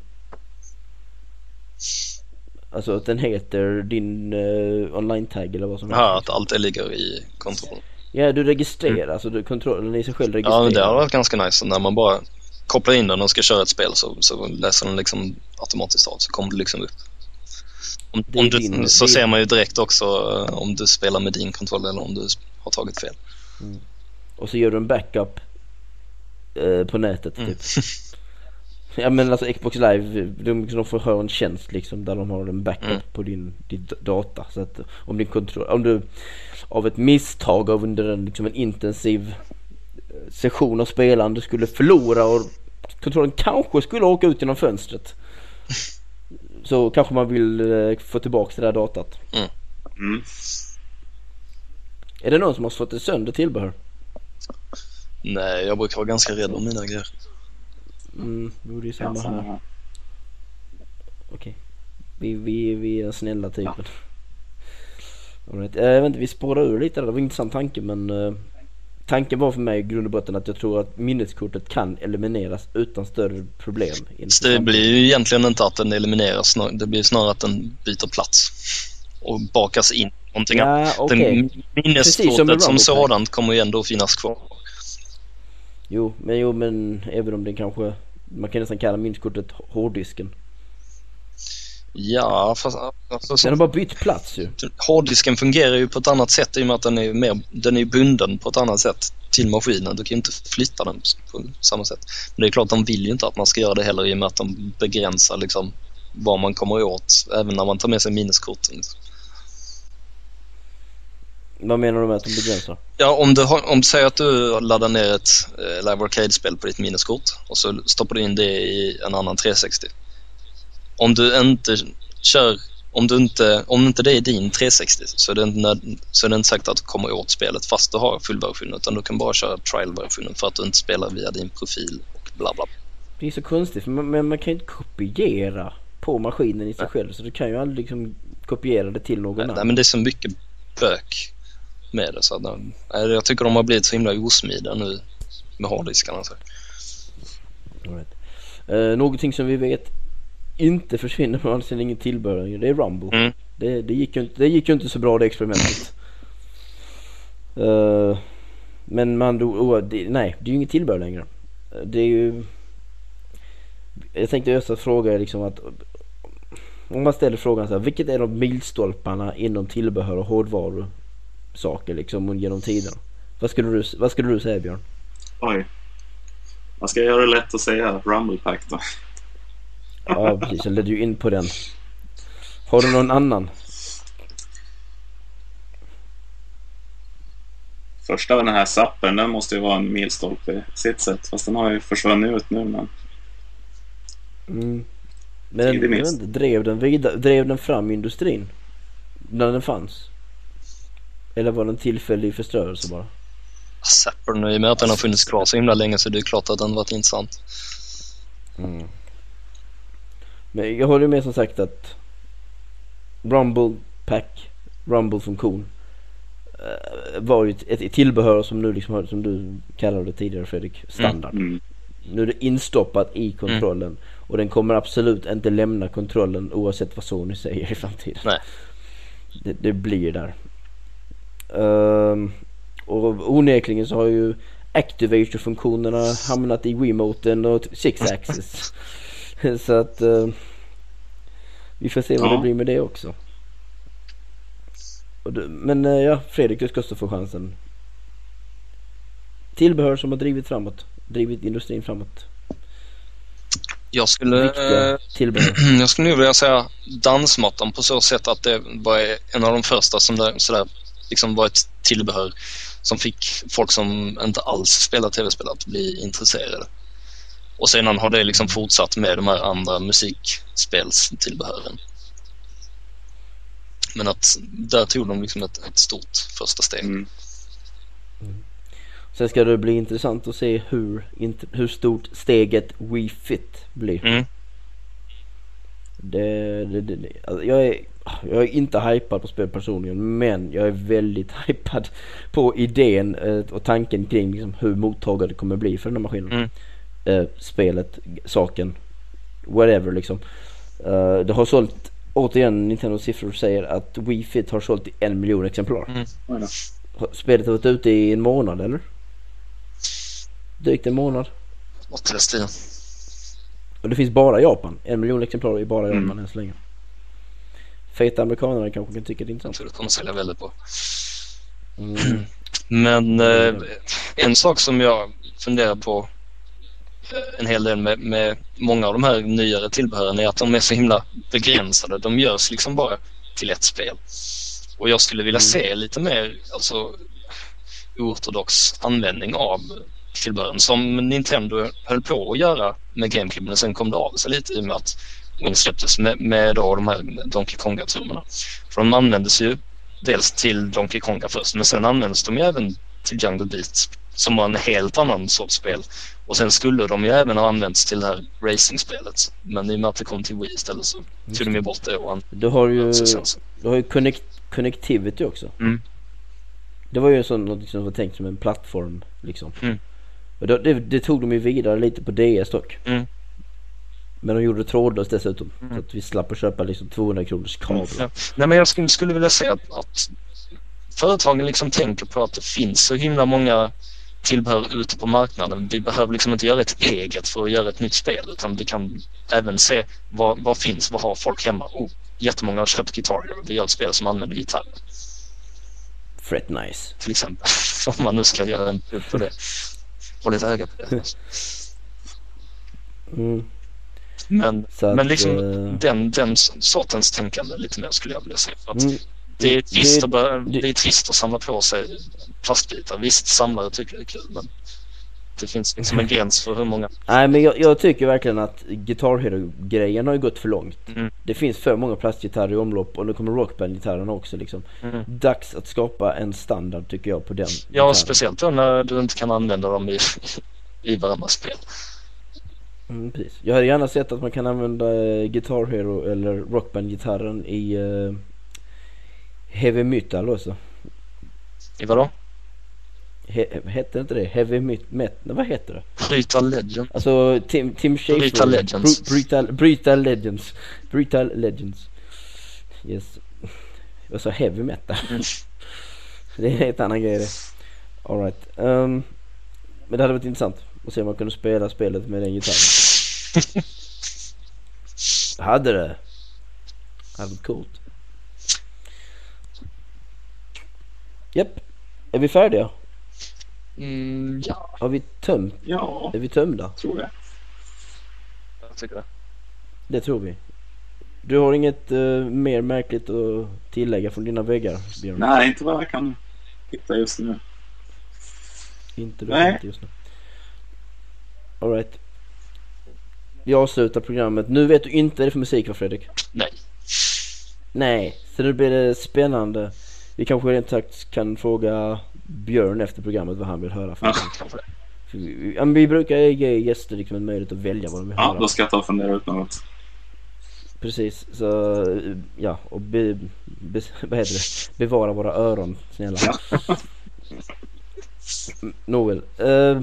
Alltså att den heter din uh, online-tag eller vad som helst. Ja, att allt det ligger i kontrollen. Ja, du registrerar, mm. alltså du, kontrollen i sig själv registrerar. Ja, men det har varit ganska nice. När man bara kopplar in den och ska köra ett spel så, så läser den liksom automatiskt av, så kommer det liksom upp. Om, om du, din, så din... ser man ju direkt också om du spelar med din kontroll eller om du har tagit fel. Mm. Och så gör du en backup eh, på nätet typ. Mm. Ja, men alltså Xbox Live, de, de får höra en tjänst liksom där de har en backup mm. på din, din data. Så att om din kontroll, om du av ett misstag av under en, liksom en intensiv session av spelande skulle förlora och kontrollen kanske skulle åka ut genom fönstret, så kanske man vill eh, få tillbaka det där datat. Mm. Mm. Är det någon som har fått ett sönder tillbehör? Nej, jag brukar vara ganska rädd om mina grejer. Mm, det är ju samma Ja, samma här. här. Okej. Vi, vi, vi är den snälla typen. Ja. All right. Jag vet inte, vi spårar ur lite där. Det var en intressant tanke, men uh, tanken var för mig i grund och botten att jag tror att minneskortet kan elimineras utan större problem. Så det blir ju egentligen inte att den elimineras, det blir snarare att den byter plats och bakas in någonting. Ja, okay. Minneskortet som, som sådant kommer ju ändå finnas kvar. Jo, men jo, men även om det kanske, man kan nästan kalla minneskortet hårddisken. Ja, fast alltså, så, den har bara bytt plats ju. Hårddisken fungerar ju på ett annat sätt i och med att den är mer, den är bunden på ett annat sätt till maskinen. Du kan ju inte flytta den på samma sätt. Men det är klart, de vill ju inte att man ska göra det heller i och med att de begränsar liksom vad man kommer åt även när man tar med sig minneskorten. Vad menar du med att de begränsar? Ja, om du har, om du säger att du laddar ner ett eh, Live Arcade-spel på ditt minneskort och så stoppar du in det i en annan trehundrasextio. Om du inte kör, om du inte, om inte det är din trehundrasextio, så är det inte, så är det inte sagt att du kommer åt spelet fast du har fullversionen, utan du kan bara köra trial-versionen för att du inte spelar via din profil och bla bla. Det är så konstigt, för man, men man kan ju inte kopiera på maskinen i sig nej. själv, så du kan ju aldrig liksom kopiera det till någon nej, annan. Nej, men det är så mycket bök med det, så att, nej, jag tycker de har blivit så himla osmidiga nu med hårddiskarna. Så. All right. uh, någonting som vi vet inte försvinner med alltså ingen tillbehör, det är Rumble. Mm. Det, det, gick ju inte, det gick ju inte så bra det experimentet. uh, men man då, oh, det, nej, det är ju inget tillbehör längre. Det är ju, jag tänkte just att fråga liksom att om man ställer frågan så här, vilket är de milstolparna inom tillbehör och hårdvaru saker liksom genom tiden? Vad skulle du, vad skulle du säga, Björn? Oj. Man ska göra det lätt att säga Rumble Pack då. Ja, precis. Jag ledde ju in på den. Har du någon annan? Första av den här zappen, den måste ju vara en milstolpe i sitt sätt. Fast den har ju försvunnit ut nu, men... Mm. Men den, jag vet inte, drev den vidare, drev den fram industrin när den fanns? Eller var den tillfällig förstörelse bara? Zappern, i och med att den har funnits kvar så himla länge, så det är klart att den varit intressant. Mm. Men jag håller med, som sagt, att Rumble Pack, Rumble-funktion uh, var ju ett, ett tillbehör som nu liksom, som du kallade det tidigare, Fredrik, standard. Mm. Mm. Nu är det instoppat i kontrollen. Mm. Och den kommer absolut inte lämna kontrollen oavsett vad Sony säger i framtiden. Nej. Det, det blir där. Um, och onekligen så har ju Activation-funktionerna hamnat i Wiimoten och six axis. Så att uh, vi får se vad ja. det blir med det också. Och du, men uh, ja, Fredrik, du ska också få chansen. Tillbehör som har drivit framåt. drivit industrin framåt? Jag skulle, Viktiga tillbehör. jag skulle nog vilja säga dansmattan på så sätt att det var en av de första som där, sådär, liksom var ett tillbehör som fick folk som inte alls spelar tv-spel att bli intresserade. Och sedan har det liksom fortsatt med de här andra musikspelstillbehören. Men att där tog de liksom ett, ett stort första steg. Mm. Mm. Sen ska det bli intressant att se hur, hur stort steget Wii Fit blir. Mm. Det, det, det, det. Alltså jag, är, jag är inte hypad på spel personligen, men jag är väldigt hypad på idén och tanken kring liksom hur mottagare kommer bli för den här maskinen. Mm. Uh, spelet, saken, whatever liksom. Uh, det har sålt, återigen Nintendo siffror säger att Wii Fit har sålt i en miljon exemplar. Mm. Spelet har varit ute i en månad eller? Drygt en månad. Och till stilen. Och det finns bara i Japan. En miljon exemplar i bara Japan Mm. än så länge. Fejta amerikanerna kanske kan tycka det är Jag intressant. tror det kommer sälja väldigt bra. Mm. Men eh, en sak som jag funderar på en hel del med, med många av de här nyare tillbehören är att de är så himla begränsade. De görs liksom bara till ett spel. Och jag skulle vilja se lite mer alltså, oortodox användning av tillbehören som Nintendo höll på att göra med GameCube, och sen kom det av sig lite i och med att de släpptes med, med då de här Donkey Konga-trummorna. För de användes ju dels till Donkey Konga först, men sen användes de ju även till Jungle Beat som var en helt annan sorts spel. Och sen skulle de ju även ha använts till det här racing-spelet. Men i och med att det kom till Wii istället så tog de ju bort det. Och Du har ju, så du har ju connect, connectivity också. Mm. Det var ju sånt något som var tänkt som en plattform liksom. Mm. Och det, det, det tog de ju vidare lite på D S dock. Mm. Men de gjorde det trådlöst dessutom. Mm. Så att vi slapp att köpa liksom tvåhundra kronors kabel. Ja. Nej, men jag skulle, skulle vilja säga att, att företagen liksom tänker på att det finns så himla många tillbehör ute på marknaden. Vi behöver liksom inte göra ett eget för att göra ett nytt spel, utan vi kan även se vad, vad finns, vad har folk hemma. Oh, jättemånga har köpt gitarrer. Vi gör ett spel som använder gitarr. Fret nice. Till exempel. Om man nu ska göra en pub på det. Och lite öga på det. Mm. Men, Så att, men liksom eh, den, den sortens tänkande lite mer skulle jag vilja säga. För att Mm. det, är trist Det- att börja, det- det är trist att samla på sig plastbitar. Visst, samlare tycker det är kul, men det finns liksom en gräns för hur många. Nej, men jag, jag tycker verkligen att Guitar Hero-grejen har ju gått för långt. Mm. Det finns för många plastgitarrer i omlopp, och nu kommer Rockband-gitarrerna också liksom. Mm. Dags att skapa en standard tycker jag på den Ja, gitarren. speciellt då när du inte kan använda dem i, i varandra spel. Mm, precis. Jag hade gärna sett att man kan använda eh, Guitar Hero eller Rockband-gitarren i eh, Heavy Metal också. I vadå? He- hette inte det? Heavy Met- Met- Nej, vad heter det? Brutal Legend. Alltså Tim, Tim Schafer. Brutal Legends. Bru- Brutal, Brutal Legends. Brutal Legends. Yes. Jag sa heavy metal. Mm. Det är en helt annan grej det. All right. Um, men det hade varit intressant att se om man kunde spela spelet med den gitarren. Hade det. Hade varit coolt. Japp. Är vi färdiga? Mm, ja, Har vi tömt? Ja, Är vi tömda? tror det. jag tycker det. Det tror vi. Du har inget uh, mer märkligt att tillägga från dina väggar, Björn? Nej, inte vad jag kan hitta just nu. Inte du Nej. inte just nu. All right. Vi avslutar programmet. Nu vet du inte vad det är för musik, va, Fredrik? Nej. Nej, så nu blir det spännande. Vi kanske rent sagt kan fråga Björn efter programmet vad han vill höra för Ja. någonting. För vi, ja, men vi brukar ge gäster liksom en möjlighet att välja vad de vill Ja, höra. då ska jag ta och fundera ut något. Precis, så ja, och be, be, vad heter det? Bevara våra öron, snälla. Nåväl. Eh,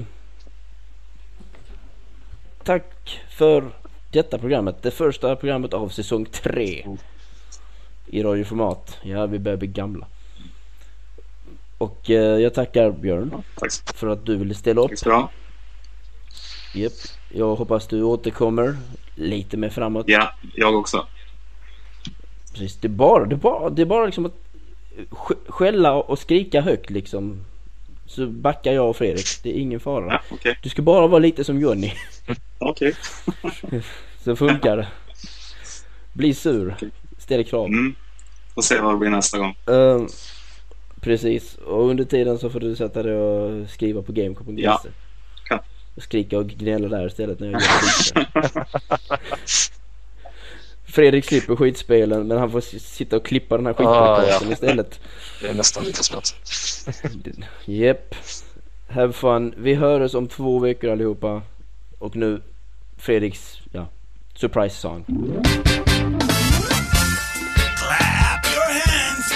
tack för detta programmet. Det första programmet av säsong tre i radioformat. Ja, vi börjar bli gamla. Och eh, jag tackar Björn Ja, tack så för att du ville ställa upp. tack så bra. Yep. Jag hoppas du återkommer lite mer framåt. Ja, jag också. Precis, det är bara, det är bara, det är bara liksom att sk- skälla och skrika högt liksom. så backar jag och Fredrik. Det är ingen fara. Ja, okay. Du ska bara vara lite som Johnny. Okej. Okay. Så funkar det. Bli sur. Okay. Ställ krav. Mm. Får se vad det blir nästa gång. Uh, precis. Och under tiden så får du sätta dig och skriva på gamecore punkt se. Ja. Kan. Och skrika och gnälla där istället när jag gör det. Fredrik slipper skitspelen, men han får sitta och klippa den här skitplakaten ah, ja. istället. Det är nästan lika snart. Jep. Have fun. Vi hörs om två veckor allihopa. Och nu Fredriks, ja, surprise song. Clap your hands.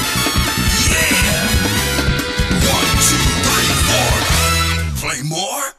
Play more?